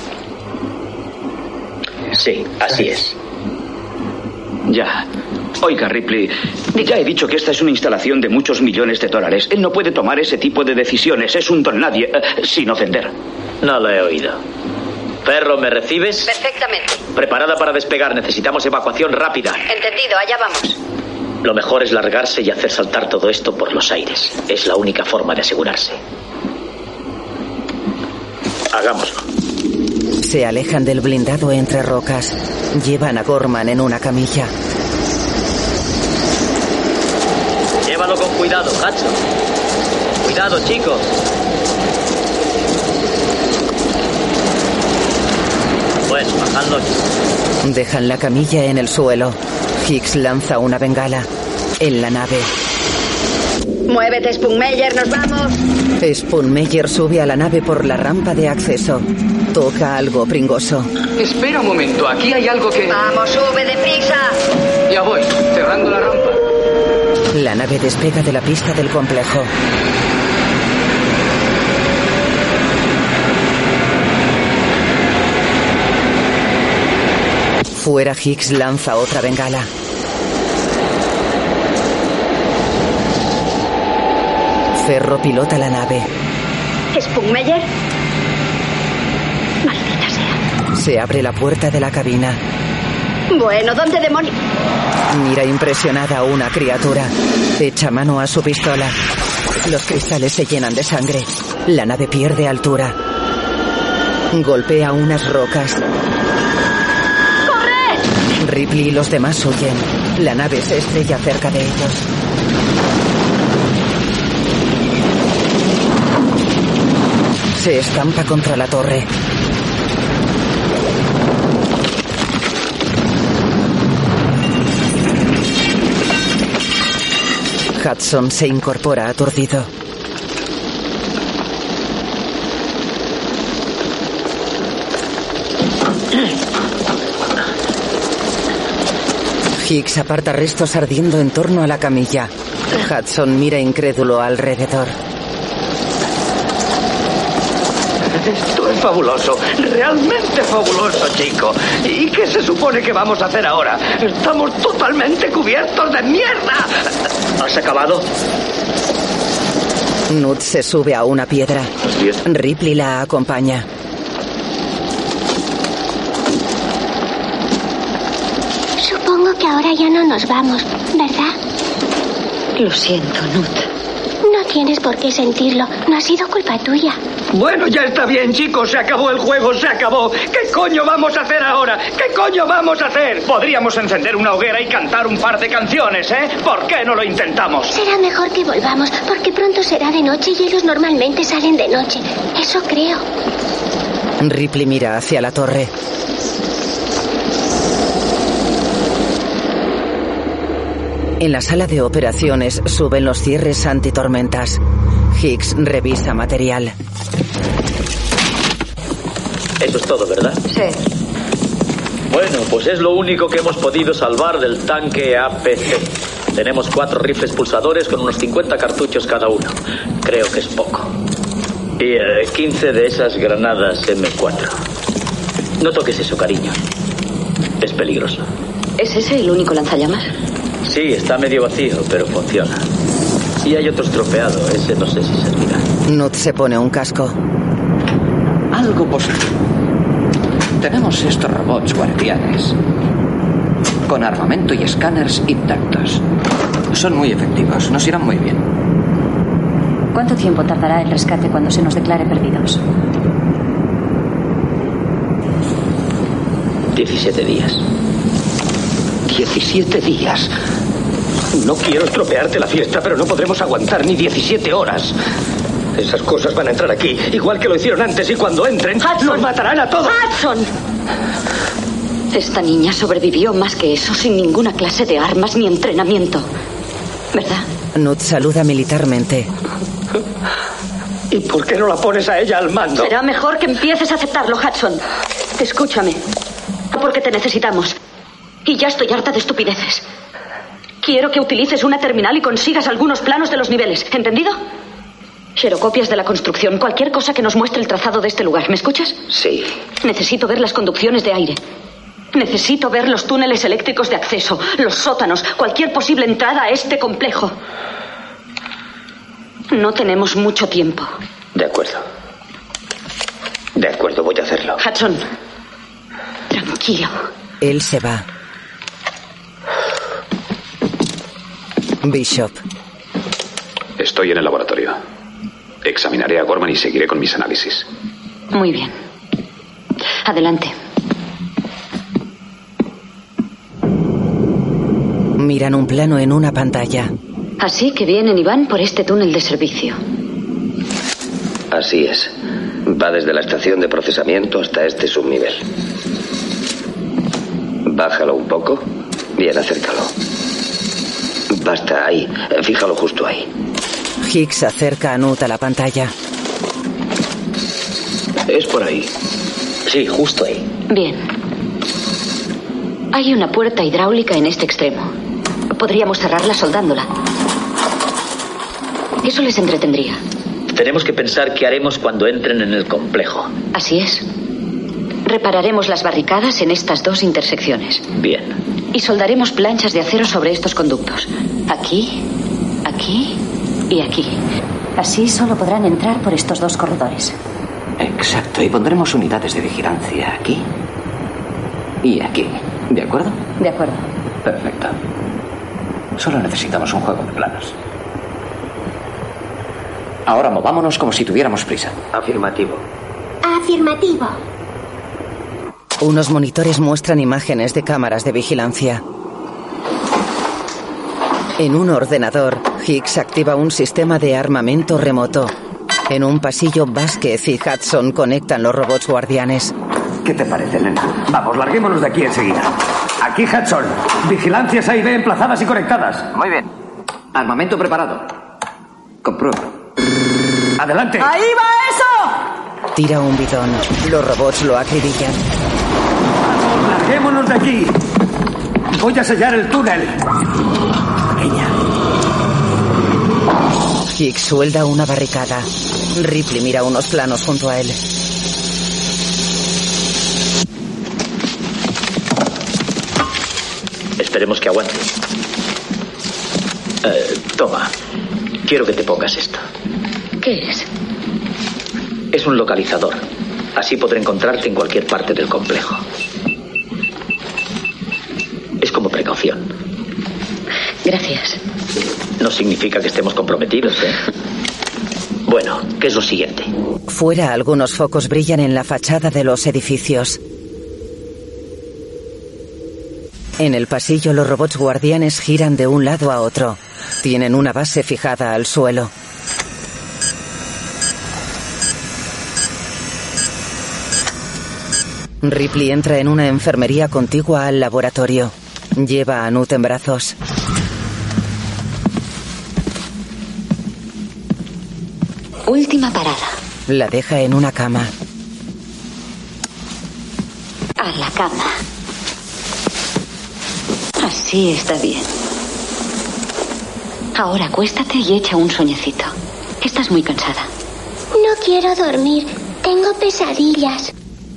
Sí, así es. Ya. Oiga, Ripley, ya he dicho que esta es una instalación de muchos millones de dólares. Él no puede tomar ese tipo de decisiones. Es un don nadie, sin ofender. No lo he oído. Perro, ¿me recibes? Perfectamente. Preparada para despegar. Necesitamos evacuación rápida. Entendido, allá vamos. Lo mejor es largarse y hacer saltar todo esto por los aires. Es la única forma de asegurarse. Hagámoslo. Se alejan del blindado entre rocas. Llevan a Gorman en una camilla. Llévalo con cuidado, Hudson. Cuidado, chicos. Bueno, bajadlo. Dejan la camilla en el suelo. Hicks lanza una bengala. En la nave. Muévete, Spunmeyer, nos vamos. Spunmeyer sube a la nave por la rampa de acceso. Toca algo pringoso. Espera un momento, aquí hay algo que... Vamos, sube deprisa. Ya voy, cerrando la rampa. La nave despega de la pista del complejo. Fuera, Higgs lanza otra bengala. Ferro pilota la nave. ¿Spunmeyer? Maldita sea. Se abre la puerta de la cabina. Bueno, ¿dónde demonios? Mira impresionada a una criatura. Echa mano a su pistola. Los cristales se llenan de sangre. La nave pierde altura. Golpea unas rocas. Ripley y los demás huyen. La nave se estrella cerca de ellos. Se estampa contra la torre. Hudson se incorpora aturdido. Higgs aparta restos ardiendo en torno a la camilla. Hudson mira incrédulo alrededor. Esto es fabuloso, realmente fabuloso, chico. ¿Y qué se supone que vamos a hacer ahora? Estamos totalmente cubiertos de mierda. ¿Has acabado? Nut se sube a una piedra. Ripley la acompaña. Supongo que ahora ya no nos vamos, ¿verdad? Lo siento, Nut. No tienes por qué sentirlo. No ha sido culpa tuya. Bueno, ya está bien, chicos. Se acabó el juego, se acabó. ¿Qué coño vamos a hacer ahora? ¿Qué coño vamos a hacer? Podríamos encender una hoguera y cantar un par de canciones, ¿eh? ¿Por qué no lo intentamos? Será mejor que volvamos, porque pronto será de noche y ellos normalmente salen de noche. Eso creo. Ripley mira hacia la torre. En la sala de operaciones suben los cierres antitormentas. Higgs revisa material. Eso es todo, ¿verdad? Sí. Bueno, pues es lo único que hemos podido salvar del tanque APC. Tenemos 4 rifles pulsadores con unos 50 cartuchos cada uno. Creo que es poco. Y 15 de esas granadas M4. No toques eso, cariño. Es peligroso. ¿Es ese el único lanzallamas? Sí, está medio vacío, pero funciona. Y hay otro estropeado. Ese no sé si servirá. Nut se pone un casco. Algo positivo. Tenemos estos robots guardianes con armamento y escáneres intactos. Son muy efectivos, nos irán muy bien. ¿Cuánto tiempo tardará el rescate cuando se nos declare perdidos? 17 días. 17 días. No quiero estropearte la fiesta, pero no podremos aguantar ni 17 horas. Esas cosas van a entrar aquí, igual que lo hicieron antes, y cuando entren, nos matarán a todos. ¡Hudson! Esta niña sobrevivió más que eso, sin ninguna clase de armas ni entrenamiento. ¿Verdad? Nut saluda militarmente. ¿Y por qué no la pones a ella al mando? Será mejor que empieces a aceptarlo, Hudson. Escúchame. Porque te necesitamos. Y ya estoy harta de estupideces. Quiero que utilices una terminal y consigas algunos planos de los niveles. ¿Entendido? Xerocopias de la construcción. Cualquier cosa que nos muestre el trazado de este lugar. ¿Me escuchas? Sí. Necesito ver las conducciones de aire. Necesito ver los túneles eléctricos de acceso, los sótanos, cualquier posible entrada a este complejo. No tenemos mucho tiempo. De acuerdo. De acuerdo, voy a hacerlo. Hudson, tranquilo. Él se va. Bishop. Estoy en el laboratorio. Examinaré a Gorman y seguiré con mis análisis. Muy bien. Adelante. Miran un plano en una pantalla. Así que vienen y van por este túnel de servicio. Así es. Va desde la estación de procesamiento hasta este subnivel. Bájalo un poco. Bien, acércalo. Basta, ahí. Fíjalo justo ahí. Hicks acerca a Nut a la pantalla. Es por ahí. Sí, justo ahí. Bien. Hay una puerta hidráulica en este extremo. Podríamos cerrarla soldándola. Eso les entretendría. Tenemos que pensar qué haremos cuando entren en el complejo. Así es. Repararemos las barricadas en estas dos intersecciones. Bien. Y soldaremos planchas de acero sobre estos conductos. Aquí, aquí y aquí. Así solo podrán entrar por estos dos corredores. Exacto, y pondremos unidades de vigilancia aquí y aquí. ¿De acuerdo? De acuerdo. Perfecto. Solo necesitamos un juego de planos. Ahora movámonos como si tuviéramos prisa. Afirmativo. Afirmativo. Unos monitores muestran imágenes de cámaras de vigilancia. En un ordenador, Hicks activa un sistema de armamento remoto. En un pasillo, Vázquez y Hudson conectan los robots guardianes. ¿Qué te parece, Lena? Vamos, larguémonos de aquí enseguida. Aquí, Hudson. Vigilancias A y B emplazadas y conectadas. Muy bien. Armamento preparado. Compruebo. ¡Adelante! ¡Ahí va eso! Tira un bidón. Los robots lo acribillan. ¡Larguémonos de aquí! Voy a sellar el túnel. Pequeña. Hicks suelda una barricada. Ripley mira unos planos junto a él. Esperemos que aguante. Toma. Quiero que te pongas esto. ¿Qué es? Es un localizador. Así podré encontrarte en cualquier parte del complejo. Es como precaución. Gracias. No significa que estemos comprometidos, ¿eh? Bueno, ¿qué es lo siguiente? Fuera, algunos focos brillan en la fachada de los edificios. En el pasillo, los robots guardianes giran de un lado a otro. Tienen una base fijada al suelo. Ripley entra en una enfermería contigua al laboratorio. Lleva a Nut en brazos. Última parada. La deja en una cama. A la cama. Así está bien. Ahora acuéstate y echa un sueñecito. Estás muy cansada. No quiero dormir. Tengo pesadillas.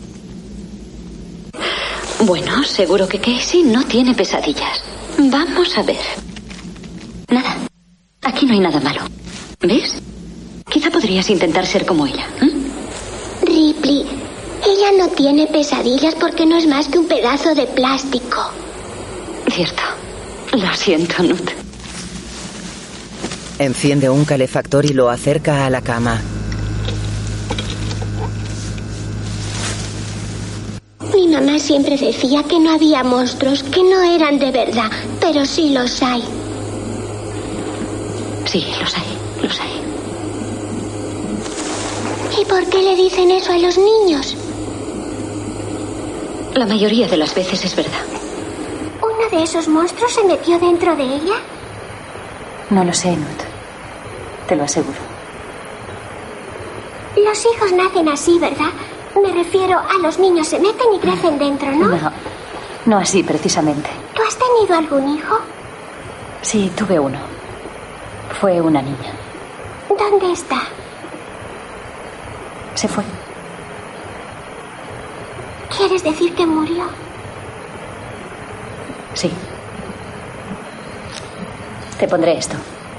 Bueno, seguro que Casey no tiene pesadillas. Vamos a ver. Nada. Aquí no hay nada malo. ¿Ves? Quizá podrías intentar ser como ella. Ripley, ella no tiene pesadillas porque no es más que un pedazo de plástico. Cierto. Lo siento, Nut. Enciende un calefactor y lo acerca a la cama. Mi mamá siempre decía que no había monstruos, que no eran de verdad, pero sí los hay. Sí, los hay, los hay. ¿Y por qué le dicen eso a los niños? La mayoría de las veces es verdad. ¿Uno de esos monstruos se metió dentro de ella? No lo sé, Nut. Te lo aseguro. Los hijos nacen así, ¿verdad? Me refiero a los niños se meten y crecen dentro, ¿no? No, no así precisamente. ¿Tú has tenido algún hijo? Sí, tuve uno. Fue una niña. ¿Dónde está? Se fue. ¿Quieres decir que murió? Sí. Te pondré esto.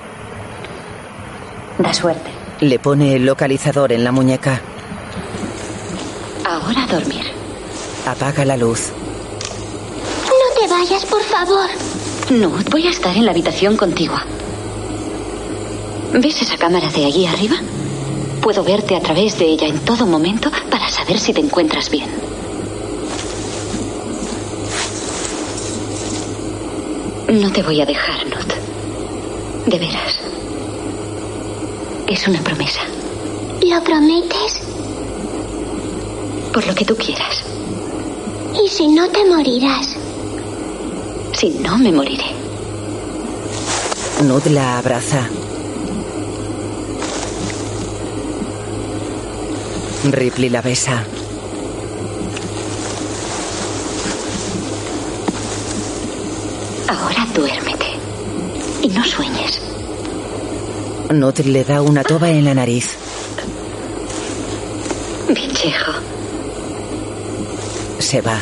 Da suerte. Le pone el localizador en la muñeca. Ahora a dormir. Apaga la luz. No te vayas, por favor. No, voy a estar en la habitación contigua. ¿Ves esa cámara de allí arriba? Puedo verte a través de ella en todo momento para saber si te encuentras bien. No te voy a dejar, Nut. De veras. Es una promesa. ¿Lo prometes? Por lo que tú quieras. ¿Y si no te morirás? Si no, me moriré. Nud la abraza. Ripley la besa. Ahora duérmete. Y no sueñes. Nud le da una toba en la nariz. Bichejo. Se va.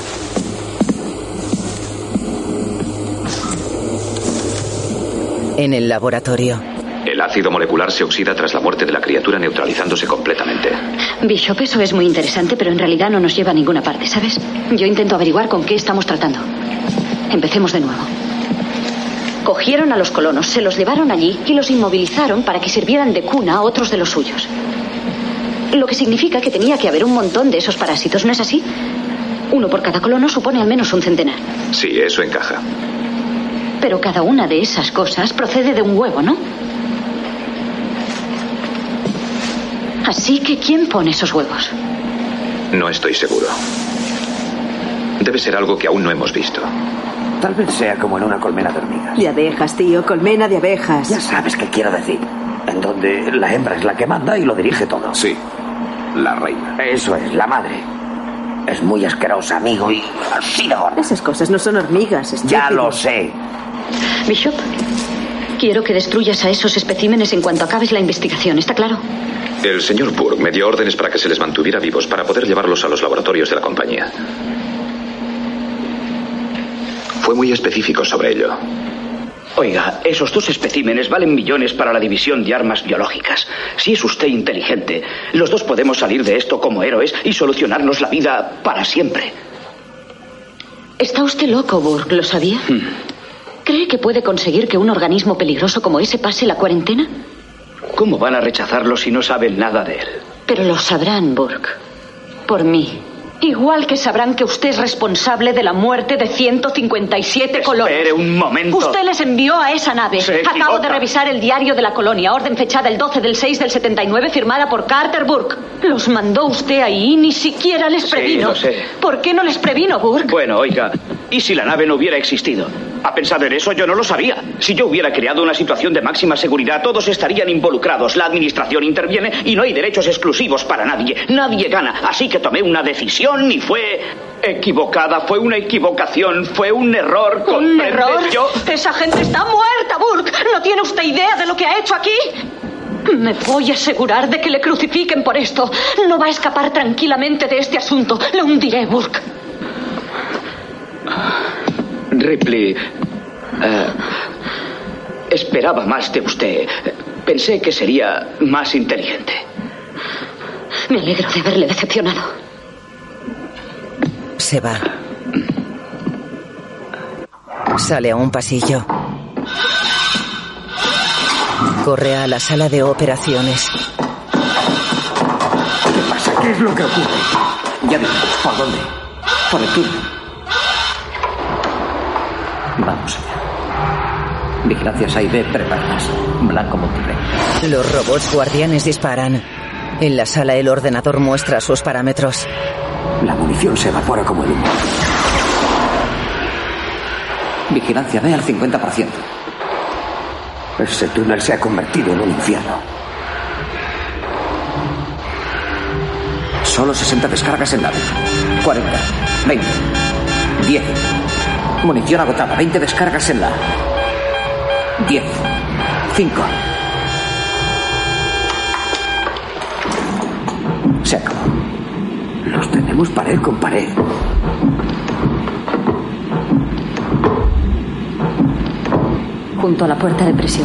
En el laboratorio. El ácido molecular se oxida tras la muerte de la criatura, neutralizándose completamente. Bishop, eso es muy interesante, pero en realidad no nos lleva a ninguna parte, ¿sabes? Yo intento averiguar con qué estamos tratando. Empecemos de nuevo. Cogieron a los colonos, se los llevaron allí y los inmovilizaron para que sirvieran de cuna a otros de los suyos. Lo que significa que tenía que haber un montón de esos parásitos, ¿no es así? Uno por cada colono supone al menos un centenar. Sí, eso encaja. Pero cada una de esas cosas procede de un huevo, ¿no? Así que, ¿quién pone esos huevos? No estoy seguro. Debe ser algo que aún no hemos visto. Tal vez sea como en una colmena de hormigas. De abejas, tío, colmena de abejas. Ya sabes qué quiero decir. En donde la hembra es la que manda y lo dirige todo. Sí, la reina. Eso es, la madre. Es muy asquerosa, amigo, y así de gorda. Esas cosas no son hormigas, estúpido. Ya lo sé. Bishop, quiero que destruyas a esos especímenes en cuanto acabes la investigación, ¿está claro? El señor Burke me dio órdenes para que se les mantuviera vivos para poder llevarlos a los laboratorios de la compañía. Fue muy específico sobre ello. Oiga, esos 2 especímenes valen millones para la división de armas biológicas. Si es usted inteligente, los 2 podemos salir de esto como héroes y solucionarnos la vida para siempre. Está usted loco, Burke, ¿lo sabía? ¿Cree que puede conseguir que un organismo peligroso como ese pase la cuarentena? ¿Cómo van a rechazarlo si no saben nada de él? Pero lo sabrán, Burke. Por mí. Igual que sabrán que usted es responsable de la muerte de 157 colonos. Espere un momento. Usted les envió a esa nave. Se equivoca. Acabo de revisar el diario de la colonia. Orden fechada el 12/6/79, firmada por Carter Burke. Los mandó usted ahí y ni siquiera les previno. Sí, lo sé. ¿Por qué no les previno, Burke? Bueno, oiga, ¿y si la nave no hubiera existido? ¿Ha pensado en eso? Yo no lo sabía. Si yo hubiera creado una situación de máxima seguridad, todos estarían involucrados. La administración interviene y no hay derechos exclusivos para nadie. Nadie gana. Así que tomé una decisión y fue equivocada. Fue una equivocación. Fue un error. ¿Un error? Yo... Esa gente está muerta, Burke. ¿No tiene usted idea de lo que ha hecho aquí? Me voy a asegurar de que le crucifiquen por esto. No va a escapar tranquilamente de este asunto. Le hundiré, Burke. Ripley, esperaba más de usted. Pensé que sería más inteligente. Me alegro de haberle decepcionado. Se va. Sale a un pasillo. Corre a la sala de operaciones. ¿Qué pasa? ¿Qué es lo que ocurre? Ya vimos. ¿Por dónde? Por el túnel. Vamos allá. Vigilancias A y B preparadas. Blanco Monterrey. Los robots guardianes disparan. En la sala el ordenador muestra sus parámetros. La munición se evapora como el humo. Vigilancia B al 50%. Ese túnel se ha convertido en un infierno. Solo 60 descargas en la red. 40, 20, 10. Munición agotada. 20 descargas en la 10, 5. Se acabó. Los tenemos pared con pared. Junto a la puerta de prisión.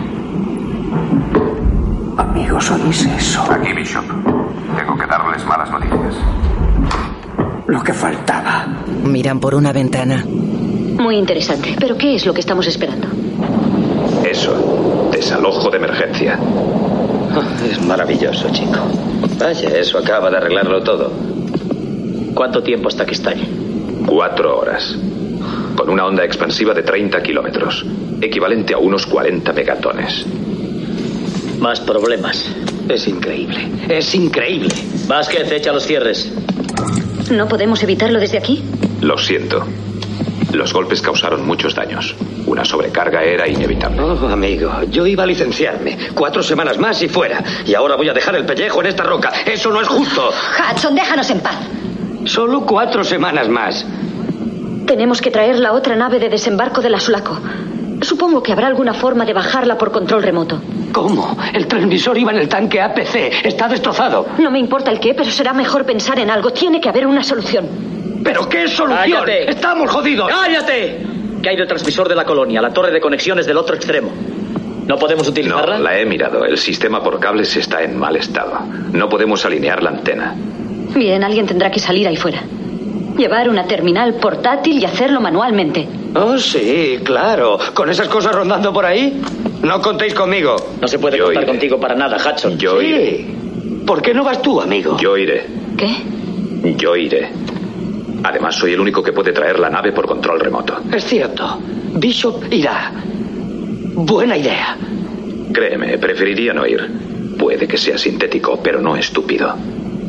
Amigos, ¿oís eso? Aquí, Bishop. Tengo que darles malas noticias. Lo que faltaba. Miran por una ventana. Muy interesante. ¿Pero qué es lo que estamos esperando? Eso. Desalojo de emergencia. Es maravilloso, chico. Vaya, eso acaba de arreglarlo todo. ¿Cuánto tiempo hasta que estalle? 4 horas. Con una onda expansiva de 30 kilómetros. Equivalente a unos 40 megatones. Más problemas. Es increíble. Es increíble. Vázquez, echa los cierres. ¿No podemos evitarlo desde aquí? Lo siento. Los golpes causaron muchos daños. Una sobrecarga era inevitable. Oh, amigo, yo iba a licenciarme. 4 semanas más y fuera. Y ahora voy a dejar el pellejo en esta roca. Eso no es justo. Hudson, déjanos en paz. Solo 4 semanas más. Tenemos que traer la otra nave de desembarco de la Sulaco. Supongo que habrá alguna forma de bajarla por control remoto. ¿Cómo? El transmisor iba en el tanque APC. Está destrozado. No me importa el qué, pero será mejor pensar en algo. Tiene que haber una solución. ¿Pero qué solución? ¡Cállate! ¡Estamos jodidos! ¡Cállate! ¿Qué hay del transmisor de la colonia? La torre de conexiones del otro extremo. ¿No podemos utilizarla? No, la he mirado. El sistema por cables está en mal estado. No podemos alinear la antena. Bien, alguien tendrá que salir ahí fuera. Llevar una terminal portátil y hacerlo manualmente. Oh, sí, claro. ¿Con esas cosas rondando por ahí? No contéis conmigo. No se puede contar contigo para nada, Hudson. Yo iré. ¿Por qué no vas tú, amigo? Yo iré. ¿Qué? Yo iré. Además, soy el único que puede traer la nave por control remoto. Es cierto. Bishop irá. Buena idea. Créeme, preferiría no ir. Puede que sea sintético, pero no estúpido.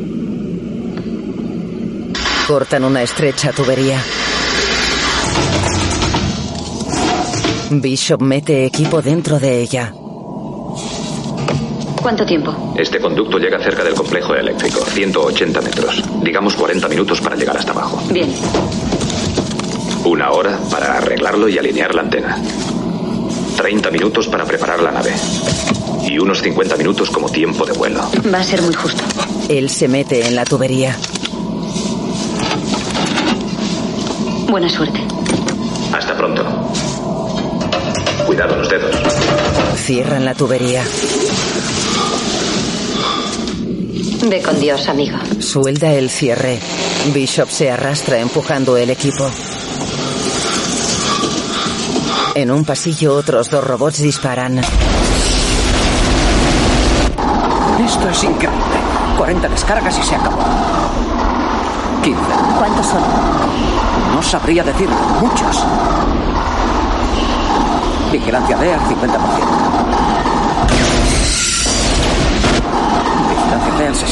Cortan una estrecha tubería. Bishop mete equipo dentro de ella. ¿Cuánto tiempo? Este conducto llega cerca del complejo eléctrico, 180 metros. Digamos 40 minutos para llegar hasta abajo. Bien. 1 hora para arreglarlo y alinear la antena. 30 minutos para preparar la nave. Y unos 50 minutos como tiempo de vuelo. Va a ser muy justo. Él se mete en la tubería. Buena suerte. Hasta pronto. Cuidado los dedos. Cierran la tubería. Ve con Dios, amigo. Suelda el cierre. Bishop se arrastra empujando el equipo. En un pasillo otros 2 robots disparan. Esto es increíble. 40 descargas y se acabó. 15. ¿Cuántos son? No sabría decirlo. Muchos. Vigilancia D al 50%. Vigilancia D al 60%.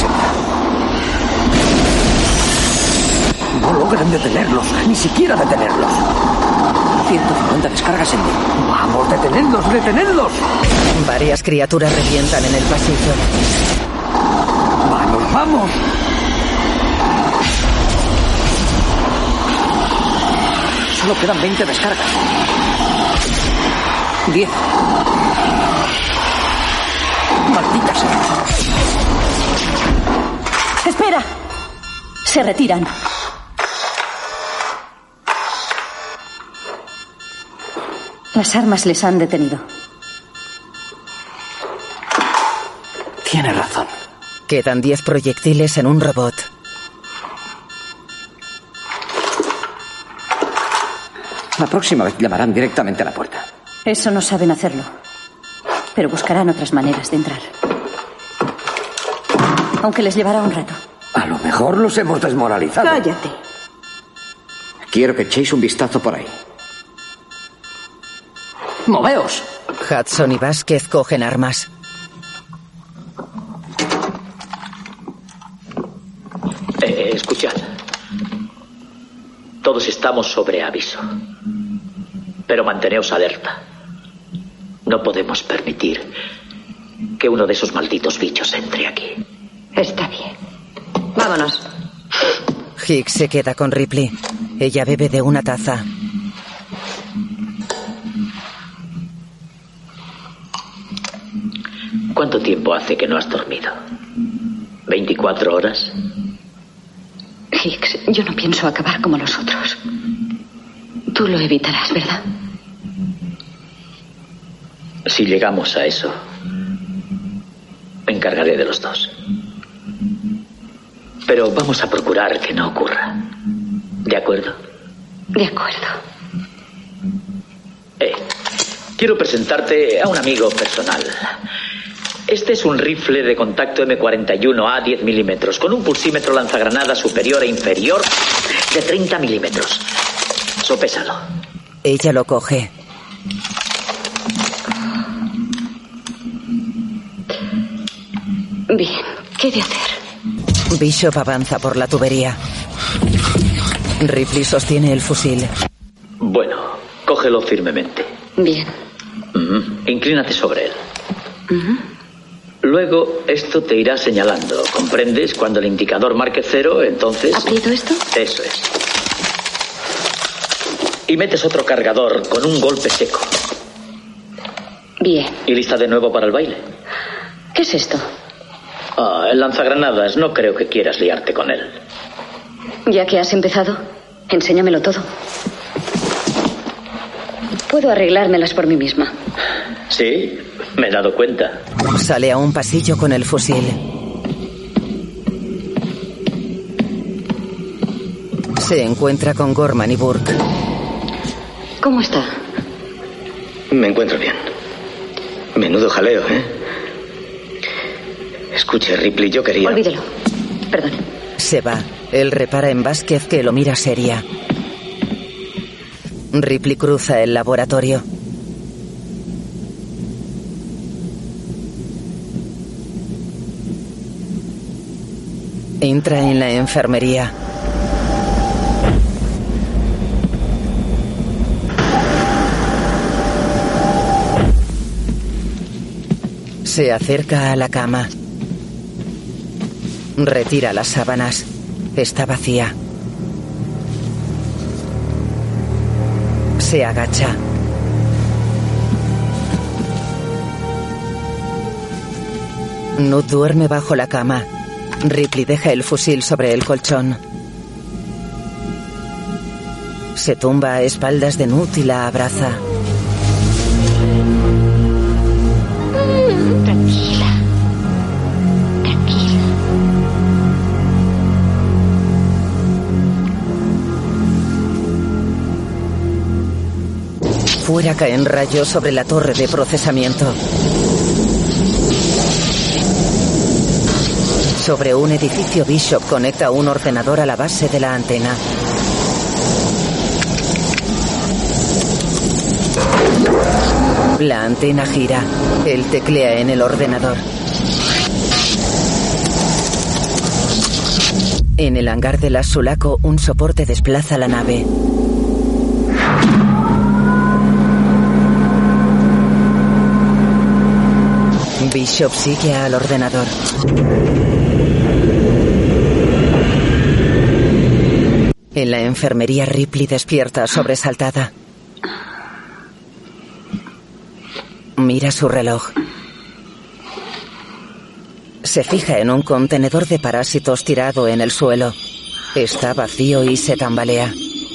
No logran detenerlos. Ni siquiera detenerlos. 150 descargas en mí. ¡Vamos, detenedlos, detenedlos! Varias criaturas revientan en el pasillo. ¡Vamos, vamos! Solo quedan 20 descargas. 10. ¡Maldita sea! ¡Espera! Se retiran. Las armas les han detenido. Tiene razón. Quedan 10 proyectiles en un robot. La próxima vez llamarán directamente a la puerta. Eso no saben hacerlo. Pero buscarán otras maneras de entrar. Aunque les llevará un rato. A lo mejor los hemos desmoralizado. Cállate. Quiero que echéis un vistazo por ahí. ¡Moveos! Hudson y Vázquez cogen armas. Escuchad. Todos estamos sobre aviso. Pero manteneos alerta. No podemos permitir que uno de esos malditos bichos entre aquí. Está bien. Vámonos. Hicks se queda con Ripley. Ella bebe de una taza. ¿Cuánto tiempo hace que no has dormido? ¿24 horas? Hicks, yo no pienso acabar como los otros. Tú lo evitarás, ¿verdad? Si llegamos a eso, me encargaré de los dos. Pero vamos a procurar que no ocurra. ¿De acuerdo? De acuerdo. Quiero presentarte a un amigo personal. Este es un rifle de contacto M41A 10 milímetros con un pulsímetro lanzagranada superior e inferior de 30 milímetros. Sopésalo. Ella lo coge. Bien, ¿qué he de hacer? Bishop avanza por la tubería. Ripley sostiene el fusil. Bueno, cógelo firmemente. Bien. Inclínate sobre él. Luego esto te irá señalando. ¿Comprendes? Cuando el indicador marque 0, entonces... ¿Aprieto esto? Eso es. Y metes otro cargador con un golpe seco. Bien. ¿Y lista de nuevo para el baile? ¿Qué es esto? El lanzagranadas. No creo que quieras liarte con él. Ya que has empezado, enséñamelo todo. Puedo arreglármelas por mí misma. Sí, me he dado cuenta. Sale a un pasillo con el fusil. Se encuentra con Gorman y Burke. ¿Cómo está? Me encuentro bien. Menudo jaleo, ¿eh? Escuche, Ripley, yo quería... Olvídelo. Perdón. Se va. Él repara en Vázquez, que lo mira seria. Ripley cruza el laboratorio. Entra en la enfermería. Se acerca a la cama. Retira las sábanas. Está vacía. Se agacha. Nut duerme bajo la cama. Ripley deja el fusil sobre el colchón. Se tumba a espaldas de Nut y la abraza. Tranquila. Tranquila. Fuera caen rayos sobre la torre de procesamiento. Sobre un edificio, Bishop conecta un ordenador a la base de la antena. La antena gira. Él teclea en el ordenador. En el hangar de la Sulaco, un soporte desplaza la nave. Bishop sigue al ordenador. En la enfermería, Ripley despierta sobresaltada. Mira su reloj. Se fija en un contenedor de parásitos tirado en el suelo. Está vacío y se tambalea.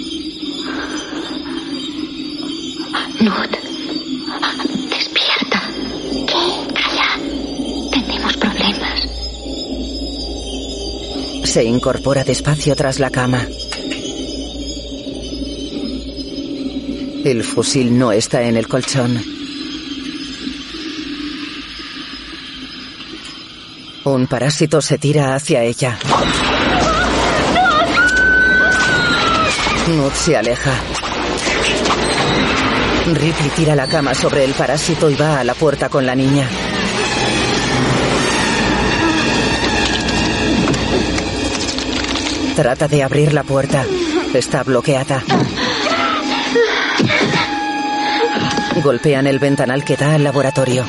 Nut, despierta. ¿Qué? Calla. Tenemos problemas. Se incorpora despacio tras la cama. El fusil no está en el colchón. Un parásito se tira hacia ella. Nut se aleja. Ripley tira la cama sobre el parásito y va a la puerta con la niña. Trata de abrir la puerta. Está bloqueada. Golpean el ventanal que da al laboratorio.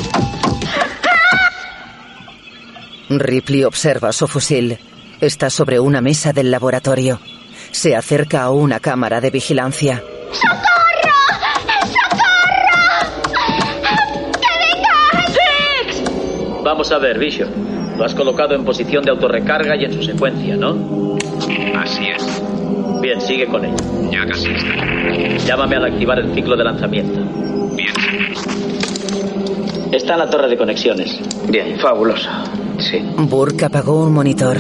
Ripley observa su fusil. Está sobre una mesa del laboratorio. Se acerca a una cámara de vigilancia. ¡Socorro! ¡Socorro! ¡Que venga! ¡Six! Vamos a ver, Bishop. Lo has colocado en posición de autorrecarga y en su secuencia, ¿no? Así es. Bien, sigue con él. Ya casi está. Llámame al activar el ciclo de lanzamiento. Bien. Está en la torre de conexiones. Bien, fabuloso. Sí. Burke apagó un monitor.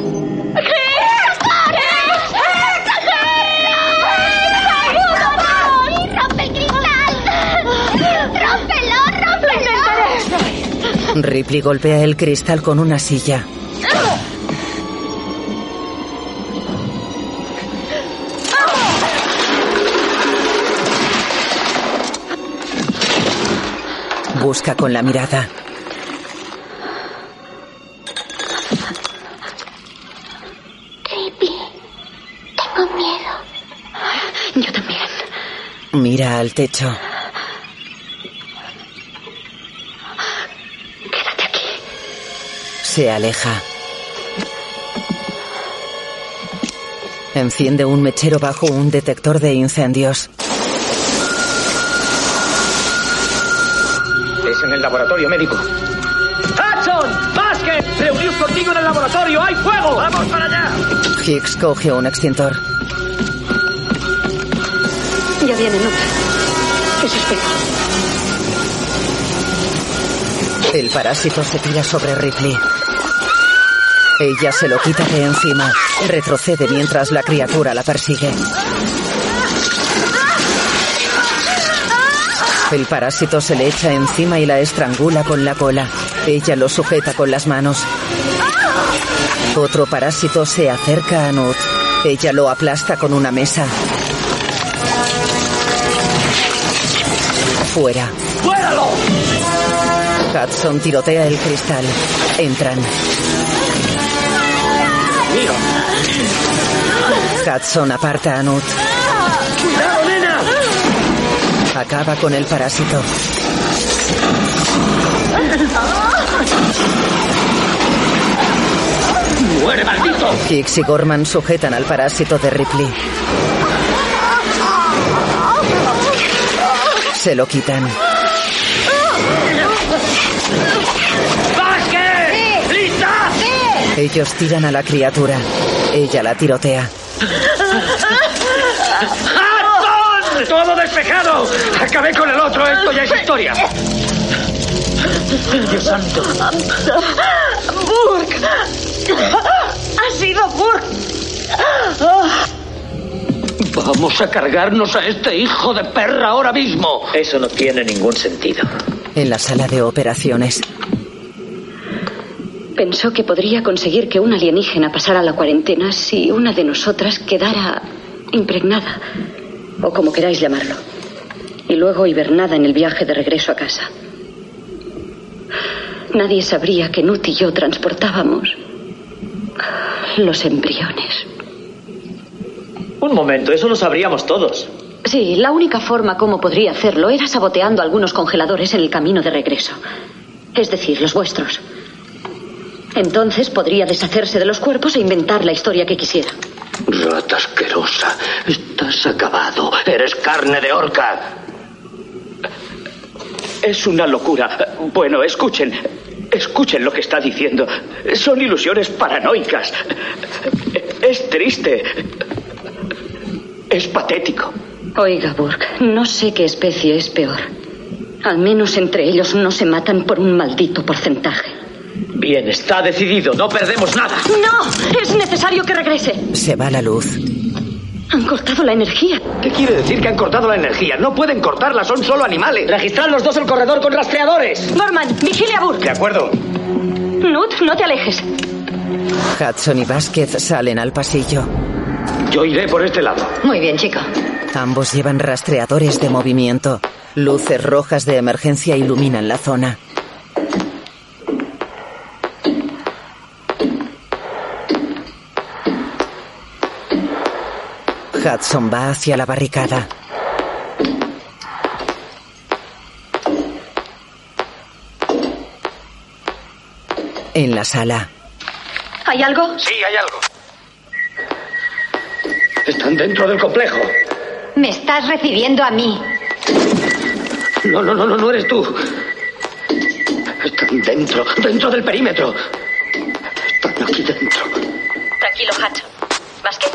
¡Rompe el cristal! ¡Rómpelo! Ripley golpea el cristal con una silla. Busca con la mirada. Ripley, tengo miedo. Yo también. Mira al techo. Se aleja. Enciende un mechero bajo un detector de incendios. Es en el laboratorio médico. ¡Hudson! ¡Vasquez! ¡Reunís contigo en el laboratorio! ¡Hay fuego! ¡Vamos para allá! Hicks coge un extintor. Ya viene, Nut. ¿Qué se espera? El parásito se tira sobre Ripley. Ella se lo quita de encima. Retrocede mientras la criatura la persigue. El parásito se le echa encima y la estrangula con la cola. Ella lo sujeta con las manos. Otro parásito se acerca a Nut. Ella lo aplasta con una mesa. Fuera. ¡Fuéralo! Hudson tirotea el cristal. Entran. ¡Mío! Hudson aparta a Nut. ¡Cuidado, nena! Acaba con el parásito. ¡Muere, maldito! Hicks y Gorman sujetan al parásito de Ripley. Se lo quitan. ¡Vasquez! ¡Sí! ¡Lista! ¡Sí! Ellos tiran a la criatura. Ella la tirotea. ¡Hudson! ¡Todo despejado! Acabé con el otro. Esto ya es historia. ¡Dios santo! ¡Burke! ¡Ha sido Burke! Vamos a cargarnos a este hijo de perra ahora mismo. Eso no tiene ningún sentido. En la sala de operaciones. Pensó que podría conseguir que un alienígena pasara la cuarentena si una de nosotras quedara impregnada, o como queráis llamarlo, y luego hibernada en el viaje de regreso a casa. Nadie sabría que Nut y yo transportábamos los embriones. Un momento, eso lo sabríamos todos. Sí, la única forma como podría hacerlo era saboteando algunos congeladores en el camino de regreso. Es decir, los vuestros. Entonces podría deshacerse de los cuerpos e inventar la historia que quisiera. Rata asquerosa. Estás acabado. Eres carne de orca. Es una locura. Bueno, escuchen. Escuchen lo que está diciendo. Son ilusiones paranoicas. Es triste. Es patético. Oiga, Burke, no sé qué especie es peor. Al menos entre ellos no se matan por un maldito porcentaje. Bien, está decidido. No perdemos nada. ¡No! ¡Es necesario que regrese! Se va la luz. Han cortado la energía. ¿Qué quiere decir que han cortado la energía? No pueden cortarla, son solo animales. Registrad los dos el corredor con rastreadores. Gorman, vigile a Burke. De acuerdo. Nut, no te alejes. Hudson y Vasquez salen al pasillo. Yo iré por este lado. Muy bien, chico. Ambos llevan rastreadores de movimiento. Luces rojas de emergencia iluminan la zona. Hudson va hacia la barricada. En la sala. ¿Hay algo? Sí, hay algo. Están dentro del complejo. Me estás recibiendo a mí. No eres tú. Están dentro del perímetro. Están aquí dentro. Tranquilo, Hudson. Vasquez.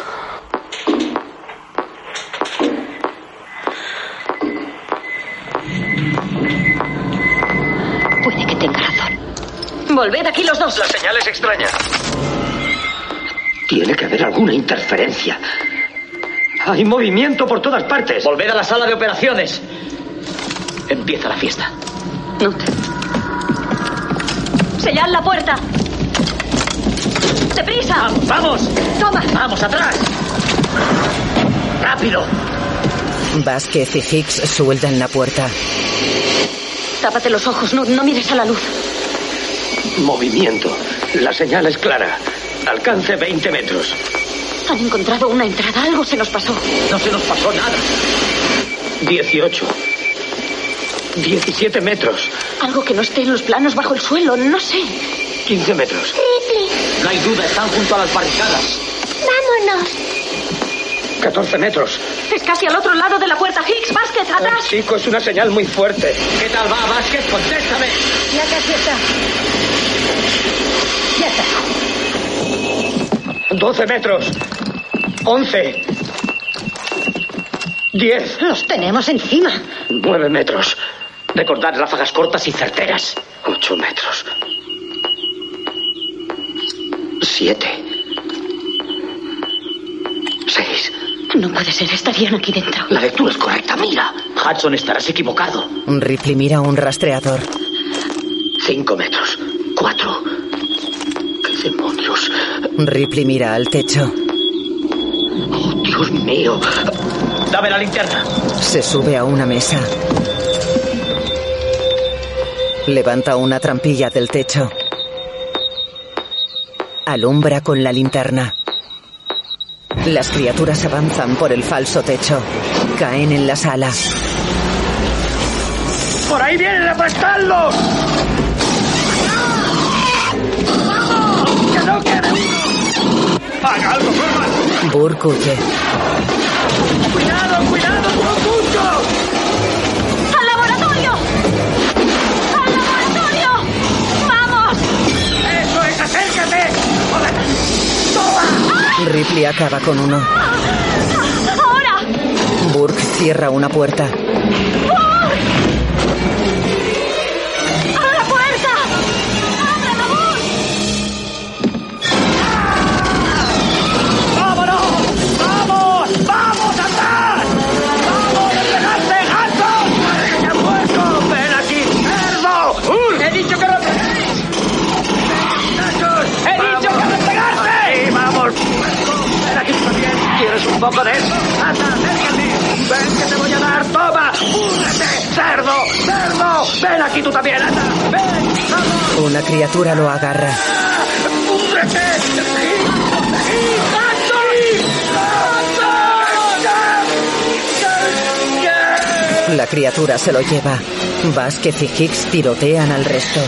Puede que tenga razón. Volved aquí los dos. La señal es extraña. Tiene que haber alguna interferencia. Hay movimiento por todas partes. Volved a la sala de operaciones. Empieza la fiesta. Nut. Sellad la puerta. ¡Deprisa! ¡Vamos! ¡Toma! ¡Vamos, atrás! ¡Rápido! Vasquez y Hicks sueltan la puerta. Tápate los ojos, Nut. No mires a la luz. Movimiento. La señal es clara. Alcance 20 metros. Han encontrado una entrada. Algo se nos pasó. No se nos pasó nada. 18. 17 metros. Algo que no esté en los planos bajo el suelo. No sé. 15 metros. Ripley, No hay duda, están junto a las barricadas. vámonos. 14 metros. Es casi al otro lado de la puerta. Higgs, Vázquez, atrás. Chico, es una señal muy fuerte. ¿Qué tal va, Vázquez? Contéstame. Ya casi está. Ya está. 12 metros. 11. 10. Los tenemos encima. 9 metros. Recordad ráfagas cortas y certeras. 8 metros. 7. 6. No puede ser, estarían aquí dentro. La lectura es correcta, mira. Hudson, estarás equivocado. Ripley mira un rastreador. 5 metros. 4. ¿Qué demonios? Ripley mira al techo. Oh, Dios mío. Dame la linterna. Se sube a una mesa. Levanta una trampilla del techo. Alumbra con la linterna. Las criaturas avanzan por el falso techo. Caen en la sala. ¡Por ahí vienen a aplastarlos! ¡Vamos! ¡Que no quede uno! ¡Haga algo, Norman! Burke huye. ¡Cuidado, cuidado, son muchos! ¡Al laboratorio! ¡Al laboratorio! ¡Vamos! ¡Eso es, acércate! ¡Joder! ¡Toma! Ripley acaba con uno. ¡Ahora! Burke cierra una puerta. ¡Burke! ¡Abre la puerta! ¡Ábrela, Burke! ¡Vámonos! ¡Vamos! ¡Vamos, atrás! ¡Vamos, despegarte, Hudson! ¡Que te has muerto! ¡Ven aquí, cerdo! ¡He dicho que repegáis! ¡He dicho que repegarse! ¡Sí, vamos! ¡Ven aquí también! ¿Quieres un poco de eso? ¡Anda, acércate! ¡Ven que te voy a dar! ¡Toma! ¡Púdrete! ¡Cerdo! ¡Cerdo! ¡Ven aquí tú también! ¡Anda! ¡Ven! ¡Vamos! Una criatura lo agarra. ¡Púdrete! La criatura se lo lleva. Vázquez y Higgs tirotean al resto.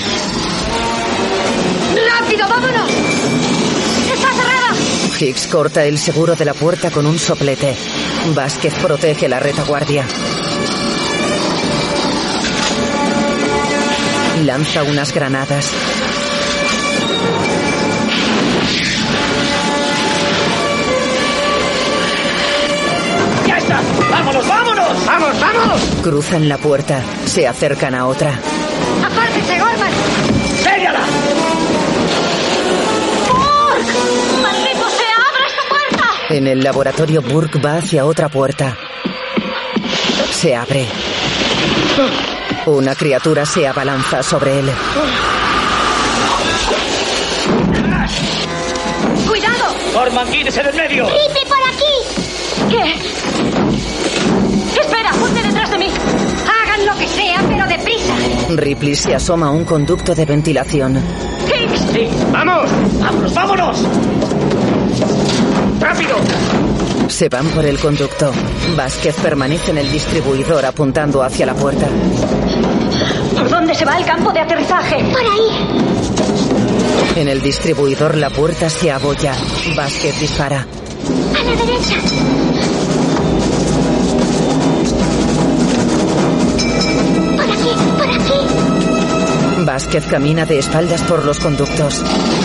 ¡Rápido, vámonos! ¡Está cerrada! Higgs corta el seguro de la puerta con un soplete. Vázquez protege la retaguardia. Lanza unas granadas. ¡Ya está! ¡Vámonos, vámonos! ¡Vamos, vamos! Cruzan la puerta. Se acercan a otra. ¡Apártese, Gorman! ¡Séllala! ¡Burke! ¡Maldito sea! ¡Abre esta puerta! En el laboratorio, Burke va hacia otra puerta. Se abre. Una criatura se abalanza sobre él. ¡Cuidado! ¡Norman, quítese en el medio! Ripley, por aquí. ¿Qué? Espera, ponte detrás de mí. Hagan lo que sea, pero deprisa. Ripley se asoma a un conducto de ventilación. ¡Higgs! ¡Sí! ¡Vamos! ¡Vámonos, vámonos! ¡Rápido! Se van por el conducto. Vázquez permanece en el distribuidor apuntando hacia la puerta. ¿Por dónde se va el campo de aterrizaje? Por ahí. En el distribuidor la puerta se abolla. Vázquez dispara. A la derecha. Por aquí, por aquí. Vázquez camina de espaldas por los conductos.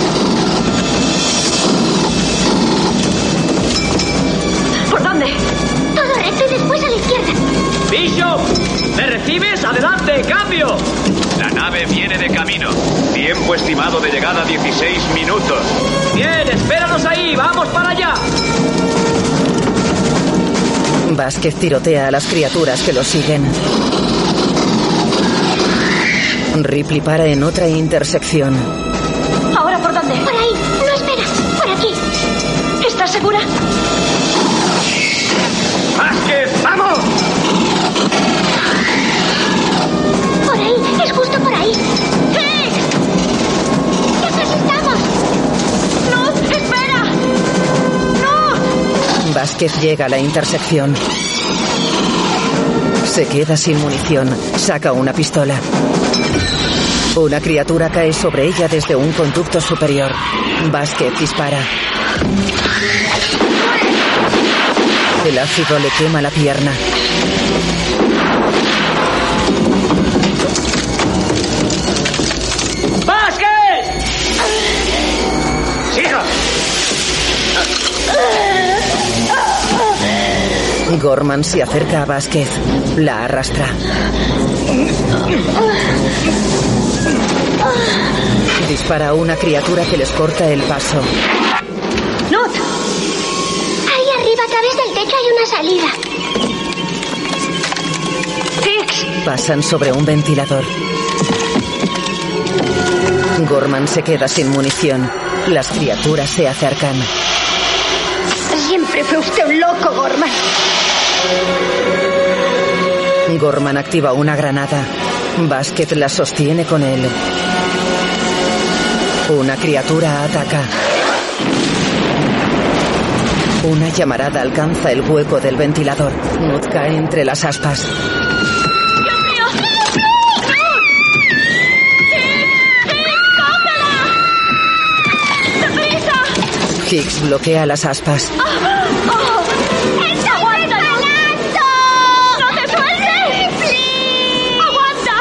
¿Por dónde? Todo recto y después a la izquierda. Bishop, ¿me recibes? Adelante, cambio. La nave viene de camino. Tiempo estimado de llegada 16 minutos. Bien, espéranos ahí, vamos para allá. Vázquez tirotea a las criaturas que lo siguen. Ripley para en otra intersección. ¿Ahora por dónde? Por ahí. No, espera. Por aquí. ¿Estás segura? ¡Vázquez, vamos! Por ahí. Es justo por ahí. ¡Higgs! ¡Ya casi estamos! ¡No! ¡Espera! ¡No! Vázquez llega a la intersección. Se queda sin munición. Saca una pistola. Una criatura cae sobre ella desde un conducto superior. Vasquez dispara. El ácido le quema la pierna. ¡Vasquez! ¡Siga! Gorman se acerca a Vasquez. La arrastra. Dispara a una criatura que les corta el paso. ¡Nut! Ahí arriba, a través del techo, hay una salida. ¡Hicks! Pasan sobre un ventilador. Gorman se queda sin munición. Las criaturas se acercan. Siempre fue usted un loco, Gorman. Gorman activa una granada. Vasquez la sostiene con él. Una criatura ataca. Una llamarada alcanza el hueco del ventilador. Nut cae entre las aspas. Hicks bloquea las aspas. ¡Aguanta, ¡no te sueltes! ¡Aguanta!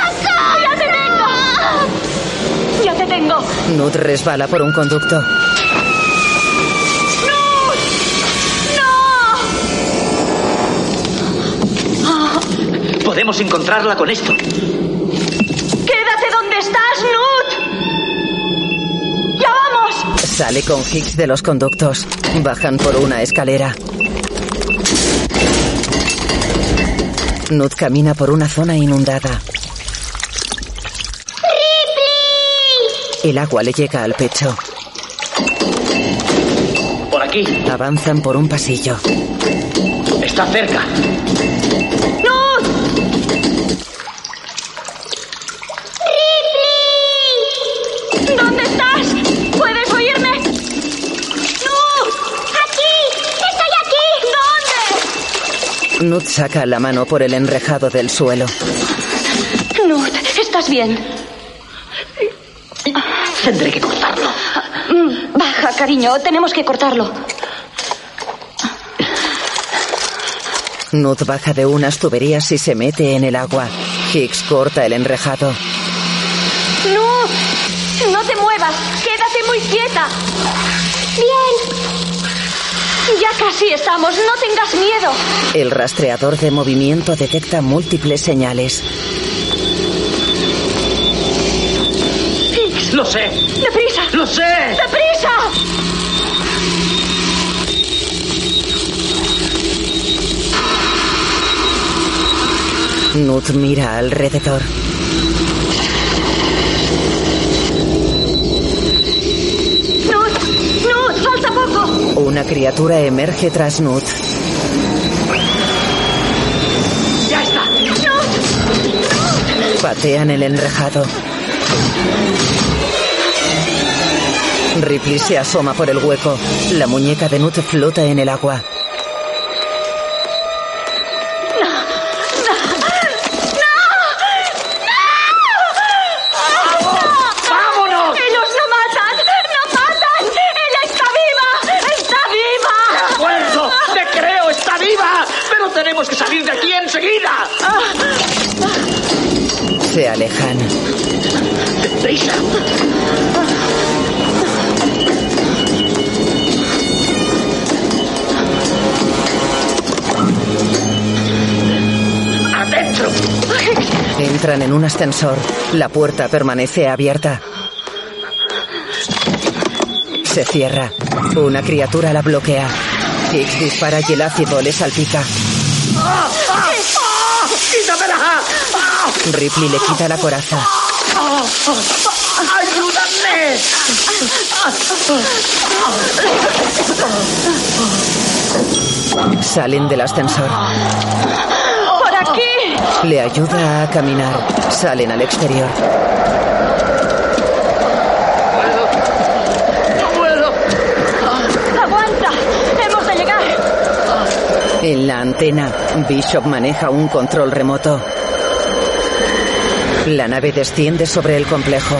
¡Ya te tengo! Nut resbala por un conducto. Podemos encontrarla con esto. ¡Quédate donde estás, Nut! ¡Ya vamos! Sale con Hicks de los conductos. Bajan por una escalera. Nut camina por una zona inundada. El agua le llega al pecho. Por aquí. Avanzan por un pasillo. Está cerca. ¡Nut! ¡Ripley! ¿Dónde estás? ¿Puedes oírme? ¡Nut! ¡Aquí! ¡Estoy aquí! ¿Dónde? Nut saca la mano por el enrejado del suelo. Nut, ¿estás bien? Tendré que cortarlo. Baja, cariño, tenemos que cortarlo. Nut baja de unas tuberías y se mete en el agua. Hicks corta el enrejado. ¡Nut! ¡No te muevas! ¡Quédate muy quieta! Bien. Ya casi estamos, no tengas miedo. El rastreador de movimiento detecta múltiples señales. ¡Lo sé! ¡Deprisa! ¡Lo sé! ¡Deprisa! Nut mira alrededor. ¡Nut! ¡Nut! ¡Falta poco! Una criatura emerge tras Nut. ¡Ya está! ¡Nut! Patean el enrejado. Ripley se asoma por el hueco. La muñeca de Nut flota en el agua. ¡Vámonos! ¡Ellos no matan! ¡No mtan! ¡Ella está viva! ¡Está viva! ¡De acuerdo! ¡Te creo! ¡Está viva! ¡Pero tenemos que salir de aquí enseguida! Se alejan. ¡Deprisa! ¡Adentro! Entran en un ascensor. La puerta permanece abierta. Se cierra. Una criatura la bloquea. Hicks dispara y el ácido le salpica. ¡Quítamela! Ripley le quita la coraza. ¡Ayúdame! Salen del ascensor. ¡Por aquí! Le ayuda a caminar. Salen al exterior. ¡No puedo! ¡Aguanta! ¡Hemos de llegar! En la antena, Bishop maneja un control remoto. La nave desciende sobre el complejo.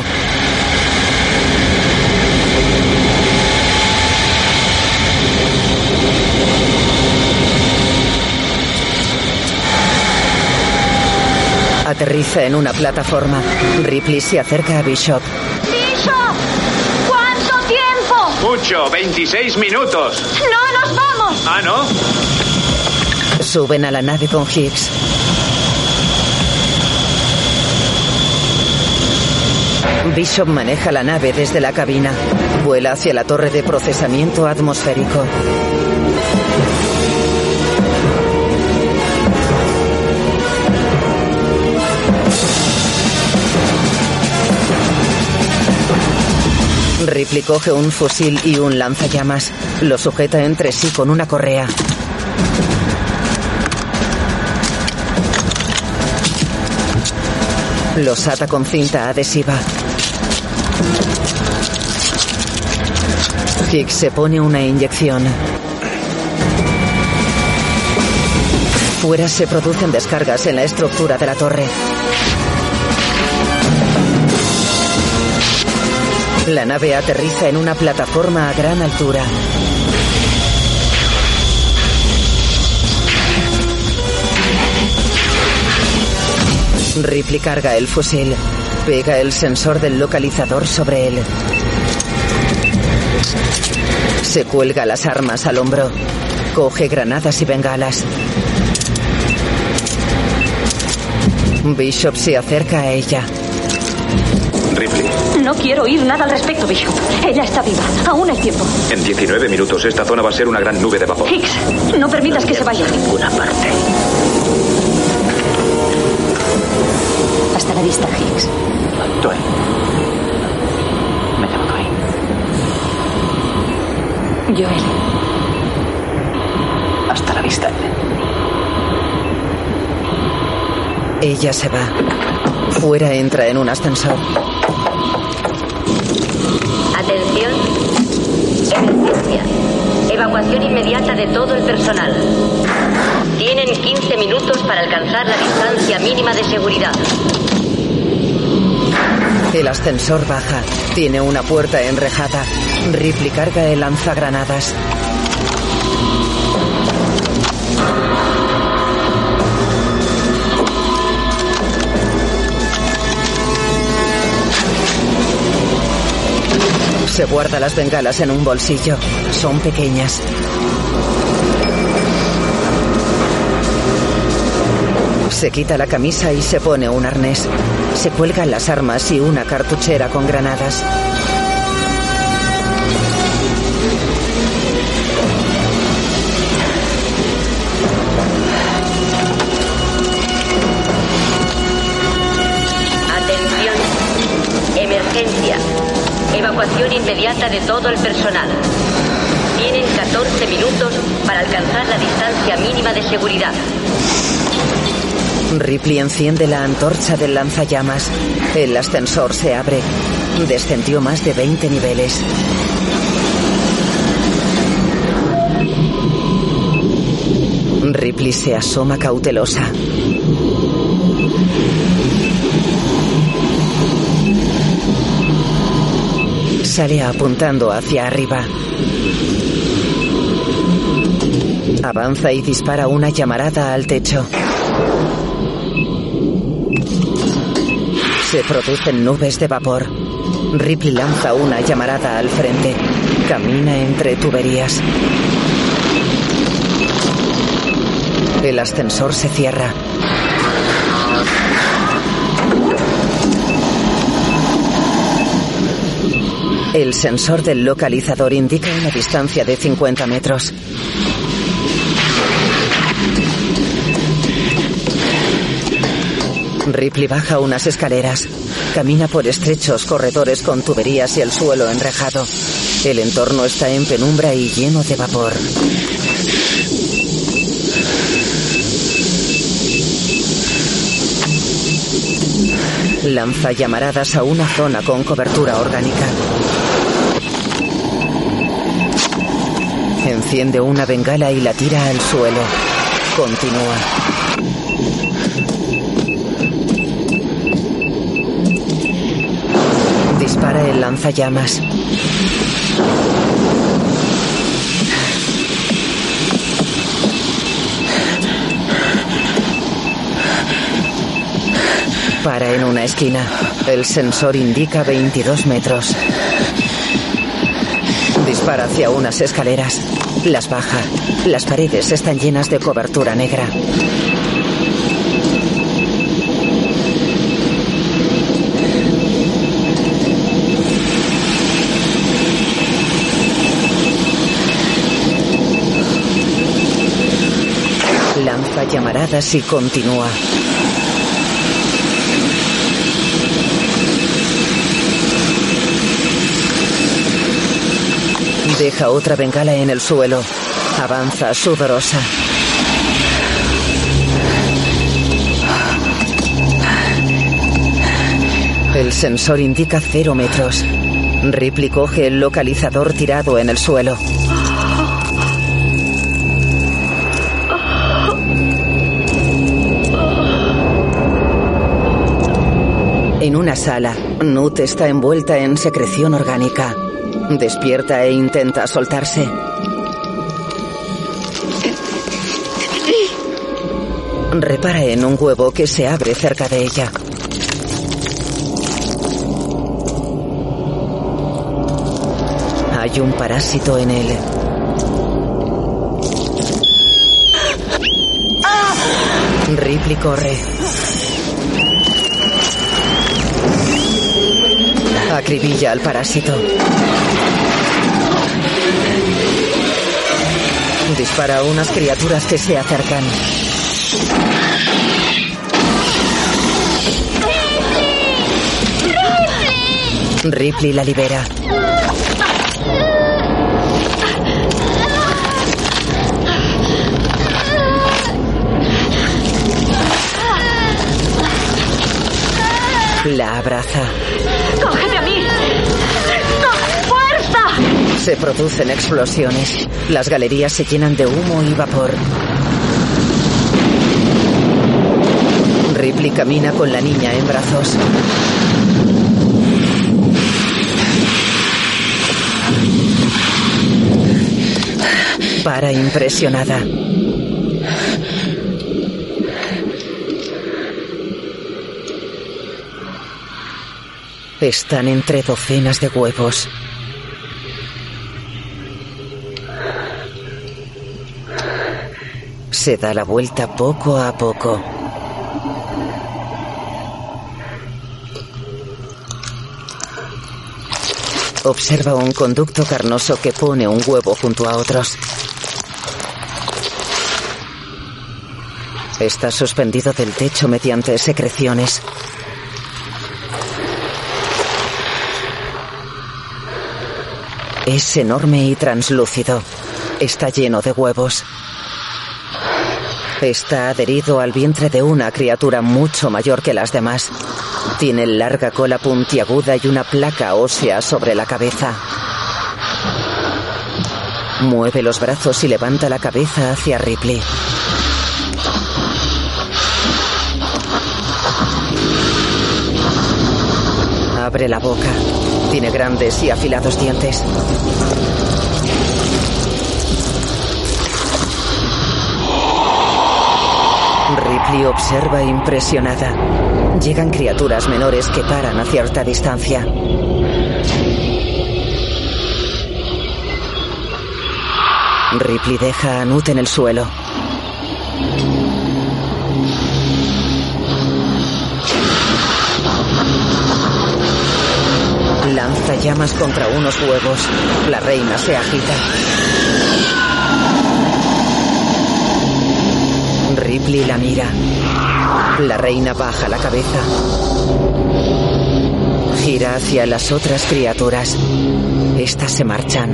Aterriza en una plataforma. Ripley se acerca a Bishop. ¡Bishop! ¿Cuánto tiempo? Mucho, 26 minutos. ¡No nos vamos! Ah, ¿no? Suben a la nave con Higgs. Bishop maneja la nave desde la cabina. Vuela hacia la torre de procesamiento atmosférico. Ripley coge un fusil y un lanzallamas. Lo sujeta entre sí con una correa. Los ata con cinta adhesiva. Higgs se pone una inyección. Fuera se producen descargas en la estructura de la torre. La nave aterriza en una plataforma a gran altura. Ripley carga el fusil. Pega el sensor del localizador sobre él. Se cuelga las armas al hombro. Coge granadas y bengalas. Bishop se acerca a ella. Ripley. No quiero oír nada al respecto, Bishop. Ella está viva. Aún hay tiempo. En 19 minutos esta zona va a ser una gran nube de vapor. Higgs, no permitas que se vaya. A ninguna parte. Hasta la vista, Higgs. Dwayne. Me llamo Dwayne. Joel. Hasta la vista. Ella se va. Fuera entra en un ascensor. Atención. Emergencia. Evacuación inmediata de todo el personal. Tienen 15 minutos para alcanzar la distancia mínima de seguridad. El ascensor baja. Tiene una puerta enrejada. Ripley carga el lanzagranadas. Se guarda las bengalas en un bolsillo. Son pequeñas. Se quita la camisa y se pone un arnés. Se cuelgan las armas y una cartuchera con granadas. Atención. Emergencia. Evacuación inmediata de todo el personal. Tienen 14 minutos para alcanzar la distancia mínima de seguridad. Ripley enciende la antorcha del lanzallamas. El ascensor se abre. Descendió más de 20 niveles. Ripley se asoma cautelosa. Sale apuntando hacia arriba. Avanza y dispara una llamarada al techo. Se producen nubes de vapor. Ripley lanza una llamarada al frente. Camina entre tuberías. El ascensor se cierra. El sensor del localizador indica una distancia de 50 metros. Ripley baja unas escaleras. Camina por estrechos corredores con tuberías y el suelo enrejado. El entorno está en penumbra y lleno de vapor. Lanza llamaradas a una zona con cobertura orgánica. Enciende una bengala y la tira al suelo. Continúa. Dispara el lanzallamas. Para en una esquina. El sensor indica 22 metros. Dispara hacia unas escaleras. Las baja. Las paredes están llenas de cobertura negra. Lanza llamaradas y continúa. Deja otra bengala en el suelo. Avanza sudorosa. El sensor indica 0 metros. Ripley coge el localizador tirado en el suelo. En una sala, Nut está envuelta en secreción orgánica. Despierta e intenta soltarse. Repara en un huevo que se abre cerca de ella. Hay un parásito en él. Ripley corre. Acribilla al parásito. Dispara a unas criaturas que se acercan. Ripley la libera. La abraza. ¡Cógeme a mí! ¡No! ¡Fuerza! Se producen explosiones. Las galerías se llenan de humo y vapor. Ripley camina con la niña en brazos. Para impresionada. Están entre docenas de huevos. Se da la vuelta poco a poco. Observa un conducto carnoso que pone un huevo junto a otros. Está suspendido del techo mediante secreciones. Es enorme y translúcido. Está lleno de huevos. Está adherido al vientre de una criatura mucho mayor que las demás. Tiene larga cola puntiaguda y una placa ósea sobre la cabeza. Mueve los brazos y levanta la cabeza hacia Ripley. Abre la boca. Tiene grandes y afilados dientes. Ripley observa impresionada. Llegan criaturas menores que paran a cierta distancia. Ripley deja a Nut en el suelo. Lanza llamas contra unos huevos. La reina se agita. Ripley la mira. La reina baja la cabeza. Gira hacia las otras criaturas. Estas se marchan.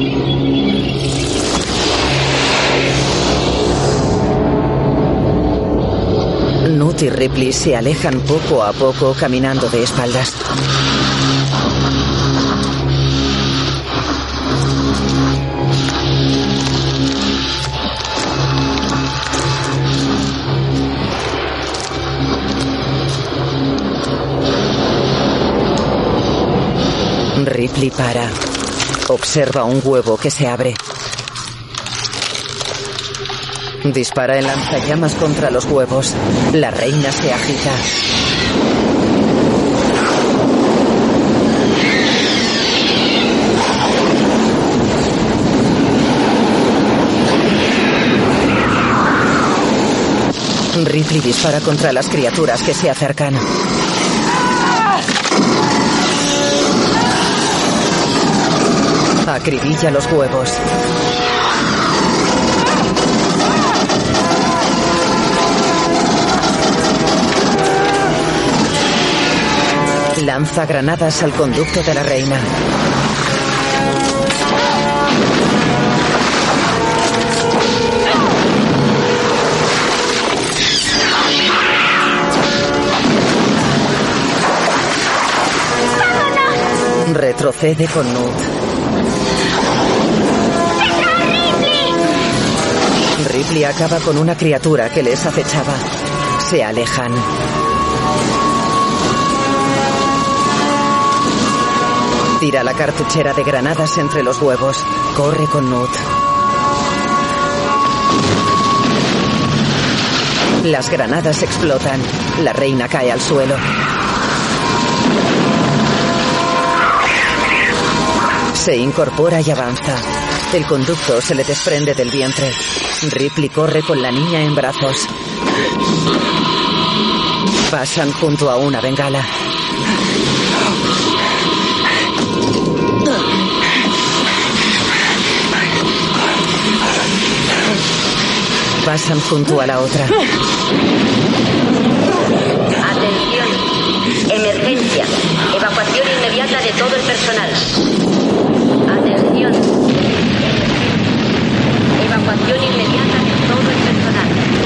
Nut y Ripley se alejan poco a poco caminando de espaldas. Ripley para. Observa un huevo que se abre. Dispara el lanzallamas contra los huevos. La reina se agita. Ripley dispara contra las criaturas que se acercan. Acribilla los huevos. Lanza granadas al conducto de la reina. Retrocede con Nut. Ripley acaba con una criatura que les acechaba. Se alejan. Tira la cartuchera de granadas entre los huevos. Corre con Nut. Las granadas explotan. La reina cae al suelo. Se incorpora y avanza. El conducto se le desprende del vientre. Ripley corre con la niña en brazos. Pasan junto a una bengala. Pasan junto a la otra. Atención. Emergencia. Evacuación inmediata de todo el personal. Atención. Evacuación inmediata de todo el personal.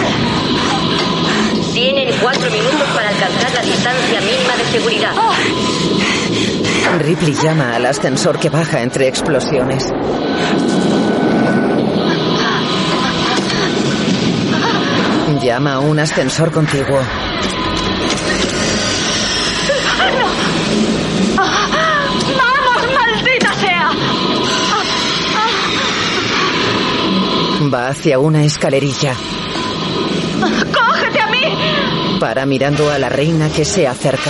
Tienen 4 minutos para alcanzar la distancia mínima de seguridad. Ripley llama al ascensor que baja entre explosiones. Llama a un ascensor contiguo. ¡Vamos, maldita sea! Va hacia una escalerilla. ¡Cógete a mí! Para mirando a la reina que se acerca.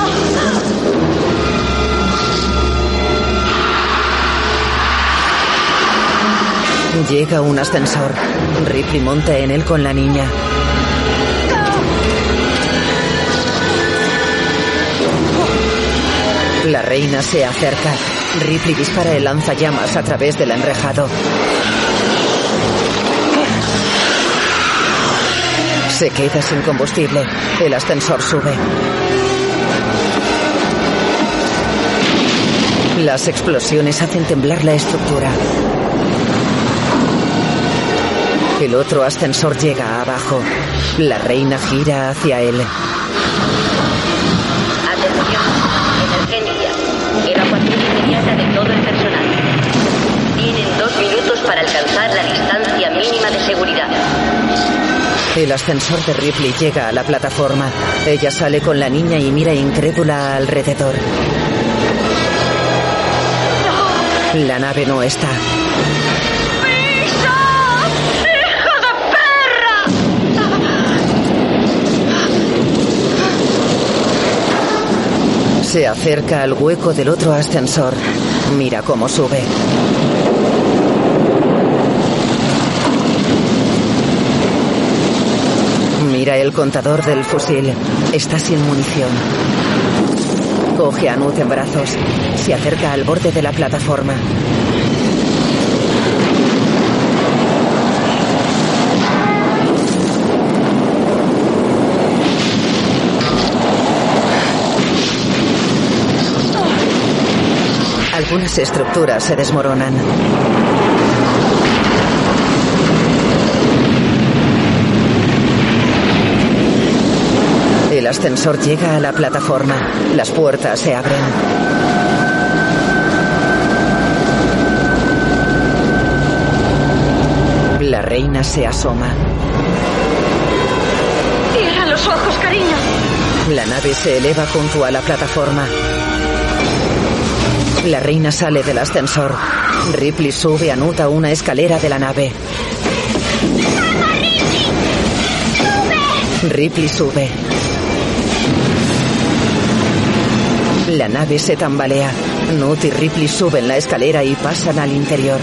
Llega un ascensor. Ripley monta en él con la niña. La reina se acerca. Ripley dispara el lanzallamas a través del enrejado. Se queda sin combustible. El ascensor sube. Las explosiones hacen temblar la estructura. El otro ascensor llega abajo. La reina gira hacia él. Atención. Emergencia. Evacuación inmediata de todo el personal. Tienen 2 minutos para alcanzar la distancia mínima de seguridad. El ascensor de Ripley llega a la plataforma. Ella sale con la niña y mira incrédula alrededor. La nave no está. Se acerca al hueco del otro ascensor. Mira cómo sube. Mira el contador del fusil. Está sin munición. Coge a Nut en brazos. Se acerca al borde de la plataforma. Algunas estructuras se desmoronan. El ascensor llega a la plataforma. Las puertas se abren. La reina se asoma. Cierra los ojos, cariño. La nave se eleva junto a la plataforma. La reina sale del ascensor. Ripley sube a Nut a una escalera de la nave. Ripley sube. La nave se tambalea. Nut y Ripley suben la escalera y pasan al interior.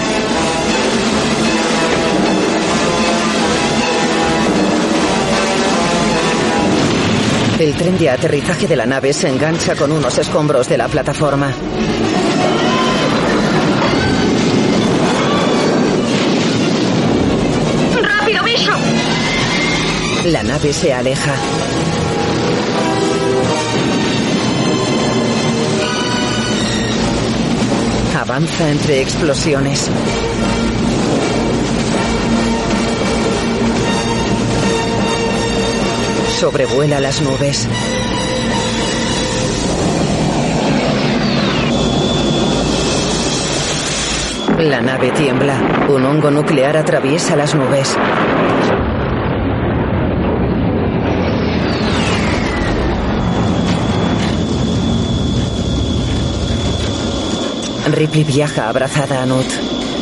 El tren de aterrizaje de la nave se engancha con unos escombros de la plataforma. ¡Rápido, Bishop! La nave se aleja. Avanza entre explosiones. Sobrevuela las nubes. La nave tiembla. Un hongo nuclear atraviesa las nubes. Ripley viaja abrazada a Nut.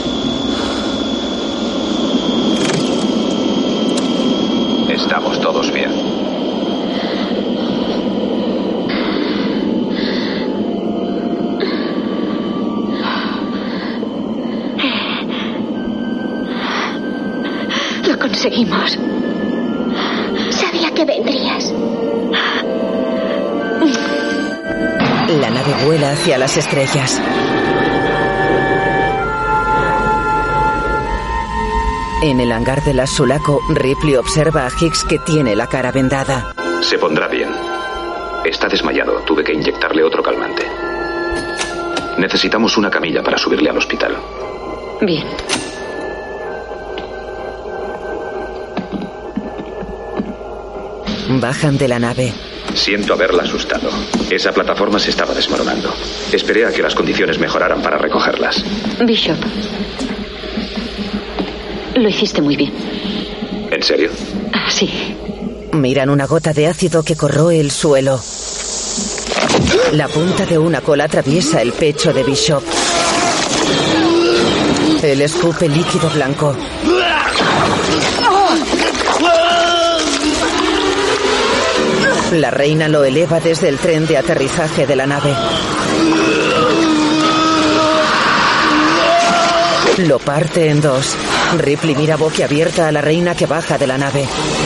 Estamos todos bien. Lo conseguimos. Sabía que vendrías. La nave vuela hacia las estrellas. En el hangar de la Sulaco, Ripley observa a Hicks que tiene la cara vendada. Se pondrá bien. Está desmayado. Tuve que inyectarle otro calmante. Necesitamos una camilla para subirle al hospital. Bien. Bajan de la nave. Siento haberla asustado. Esa plataforma se estaba desmoronando. Esperé a que las condiciones mejoraran para recogerlas. Bishop. Lo hiciste muy bien. ¿En serio? Sí. Miran una gota de ácido que corroe el suelo. La punta de una cola atraviesa el pecho de Bishop. Él escupe líquido blanco. La reina lo eleva desde el tren de aterrizaje de la nave. Lo parte en dos. Ripley mira boquiabierta a la reina que baja de la nave.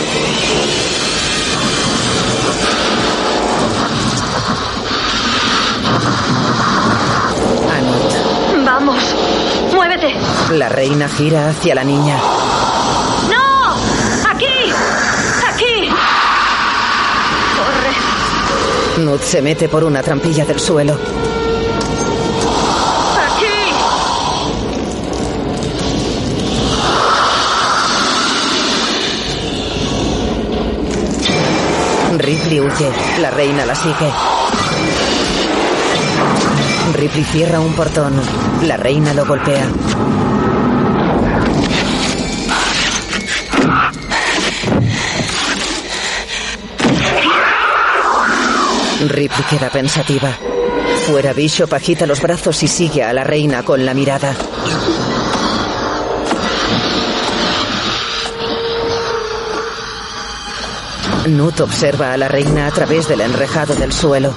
¡Vamos! ¡Muévete! La reina gira hacia la niña. ¡No! ¡Aquí! ¡Aquí! ¡Corre! Nut se mete por una trampilla del suelo. Ripley huye. La reina la sigue. Ripley cierra un portón. La reina lo golpea. Ripley queda pensativa. Fuera, Bishop agita los brazos y sigue a la reina con la mirada. Nut observa a la reina a través del enrejado del suelo.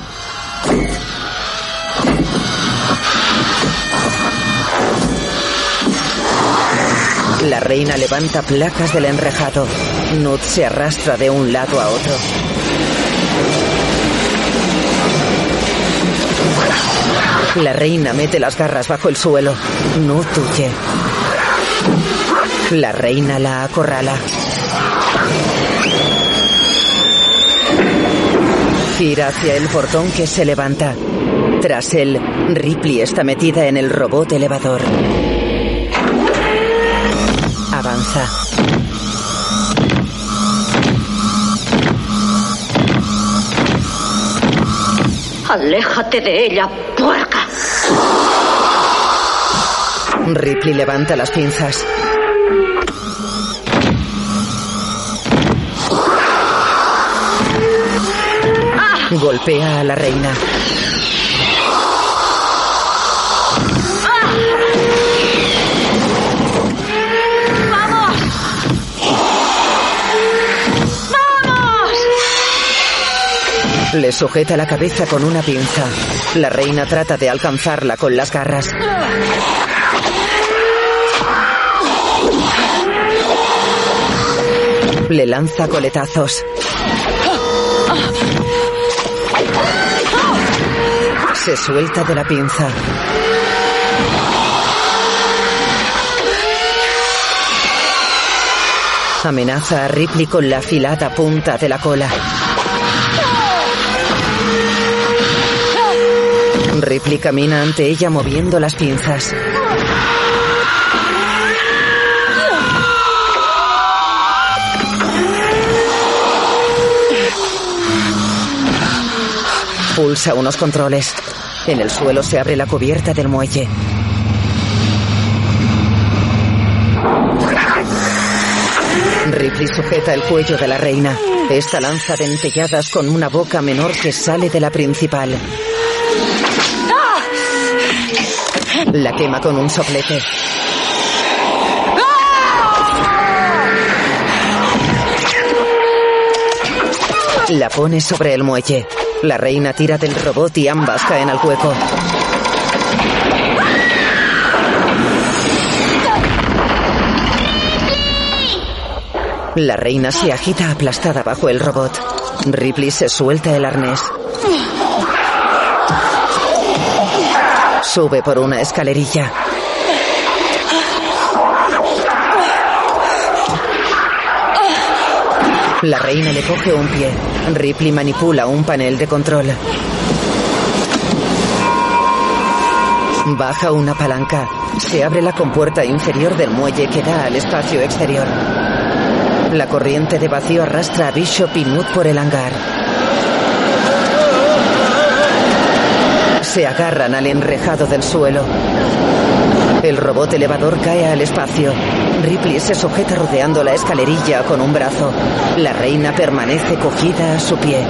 La reina levanta placas del enrejado. Nut se arrastra de un lado a otro. La reina mete las garras bajo el suelo. Nut huye. La reina la acorrala. Gira hacia el portón que se levanta. Tras él, Ripley está metida en el robot elevador. Avanza. ¡Aléjate de ella, puerca! Ripley levanta las pinzas. Golpea a la reina. Le sujeta la cabeza con una pinza. La reina trata de alcanzarla con las garras. Le lanza coletazos. Se suelta de la pinza. Amenaza a Ripley con la afilada punta de la cola. Ripley camina ante ella moviendo las pinzas. Pulsa unos controles. En el suelo se abre la cubierta del muelle. Ripley sujeta el cuello de la reina. Esta lanza dentelladas con una boca menor que sale de la principal. La quema con un soplete. La pone sobre el muelle. La reina tira del robot y ambas caen al hueco. La reina se agita aplastada bajo el robot. Ripley se suelta el arnés. Sube por una escalerilla. La reina le coge un pie. Ripley manipula un panel de control. Baja una palanca. Se abre la compuerta inferior del muelle que da al espacio exterior. La corriente de vacío arrastra a Bishop y Newt por el hangar. Se agarran al enrejado del suelo. El robot elevador cae al espacio. Ripley se sujeta rodeando la escalerilla con un brazo. La reina permanece cogida a su pie.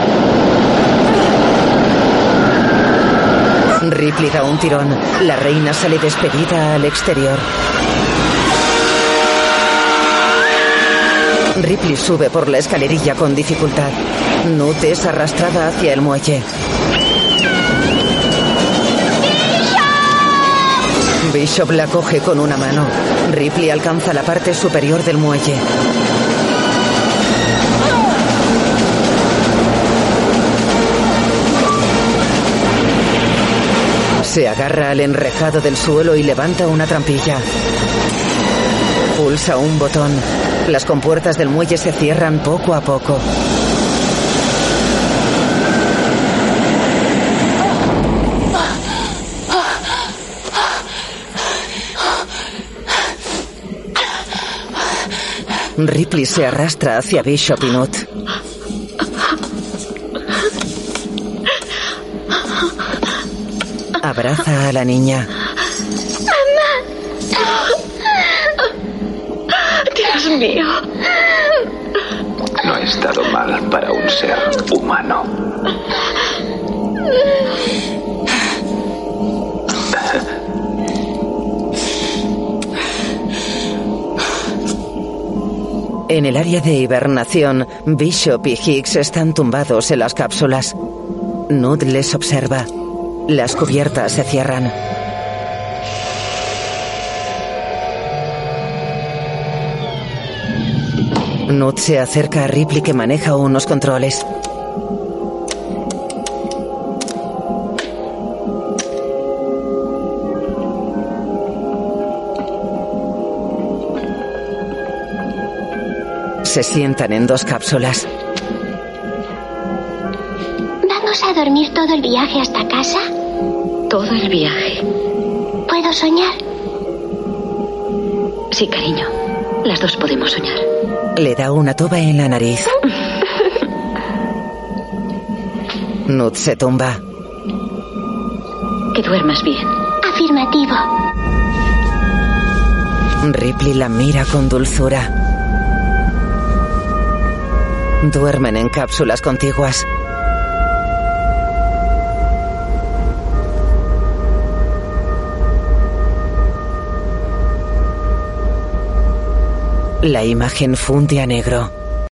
Ripley da un tirón. La reina sale despedida al exterior. Ripley sube por la escalerilla con dificultad. Newt es arrastrada hacia el muelle. Bishop la coge con una mano. Ripley alcanza la parte superior del muelle. Se agarra al enrejado del suelo y levanta una trampilla. Pulsa un botón. Las compuertas del muelle se cierran poco a poco. Ripley se arrastra hacia Bishop y Newt. Abraza a la niña. ¡Mamá! Dios mío. No ha estado mal para un ser humano. En el área de hibernación, Bishop y Higgs están tumbados en las cápsulas. Newt les observa. Las cubiertas se cierran. Newt se acerca a Ripley que maneja unos controles. Se sientan en dos cápsulas. ¿Vamos a dormir todo el viaje hasta casa? Todo el viaje. ¿Puedo soñar? Sí, cariño. Las dos podemos soñar. Le da una toba en la nariz. Newt se tumba. Que duermas bien. Afirmativo. Ripley la mira con dulzura. Duermen en cápsulas contiguas. La imagen funde a negro.